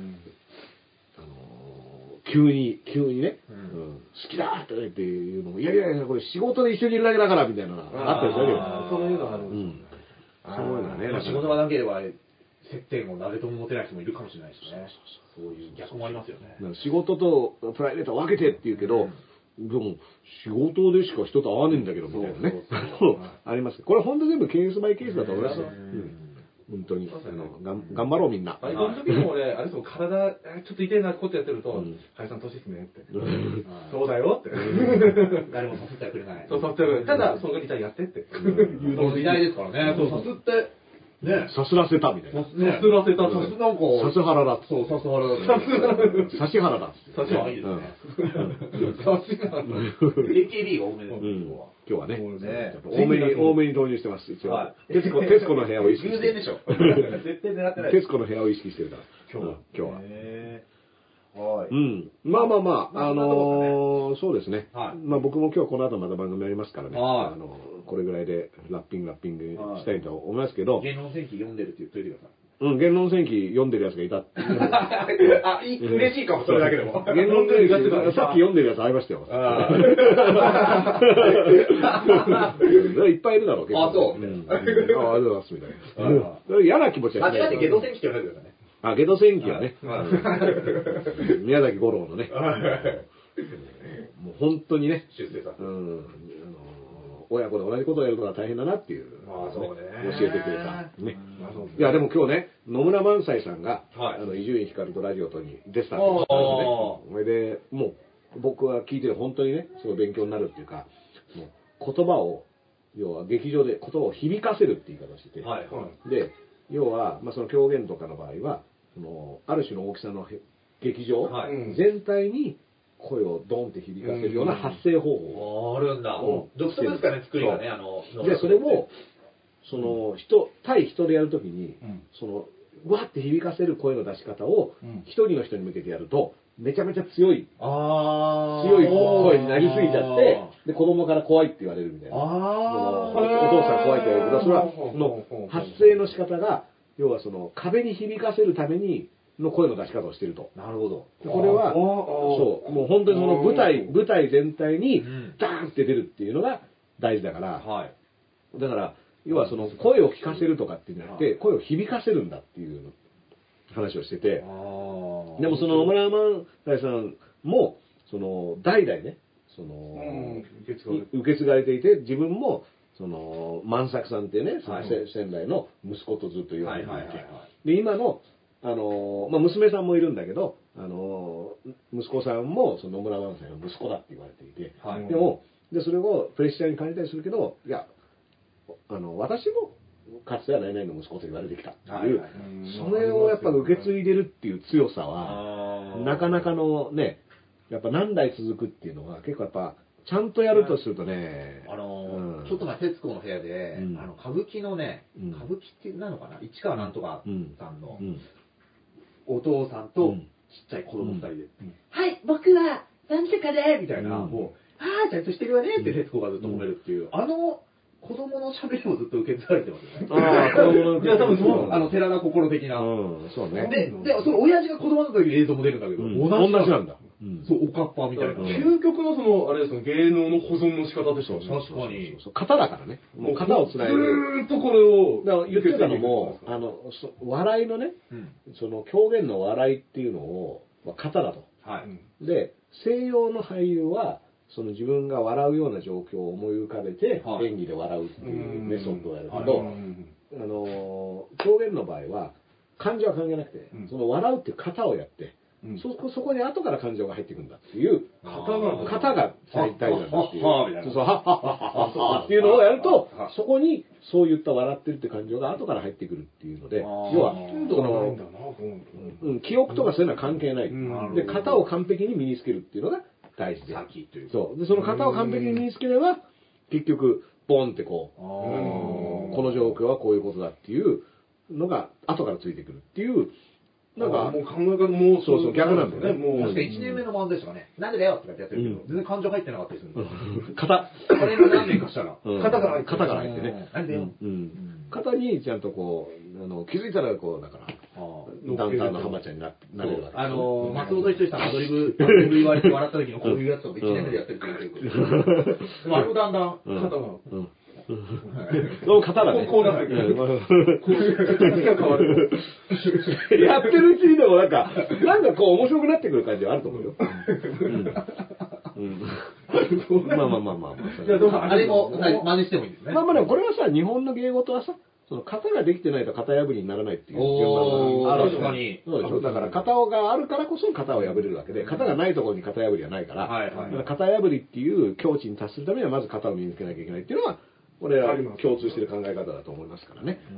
[SPEAKER 2] 急に、急にね、好きだっていうのも、いやいやいや、これ仕事で一緒にいるだけだから、みたいなのがあったりするよ。
[SPEAKER 4] そういうのがある。
[SPEAKER 2] そういうのはね。
[SPEAKER 3] 仕事がなければ、接点を誰とも持てない人もいるかもしれないしね。そういう逆もありますよね。
[SPEAKER 2] 仕事とプライベート分けてって言うけど、でも、仕事でしか人と会わねえんだけど、みたいなね。あります。これ本当に全部ケースバイケースだと思いますよ。本当に。頑張ろうみんな。
[SPEAKER 4] バイトの時も俺、あれですよ、体、ちょっと痛いなことやってると、林さん年ですねって。そうだよって。
[SPEAKER 3] 誰も誘ってはくれない。
[SPEAKER 4] そう、誘ってはくれない。ただ、その時痛いやってって。
[SPEAKER 3] 誘導時代ですからね。そう、誘って、ね。
[SPEAKER 2] さすらせたみたいな。
[SPEAKER 4] さすらせた。
[SPEAKER 3] さすなんか。
[SPEAKER 2] さすはらだ。
[SPEAKER 3] そう、さすはらだ。
[SPEAKER 2] さしはらだ。
[SPEAKER 3] さしはらだ。いいですね。さしはらだ。エーケービー が多めです。
[SPEAKER 2] 今日はね。多めに、多めに導入してます。一応。徹子、徹子の部屋を意識して。
[SPEAKER 3] 偶然でしょ。絶対狙ってない。
[SPEAKER 2] 徹子の部屋を意識してるから。今日は。今日は。はい。うん。まあまあまあ、あの、そうですね。まあ僕も今日この後また番組やりますからね。あの、これぐらいでラッピングラッピングしたいと思いますけど。
[SPEAKER 3] 言論戦記読んでるって言っといてください。
[SPEAKER 2] うん、言論戦記読んでるやつがいたって。
[SPEAKER 3] あ、嬉しいかも、それだけでも。
[SPEAKER 2] 言論戦記、さっき読んでるやつ会いましたよ。いっぱいいるだろう、
[SPEAKER 3] 結構。あ、そう。
[SPEAKER 2] あ、ありがとうございます、みたいな。嫌な気持ちは
[SPEAKER 3] 間違って言論戦記って言われてくださいね。
[SPEAKER 2] あ、ゲド戦記はね。宮崎五郎のね。もう本当にね。
[SPEAKER 3] 出世さ。うん。
[SPEAKER 2] 親子で同じことをやるのは大変だなっていう。
[SPEAKER 3] まあそうね。
[SPEAKER 2] 教えてくれた。ね。いや、でも今日ね、野村萬斎さんが、あの、伊集院光とラジオとに出てたんですよ。それで、もう、僕は聞いてる本当にね、すごい勉強になるっていうか、もう言葉を、要は劇場で言葉を響かせるって言い方をしてて。で、要は、まあその狂言とかの場合は、そのある種の大きさの劇場、はい、全体に声をドンって響かせるような発声方法
[SPEAKER 3] あるんだ。独特ですかね、作りがね。あの
[SPEAKER 2] で、それを、その、人、対人でやるときに、うん、その、わって響かせる声の出し方を、一人の人に向けてやると、めちゃめちゃ強い、
[SPEAKER 3] あ
[SPEAKER 2] 強い声になりすぎちゃって、で、子供から怖いって言われるみたいな。
[SPEAKER 3] あ
[SPEAKER 2] お父さん怖いって言われるけど、それは、その、発声の仕方が、要はその壁に響かせるためにの声の出し方をしていると。
[SPEAKER 3] なるほど。
[SPEAKER 2] これは、そう、もう本当にその舞台、舞台全体にダーンって出るっていうのが大事だから、はい、だから、要はその声を聞かせるとかっていうんじゃなくて、声を響かせるんだっていう話をしてて、でもその野村萬斎さんも、その代々ね、その、受け継がれていて、自分も、その、万作さんっていうね、その仙台の息子とずっと言われていて、で、今の、あの、まあ、娘さんもいるんだけど、あの、息子さんも、その野村萬斎の息子だって言われていて、はい、でも、で、それをプレッシャーに感じたりするけど、いや、あの、私も、かつては何々の息子と言われてきたっていう、はいはい、それをやっぱ受け継いでるっていう強さは、なかなかのね、やっぱ何代続くっていうのは結構やっぱ、ちゃんとやるとするとね、
[SPEAKER 3] あの、うん、ちょっと前、徹子の部屋で、うん、あの、歌舞伎のね、うん、歌舞伎ってなのかな、市川なんとかさんの、お父さんとちっちゃい子供二人で、はい、僕は、なんとかでみたいな、もう、ああ、ちゃんとしてるわねって徹子がずっと褒めるっていう、あの、子供の喋りもずっと受け継がれてますよね。
[SPEAKER 2] ああ、子供の。
[SPEAKER 3] いや、多分そう、あの、寺田心的な。
[SPEAKER 2] うん、そうね。
[SPEAKER 3] で、で、その親父が子供の時に映像も出るんだけど、
[SPEAKER 2] 同じなんだ。
[SPEAKER 3] そう、おかっぱみたいな。
[SPEAKER 4] 究極のその、あれですね、芸能の保存の仕方でしょうね。
[SPEAKER 3] 確かに。
[SPEAKER 2] 型だからね。もう型をつないで。
[SPEAKER 4] ずーっとこれを。
[SPEAKER 2] だから言ってたのも、あの、笑いのね、その狂言の笑いっていうのを、型だと。
[SPEAKER 3] はい。
[SPEAKER 2] で、西洋の俳優は、その自分が笑うような状況を思い浮かべて、演技で笑うっていうメソッドをやるけど、あの、狂言の場合は、感情は関係なくて、その笑うっていう型をやって、そこ、そこに後から感情が入ってくるんだっていう、型が、型が最大なんだっていう。そうそう、はっはっはっはっっていうのをやると、そこにそういった笑ってるって感情が後から入ってくるっていうので、要は、その、うん、記憶とかそういうのは関係ない。で、型を完璧に身につけるっていうのが大事で。そう。で、その型を完璧に身につければ、結局、ボンってこう、この状況はこういうことだっていうのが後からついてくるっていう、
[SPEAKER 4] なんか、もう考え方も
[SPEAKER 2] そうそう、逆なんだよね。
[SPEAKER 3] もう、確かいちねんめの漫才師がね、なんでだよってやってるけど、全然感情入ってなかったりするんですよ。
[SPEAKER 2] 型。
[SPEAKER 3] これが何年かしたら。
[SPEAKER 2] 型から入って。型から入ってね。
[SPEAKER 3] なんでよ。
[SPEAKER 2] 型にちゃんとこう、あの、気づいたらこう、だから、ダウンタウンの浜ちゃんになれるわけ。
[SPEAKER 3] あの、松本人志さんアドリブ、アドリブ言われて笑った時のこういうやつとかいちねんめでやってるって言うけど。でもあれもだんだん、
[SPEAKER 4] 肩が、
[SPEAKER 2] その型だね。
[SPEAKER 4] こうなってくる。こう形が変わる。
[SPEAKER 2] やってるうちにでもなんか、なんかこう面白くなってくる感じはあると思うよ。まあまあまあまあ。
[SPEAKER 3] あれも真似してもいいですね。
[SPEAKER 2] まあまあでもこれはさ、日本の芸事はさ、その型ができてないと型破りにならないっていう順番がある。
[SPEAKER 3] 確かに。
[SPEAKER 2] そうでしょ。だから型があるからこそ型を破れるわけで、型がないところに型破りはないから、
[SPEAKER 3] はいはい、
[SPEAKER 2] だから型破りっていう境地に達するためにはまず型を身につけなきゃいけないっていうのは、これは共通してる考え方だと思いますからね。うん、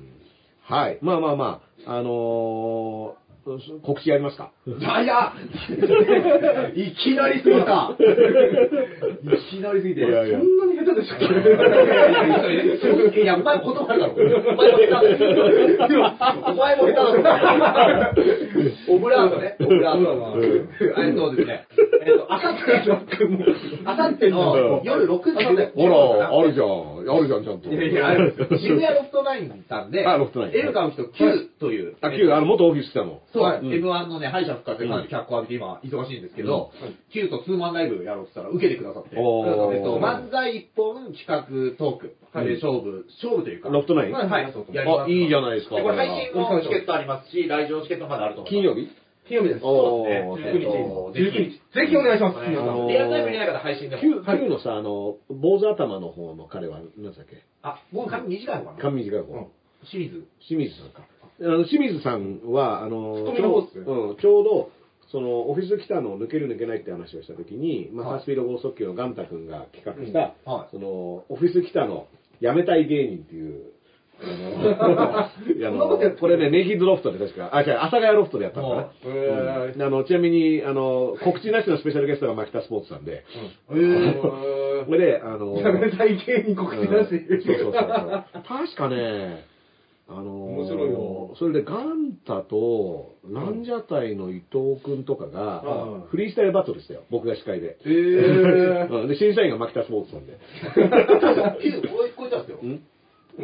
[SPEAKER 2] はい。まあまあまあ、あのー、告知やりますか？
[SPEAKER 3] あ、いやいきなりすぎたいきなりすぎて。
[SPEAKER 2] いやいや
[SPEAKER 4] そんなに下手でしたっけ？
[SPEAKER 3] いや、お前も言葉あるだろ。お前も下手だろ。お前も下手だろ。オブラートね。オブラート。えっとですね。えっと、あさって、あさっての夜ろくじで。
[SPEAKER 2] ほら、あるじゃん。あるじゃん、ちゃんと。
[SPEAKER 3] いやいや、あるんですよ。渋谷ロフトナインさんで、
[SPEAKER 2] あ、ロフトナイン。
[SPEAKER 3] エル買う人きゅうという。
[SPEAKER 2] あ、きゅう、あの、元オフィス来たの。
[SPEAKER 3] そう、エムワン のね、敗者復活でかなり脚光浴びて今、忙しいんですけど、きゅうとツーマンライブやろうって言ったら受けてくださって、えっと、漫才一本企画トークで勝負、勝負というか。
[SPEAKER 2] ロフトナイン？
[SPEAKER 3] はい、やります。
[SPEAKER 2] あ、いいじゃないですか。
[SPEAKER 3] これ配信のチケットありますし、来場チケットまであると思います。
[SPEAKER 2] 金曜日？
[SPEAKER 4] 金曜日です。
[SPEAKER 3] そうですね。じゅうくにち。ぜひお願いします。リアルタイム見ない方配信でも。
[SPEAKER 2] きゅうのさ、あの、坊主頭の方の彼は、何だっけ？
[SPEAKER 3] あ、もう髪短いのかな？
[SPEAKER 2] 髪短い方。
[SPEAKER 3] 清水。
[SPEAKER 2] 清水さんか。あの、清水さんは、あの、
[SPEAKER 4] 太めの方ですね。
[SPEAKER 2] うん、ちょうど、その、オフィス来たのを抜ける抜けないって話をしたときに、まあ、ハースピード剛速球のガンタ君が企画した、その、オフィス来たの、辞めたい芸人っていう、あの、これね、ネイキッドロフトで確か、あ、違う、阿佐ヶ谷ロフトでやったのかな。うん、あの、ちなみに、あの、告知なしのスペシャルゲストがマキタスポーツさんで、うん、それで、あの、
[SPEAKER 4] 辞めたい芸人告知なし。
[SPEAKER 2] そうそうそう。確かね、あのー、
[SPEAKER 4] 面白いよ。
[SPEAKER 2] それでガンタとランジャタイの伊藤くんとかが、うん、フリースタイルバトルしたよ、僕が司会で。
[SPEAKER 3] えー、
[SPEAKER 2] で審査員がマキタスポーツさんで。
[SPEAKER 3] きゅう、こういったんですよ。
[SPEAKER 2] うんうん、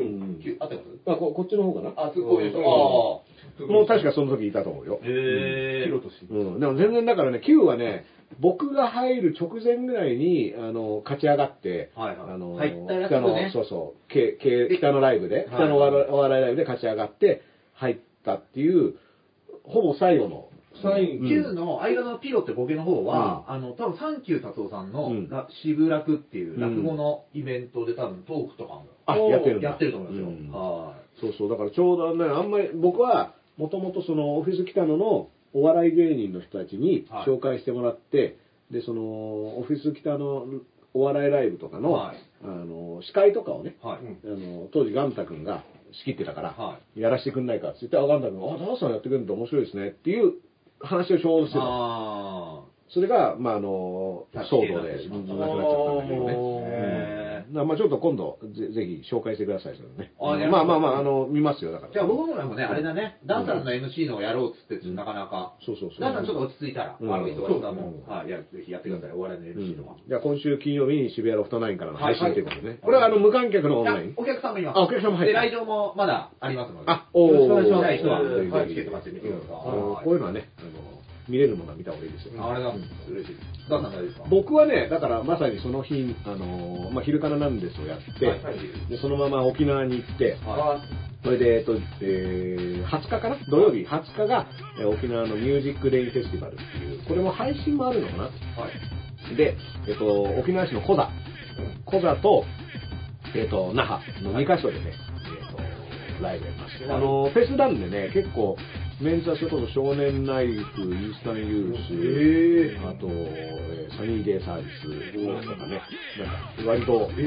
[SPEAKER 3] 合ってます？
[SPEAKER 2] あ、こ、こっちの方かな？
[SPEAKER 3] あ、こういう人。ああ。
[SPEAKER 2] もう確かその時いたと思うよ。
[SPEAKER 3] へえ。
[SPEAKER 2] うん。でも全然だからね、きゅうはね、僕が入る直前ぐらいに、あの、勝ち上がって、
[SPEAKER 3] はいはい、
[SPEAKER 2] あの、
[SPEAKER 3] 入ったやつ
[SPEAKER 2] 北の、
[SPEAKER 3] ね、
[SPEAKER 2] そうそう、けけ北のライブで、北のお笑いライブで勝ち上がって入ったっていう、ほぼ最後の。
[SPEAKER 3] きゅうの間のピロってボケの方は、うん、あの、多分サンキュー達夫さんの、うん、渋楽っていう落語のイベントで多分トークとかも、
[SPEAKER 2] あ、やってるんだ。
[SPEAKER 3] やってると思いますよ。うん、
[SPEAKER 2] はい。そうそう、だからちょうどね、あんまり、僕は、もともとそのオフィス北野のお笑い芸人の人たちに紹介してもらって、はい、で、その、オフィス北野お笑いライブとかの、はい、あの、司会とかをね、はい、あの、当時ガンタ君が仕切ってたから、はい、やらせてくんないかって言って、あ、ガンタ君が、あ、ダーさんやってくれると面白いですねっていう話をちょうどしてた。それが、まあ、あの、騒動で亡くなっちゃったんだけどね。まあちょっと今度ぜ、ぜひ紹介してください、それね。あまあまあまあ、あの、見ますよ、だから。
[SPEAKER 3] じゃあ僕らもね、あれだね、ダンさんの エムシー のをやろうっつって、なかなか。
[SPEAKER 2] そうそうそう。
[SPEAKER 3] ダンさんちょっと落ち着いたら、あの、忙しさも、はい、ぜひやってください、お笑いの エムシー とか。
[SPEAKER 2] じゃあ今週金曜日に渋谷ロフトナインからの配信ということでね。これはあの、無観客のオンライン
[SPEAKER 3] お客さんもいます。
[SPEAKER 2] あ、お客さんも入って
[SPEAKER 3] で、来場もまだありますので。
[SPEAKER 2] あ、おー。
[SPEAKER 3] よろしくお願いします。はい、チケット買ってみてください。
[SPEAKER 2] こういうのはね、あの、見れるものは見た方がいいですよ。
[SPEAKER 3] あれだ、嬉しい。ダンさん大丈夫ですか？
[SPEAKER 2] 僕はね、だからまさにその日、あの、まあ、昼からなんですをやって、でそのまま沖縄に行って、それで、えっと、えー、はつかかな土曜日はつかが、えー、沖縄のミュージックレインフェスティバルっていう、これも配信もあるのかな、はい、で、えっと、沖縄市のコザ、コザと、えっと、那覇のにかしょでね、えっと、ライブやりました。あの、フェスなんでね、結構、メンツはそれこそ少年ナイフ、イースタンユース、あと、えー、サニーデイサービスとかね、なんか割と、うん、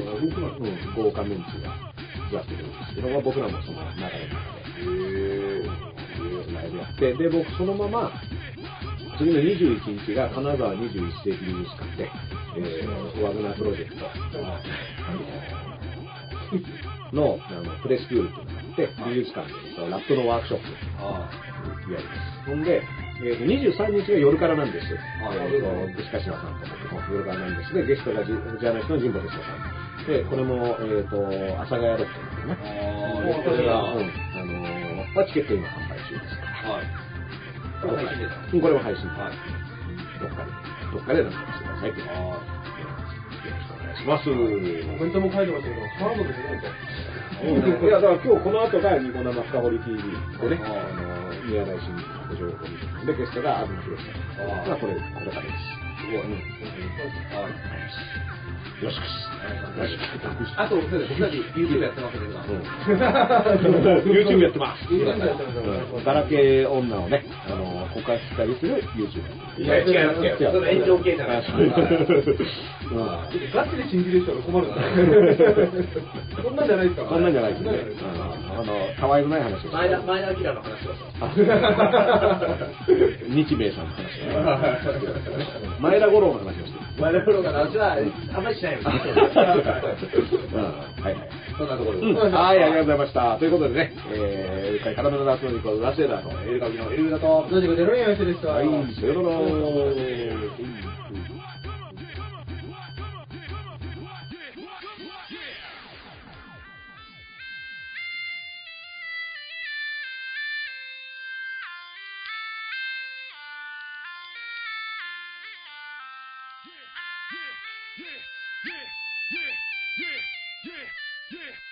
[SPEAKER 2] 豪華メンツがやってるんですけど、まあ、僕らもその流れの中で、ライブやって、で、僕そのまま、次のにじゅういちにちが金沢にじゅういっ世紀美術館で、えー、ワグナープロジェクトのあのプレスクールっていうのがあって、美術館でラップのワークショップやります。ほんで、えー、とにじゅうさんにちが夜からなんです。えー、と、鹿島さんと僕も夜からなんですで、ゲストがジャーナリストの神保哲夫さん。で、これも、えっ、ー、と、阿佐ヶ谷ロックですね。これが、うん、あのー、まあ、チケット今販売中ですから。はい。これは配信ですか？これは配信。はい。どっかで、どっかでなんとかしてくださいっていう。よろしくお願い願いします。コ
[SPEAKER 4] メントも書いてましたけど、ハードですね、
[SPEAKER 2] いや、だから今日この後がニコ生深掘り ティーブイ でね、あの、宮台真司のご情報で、ゲストが安住博さん。まあ、これ、これからです。すごい。うん。よしくし。
[SPEAKER 3] あと、僕たち YouTube やってますね、今。
[SPEAKER 2] YouTube やってます。ガラケー女をね、あの、公開したりする YouTube。
[SPEAKER 3] いや、違います、違います。それ炎上系じゃない。
[SPEAKER 4] ガチで信じる人が困るな。そんなんじゃないですか。
[SPEAKER 2] そんなんじゃないですね。あの、たわいのない話を。
[SPEAKER 3] 前田、前田明の話をしてま
[SPEAKER 2] した。日米さんの話をね。前田五郎の話をしてる。
[SPEAKER 3] 前田五郎の話は、あんまりしないよ。はい
[SPEAKER 2] はい。
[SPEAKER 3] そんなところで。
[SPEAKER 2] はい、ありがとうございました。ということでね、えー、カラメルナッツのニコラスエダーのエルカビのエルウダと、
[SPEAKER 4] 同じくゼロに相手でした。
[SPEAKER 2] はい、さよなら。Yeah, yeah, yeah, yeah, yeah.